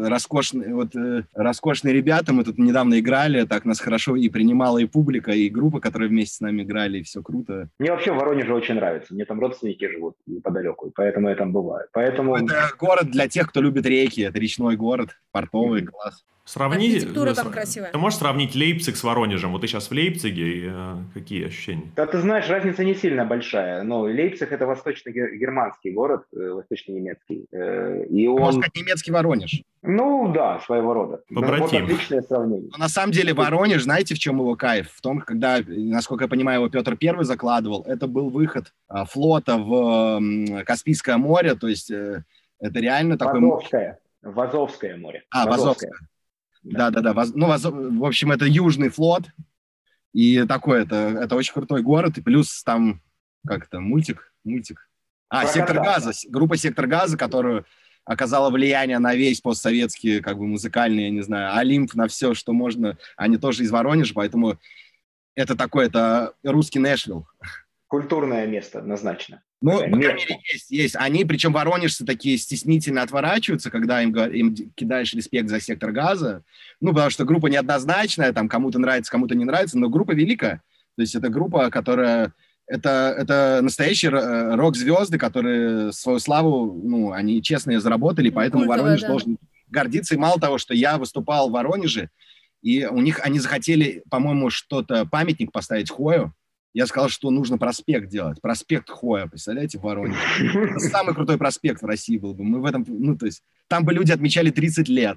роскошные ребята. Мы тут недавно играли, так нас хорошо и принимала и публика, и группа, которые вместе с нами играли, и все круто. Мне вообще в Воронеже очень нравится. Мне там родственники живут неподалеку, и поэтому я там бываю. Поэтому Это город для тех, кто любит реки. Это речной город, портовый, класс. Сравни... Архитектура там красивая. Ты можешь сравнить Лейпциг с Воронежем? Вот ты сейчас в Лейпциге, и какие ощущения? да, ты знаешь, разница не сильно большая. Но Лейпциг – это восточно-германский город, восточно-немецкий. И Можно он, сказать, немецкий Воронеж. ну да, своего рода. Побратим. Вот отличное сравнение. Но на самом деле Воронеж, знаете, в чем его кайф? В том, когда, насколько я понимаю, его Петр I закладывал, это был выход флота в Каспийское море, то есть это реально такой... В Азовское море. В Азовское. Да-да-да. В общем, это Южный флот. И такой, это очень крутой город. И плюс там, как это, мультик. Сектор Газа. Группа Сектор Газа, которую оказала влияние на весь постсоветский, как бы, музыкальный, я не знаю, Олимп, на все, что можно. Они тоже из Воронежа, поэтому это такой, это русский Нэшвилл. Культурное место, однозначно. Ну, по крайней мере, есть. Они, причем воронежцы, такие стеснительно отворачиваются, когда им кидаешь респект за Сектор Газа. Ну, потому что группа неоднозначная, там кому-то нравится, кому-то не нравится, но группа великая. То есть это группа, которая... Это настоящие рок-звезды, которые свою славу, ну, они честно ее заработали, поэтому Культовая, Воронеж да. должен гордиться. И мало того, что я выступал в Воронеже, и у них они захотели, по-моему, что-то, памятник поставить Хою. Я сказал, что нужно проспект делать. Проспект Хоя, представляете, в Воронеже. Это самый крутой проспект в России был бы. Мы в этом, ну, то есть, там бы люди отмечали 30 лет.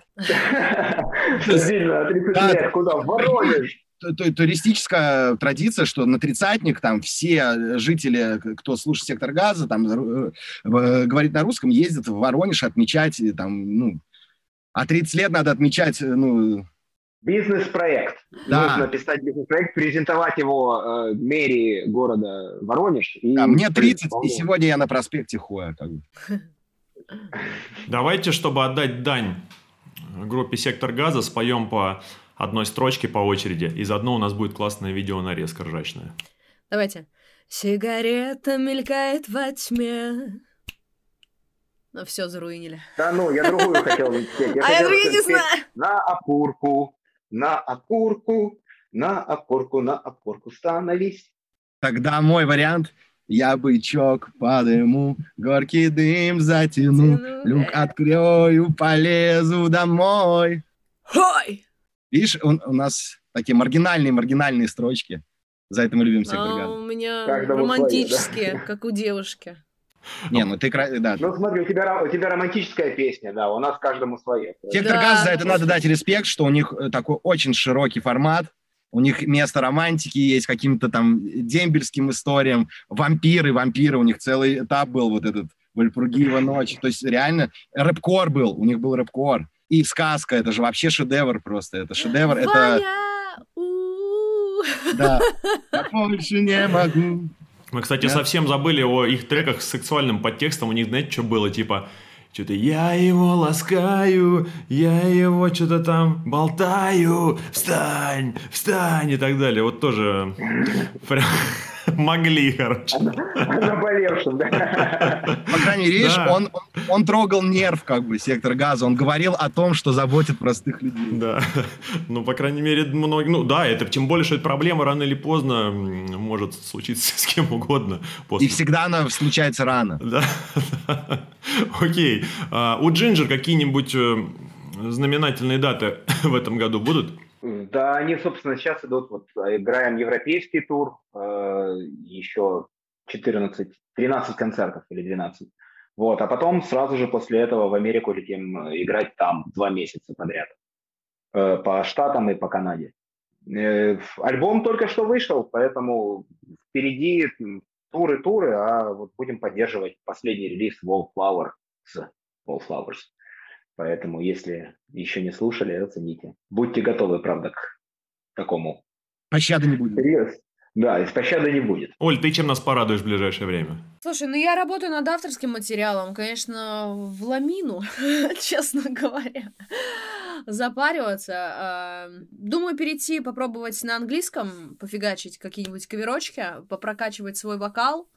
Сильно, 30 лет, куда? В Воронеж. Туристическая традиция, что на тридцатник там все жители, кто слушает Сектор Газа, там говорит на русском, ездят в Воронеж отмечать, там, ну, а 30 лет надо отмечать, ну... Бизнес-проект. Да. Нужно писать бизнес-проект, презентовать его мэрии города Воронеж. И мне 30, и сегодня я на проспекте Хоя. Как бы. Давайте, чтобы отдать дань группе «Сектор Газа», споем по одной строчке по очереди. И заодно у нас будет классная видеонарезка ржачная. Давайте. Сигарета мелькает во тьме. Ну все, заруинили. Да ну, я другую хотел спеть. Я другие не знаю. На опорку, на опорку, на опорку, на опорку становись. Тогда мой вариант. Я бычок подыму, горький дым затяну, люк открою, полезу домой. Хой! Видишь, у нас такие маргинальные строчки. За это мы любим Сектор Газа. У меня Каждому романтические, свое, да? как у девушки. Не, ну ты... Да. Ну смотри, у тебя романтическая песня, да, у нас каждому свое. Сектор Да. Газа, за это надо дать респект, что у них такой очень широкий формат. У них место романтики есть, каким-то там дембельским историям. Вампиры, у них целый этап был вот этот Вальпургиева ночь. То есть реально рэп-кор был, у них был рэп-кор. И сказка, это же вообще шедевр просто. Это шедевр, это... Ваня, Да, я больше не могу. Мы, кстати, Да. совсем забыли о их треках с сексуальным подтекстом. У них, знаете, что было? Типа, что-то я его ласкаю, я его что-то там болтаю, встань, встань и так далее. Вот тоже прям могли, короче. Наболевшим, да. По крайней мере, видишь, Да. он трогал нерв, как бы, Сектор Газа. Он говорил о том, что заботит простых людей. Да, ну, по крайней мере, многие... Ну, да, это тем более, что эта проблема рано или поздно может случиться с кем угодно. И всегда она случается рано. Да, окей. У Ginger какие-нибудь знаменательные даты в этом году будут? Да, они, собственно, сейчас идут, вот, играем европейский тур, еще 13 концертов или 12. Вот, а потом сразу же после этого в Америку летим играть там 2 месяца подряд. по Штатам и по Канаде. Альбом только что вышел, поэтому впереди туры, а вот будем поддерживать последний релиз Wallflower с Wallflowers. Поэтому, если еще не слушали, оцените. Будьте готовы, правда, к такому. Пощады не будет. Да, и пощады не будет. Оль, ты чем нас порадуешь в ближайшее время? Слушай, ну я работаю над авторским материалом, конечно, в ламину, честно говоря, запариваться. Думаю, перейти, попробовать на английском, пофигачить какие-нибудь каверочки, попрокачивать свой вокал.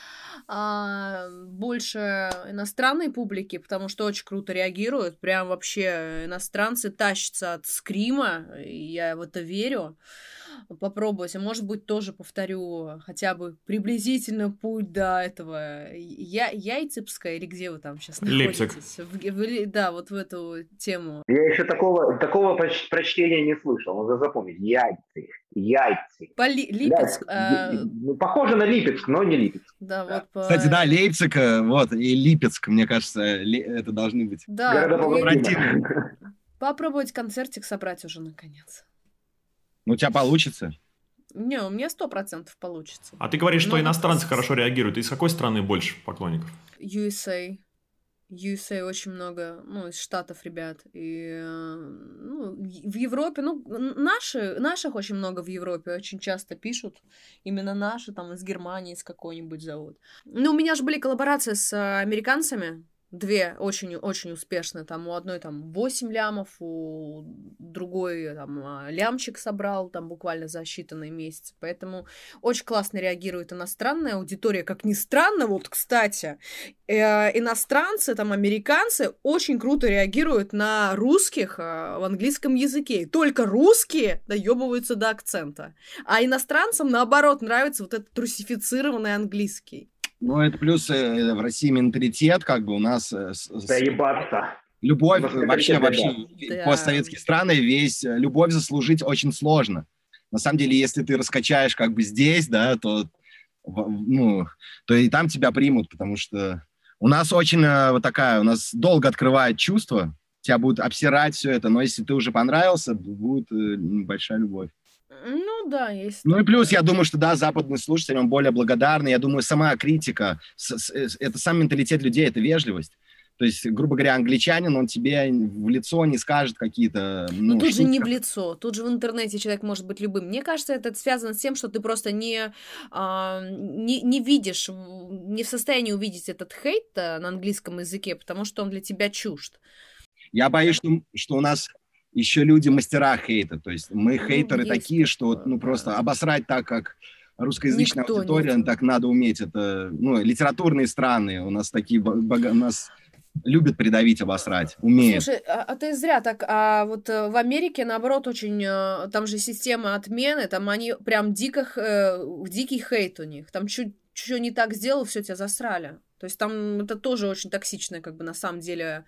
Больше иностранной публики, потому что очень круто реагируют. Прям вообще иностранцы тащатся от скрима, и я в это верю. Попробовать, а может быть тоже повторю хотя бы приблизительно путь до этого Яйцепска, или где вы там сейчас Лейпциг. находитесь? Да, вот в эту тему. Я еще такого прочтения не слышал, надо запомнить. Яйцы. Липецк. Похоже на Липецк, но не Липецк. Да, вот Кстати, да, Лейпциг, вот, и Липецк, мне кажется, это должны быть. Да, города побратимы. попробовать концертик собрать уже наконец. Ну, у тебя получится. Не, у меня 100% получится. А ты говоришь, что Но иностранцы хорошо реагируют. Из какой страны больше поклонников? USA очень много, ну, из Штатов ребят. И в Европе, наших очень много в Европе, очень часто пишут. Именно наши, там, из Германии, из какой-нибудь зовут. Ну, у меня же были коллаборации с американцами. 2 очень-очень успешные. Там у одной там 8 лямов, у другой там лямчик собрал там буквально за считанные месяцы. Поэтому очень классно реагирует иностранная аудитория. Как ни странно, вот, кстати, иностранцы, там, американцы очень круто реагируют на русских в английском языке. И только русские доебываются до акцента. А иностранцам, наоборот, нравится вот этот русифицированный английский. Ну, это плюс в России менталитет, как бы у нас... Заебаться. Любовь, Ну, вообще, да. постсоветские страны, любовь заслужить очень сложно. На самом деле, если ты раскачаешь как бы здесь, да, то и там тебя примут, потому что у нас очень у нас долго открывает чувство, тебя будут обсирать все это, но если ты уже понравился, будет большая любовь. Ну да, есть. Ну и плюс, я думаю, что да, западный слушатель, он более благодарный. Я думаю, сама критика, это сам менталитет людей, это вежливость. То есть, грубо говоря, англичанин, он тебе в лицо не скажет какие-то... Ну, тут же не в лицо, тут же в интернете человек может быть любым. Мне кажется, это связано с тем, что ты просто не видишь, не в состоянии увидеть этот хейт на английском языке, потому что он для тебя чужд. Я боюсь, что у нас еще люди мастера хейта. То есть мы хейтеры такие, что просто обосрать так, как русскоязычная аудитория, так надо уметь. Это литературные страны у нас такие... Нас любят придавить, обосрать, умеют. Слушай, а ты зря так. А вот в Америке, наоборот, очень... Там же система отмены, там они прям дикий хейт у них. Там чуть не так сделал, все, тебя засрали. То есть там это тоже очень токсичная, как бы, на самом деле,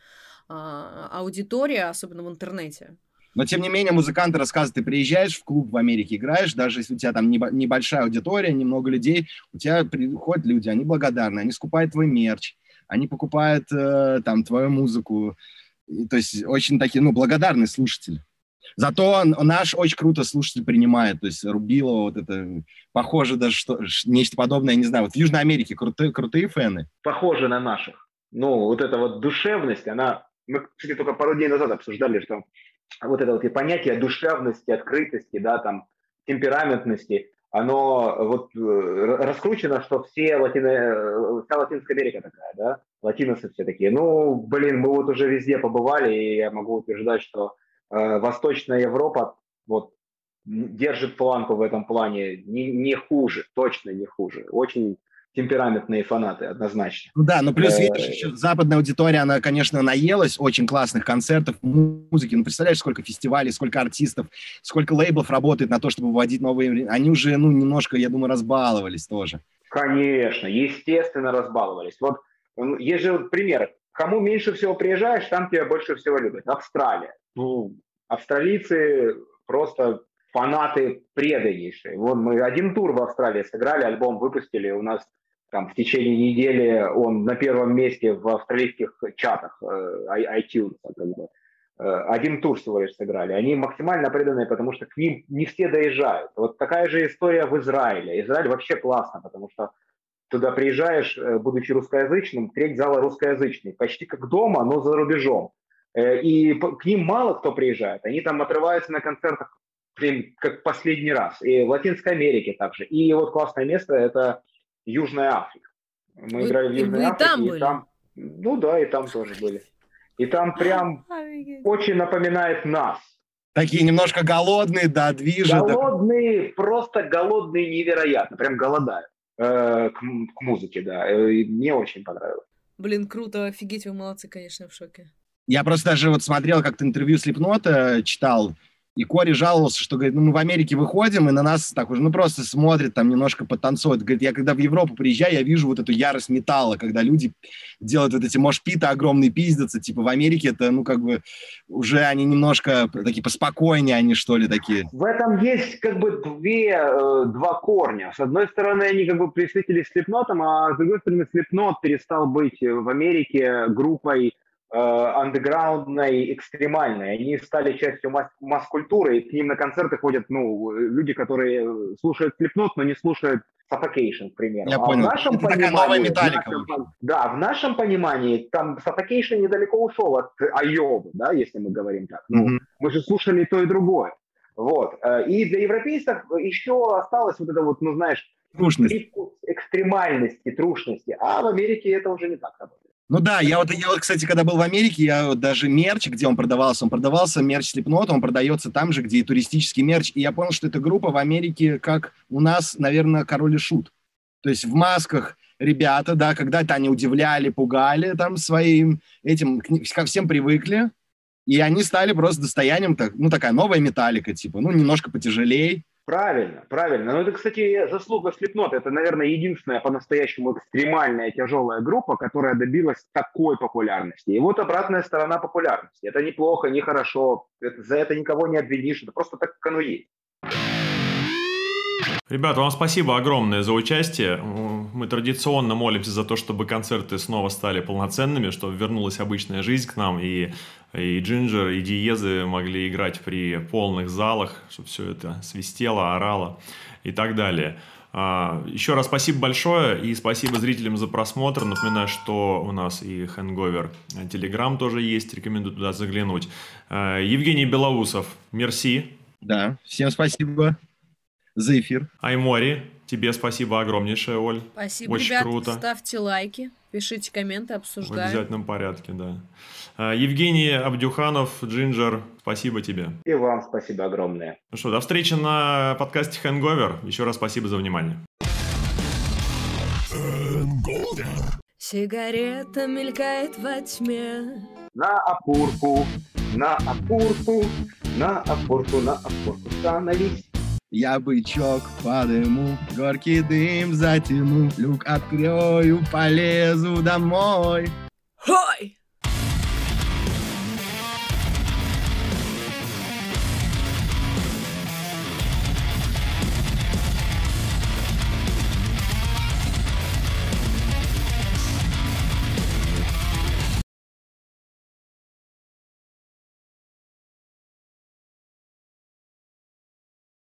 аудитория, особенно в интернете. Но, тем не менее, музыканты рассказывают, ты приезжаешь в клуб в Америке, играешь, даже если у тебя там небольшая аудитория, немного людей, у тебя приходят люди, они благодарны, они скупают твой мерч, они покупают там твою музыку. То есть очень такие, благодарный слушатель. Зато наш очень круто слушатель принимает. То есть Рубилова, вот это, похоже даже, что нечто подобное, я не знаю, вот в Южной Америке крутые фэны. Похоже на наших. Вот эта вот душевность, мы, кстати, только пару дней назад обсуждали, что вот это вот и понятие душевности, открытости, да, там, темпераментности, оно вот раскручено, что вся Латинская Америка такая, да, латиносы все такие. Мы вот уже везде побывали, и я могу утверждать, что Восточная Европа вот держит планку в этом плане не хуже, точно не хуже. Очень темпераментные фанаты, однозначно. Да, но плюс, видишь, еще западная аудитория, она, конечно, наелась очень классных концертов, музыки. Представляешь, сколько фестивалей, сколько артистов, сколько лейблов работает на то, чтобы вводить новые... Они уже, немножко, я думаю, разбаловались тоже. Конечно, естественно, разбаловались. Вот есть же примеры. Кому меньше всего приезжаешь, там тебя больше всего любят. Австралия. Австралийцы просто фанаты преданнейшие. Мы один тур в Австралии сыграли, альбом выпустили, у нас там в течение недели он на первом месте в австралийских чатах iTunes. Один тур всего лишь сыграли. Они максимально преданные, потому что к ним не все доезжают. Вот такая же история в Израиле. Израиль вообще классно, потому что туда приезжаешь, будучи русскоязычным, треть зала русскоязычный. Почти как дома, но за рубежом. И к ним мало кто приезжает. Они там отрываются на концертах как последний раз. И в Латинской Америке также. И вот классное место – это Южная Африка. Мы играли в Южной Африке. Там были? Там, ну да, и там тоже были. И там прям очень напоминает нас. Такие немножко голодные, да, движут. Голодные, просто голодные невероятно. Прям голодают к музыке, да. И мне очень понравилось. Блин, круто, офигеть, вы молодцы, конечно, в шоке. Я просто даже вот смотрел как-то интервью Слипнота, читал, и Кори жаловался, что, говорит, ну, мы в Америке выходим, и на нас так уже, ну, просто смотрят, там, немножко потанцуют. Говорит, я когда в Европу приезжаю, я вижу вот эту ярость металла, когда люди делают вот эти мошпиты огромные, пиздятся. Типа в Америке это, ну, как бы, уже они немножко такие поспокойнее, они, что ли, такие. В этом есть, как бы, два корня. С одной стороны, они, как бы, присвятились Слипнотам, а с другой стороны, Слипнот перестал быть в Америке группой андеграундной, экстремальной. Они стали частью масс-культуры, и к ним на концерты ходят, ну, люди, которые слушают Slipknot, но не слушают Suffocation, к примеру. Я понял. В нашем это такая новая Металлика. Да, в нашем понимании, там Suffocation недалеко ушел от Айовы, да, если мы говорим так. Ну, мы же слушали и то, и другое. Вот. И для европейцев еще осталось вот это вот, ну, знаешь, трушность, экстремальности, трушности. А в Америке это уже не так работает. Ну да, я вот, кстати, когда был в Америке, я вот даже мерч, где он продавался мерч Slipknot, он продается там же, где и туристический мерч, и я понял, что эта группа в Америке, как у нас, наверное, Король и Шут. То есть в масках ребята, да, когда-то они удивляли, пугали там своим этим, ко всем привыкли, и они стали просто достоянием, ну, такая новая Металлика, типа, ну, немножко потяжелее. Правильно, правильно. Но это, кстати, заслуга Slipknot. Это, наверное, единственная по-настоящему экстремальная тяжелая группа, которая добилась такой популярности. И вот обратная сторона популярности. Это неплохо, не хорошо. За это никого не обвинишь. Это просто так, как оно есть. Ребята, вам спасибо огромное за участие. Мы традиционно молимся за то, чтобы концерты снова стали полноценными, чтобы вернулась обычная жизнь к нам, и Джинджер, и Диезы могли играть при полных залах, чтобы все это свистело, орало и так далее. Еще раз спасибо большое, и спасибо зрителям за просмотр. Напоминаю, что у нас и Hangover Telegram тоже есть, рекомендую туда заглянуть. Евгений Белоусов, мерси. Да, всем спасибо за эфир. Аймори, тебе спасибо огромнейшее, Оль. Спасибо, очень ребят. Круто. Ставьте лайки, пишите комменты, обсуждаем. В обязательном порядке, да. Евгений Абдюханов, Джинджер, спасибо тебе. И вам спасибо огромное. Ну что, до встречи на подкасте Hangover. Еще раз спасибо за внимание. Сигарета мелькает во тьме. На опурку, на опурку, на опурку, на опурку становись. Я бычок по дыму, горький дым затяну, люк открою, полезу домой. Хой!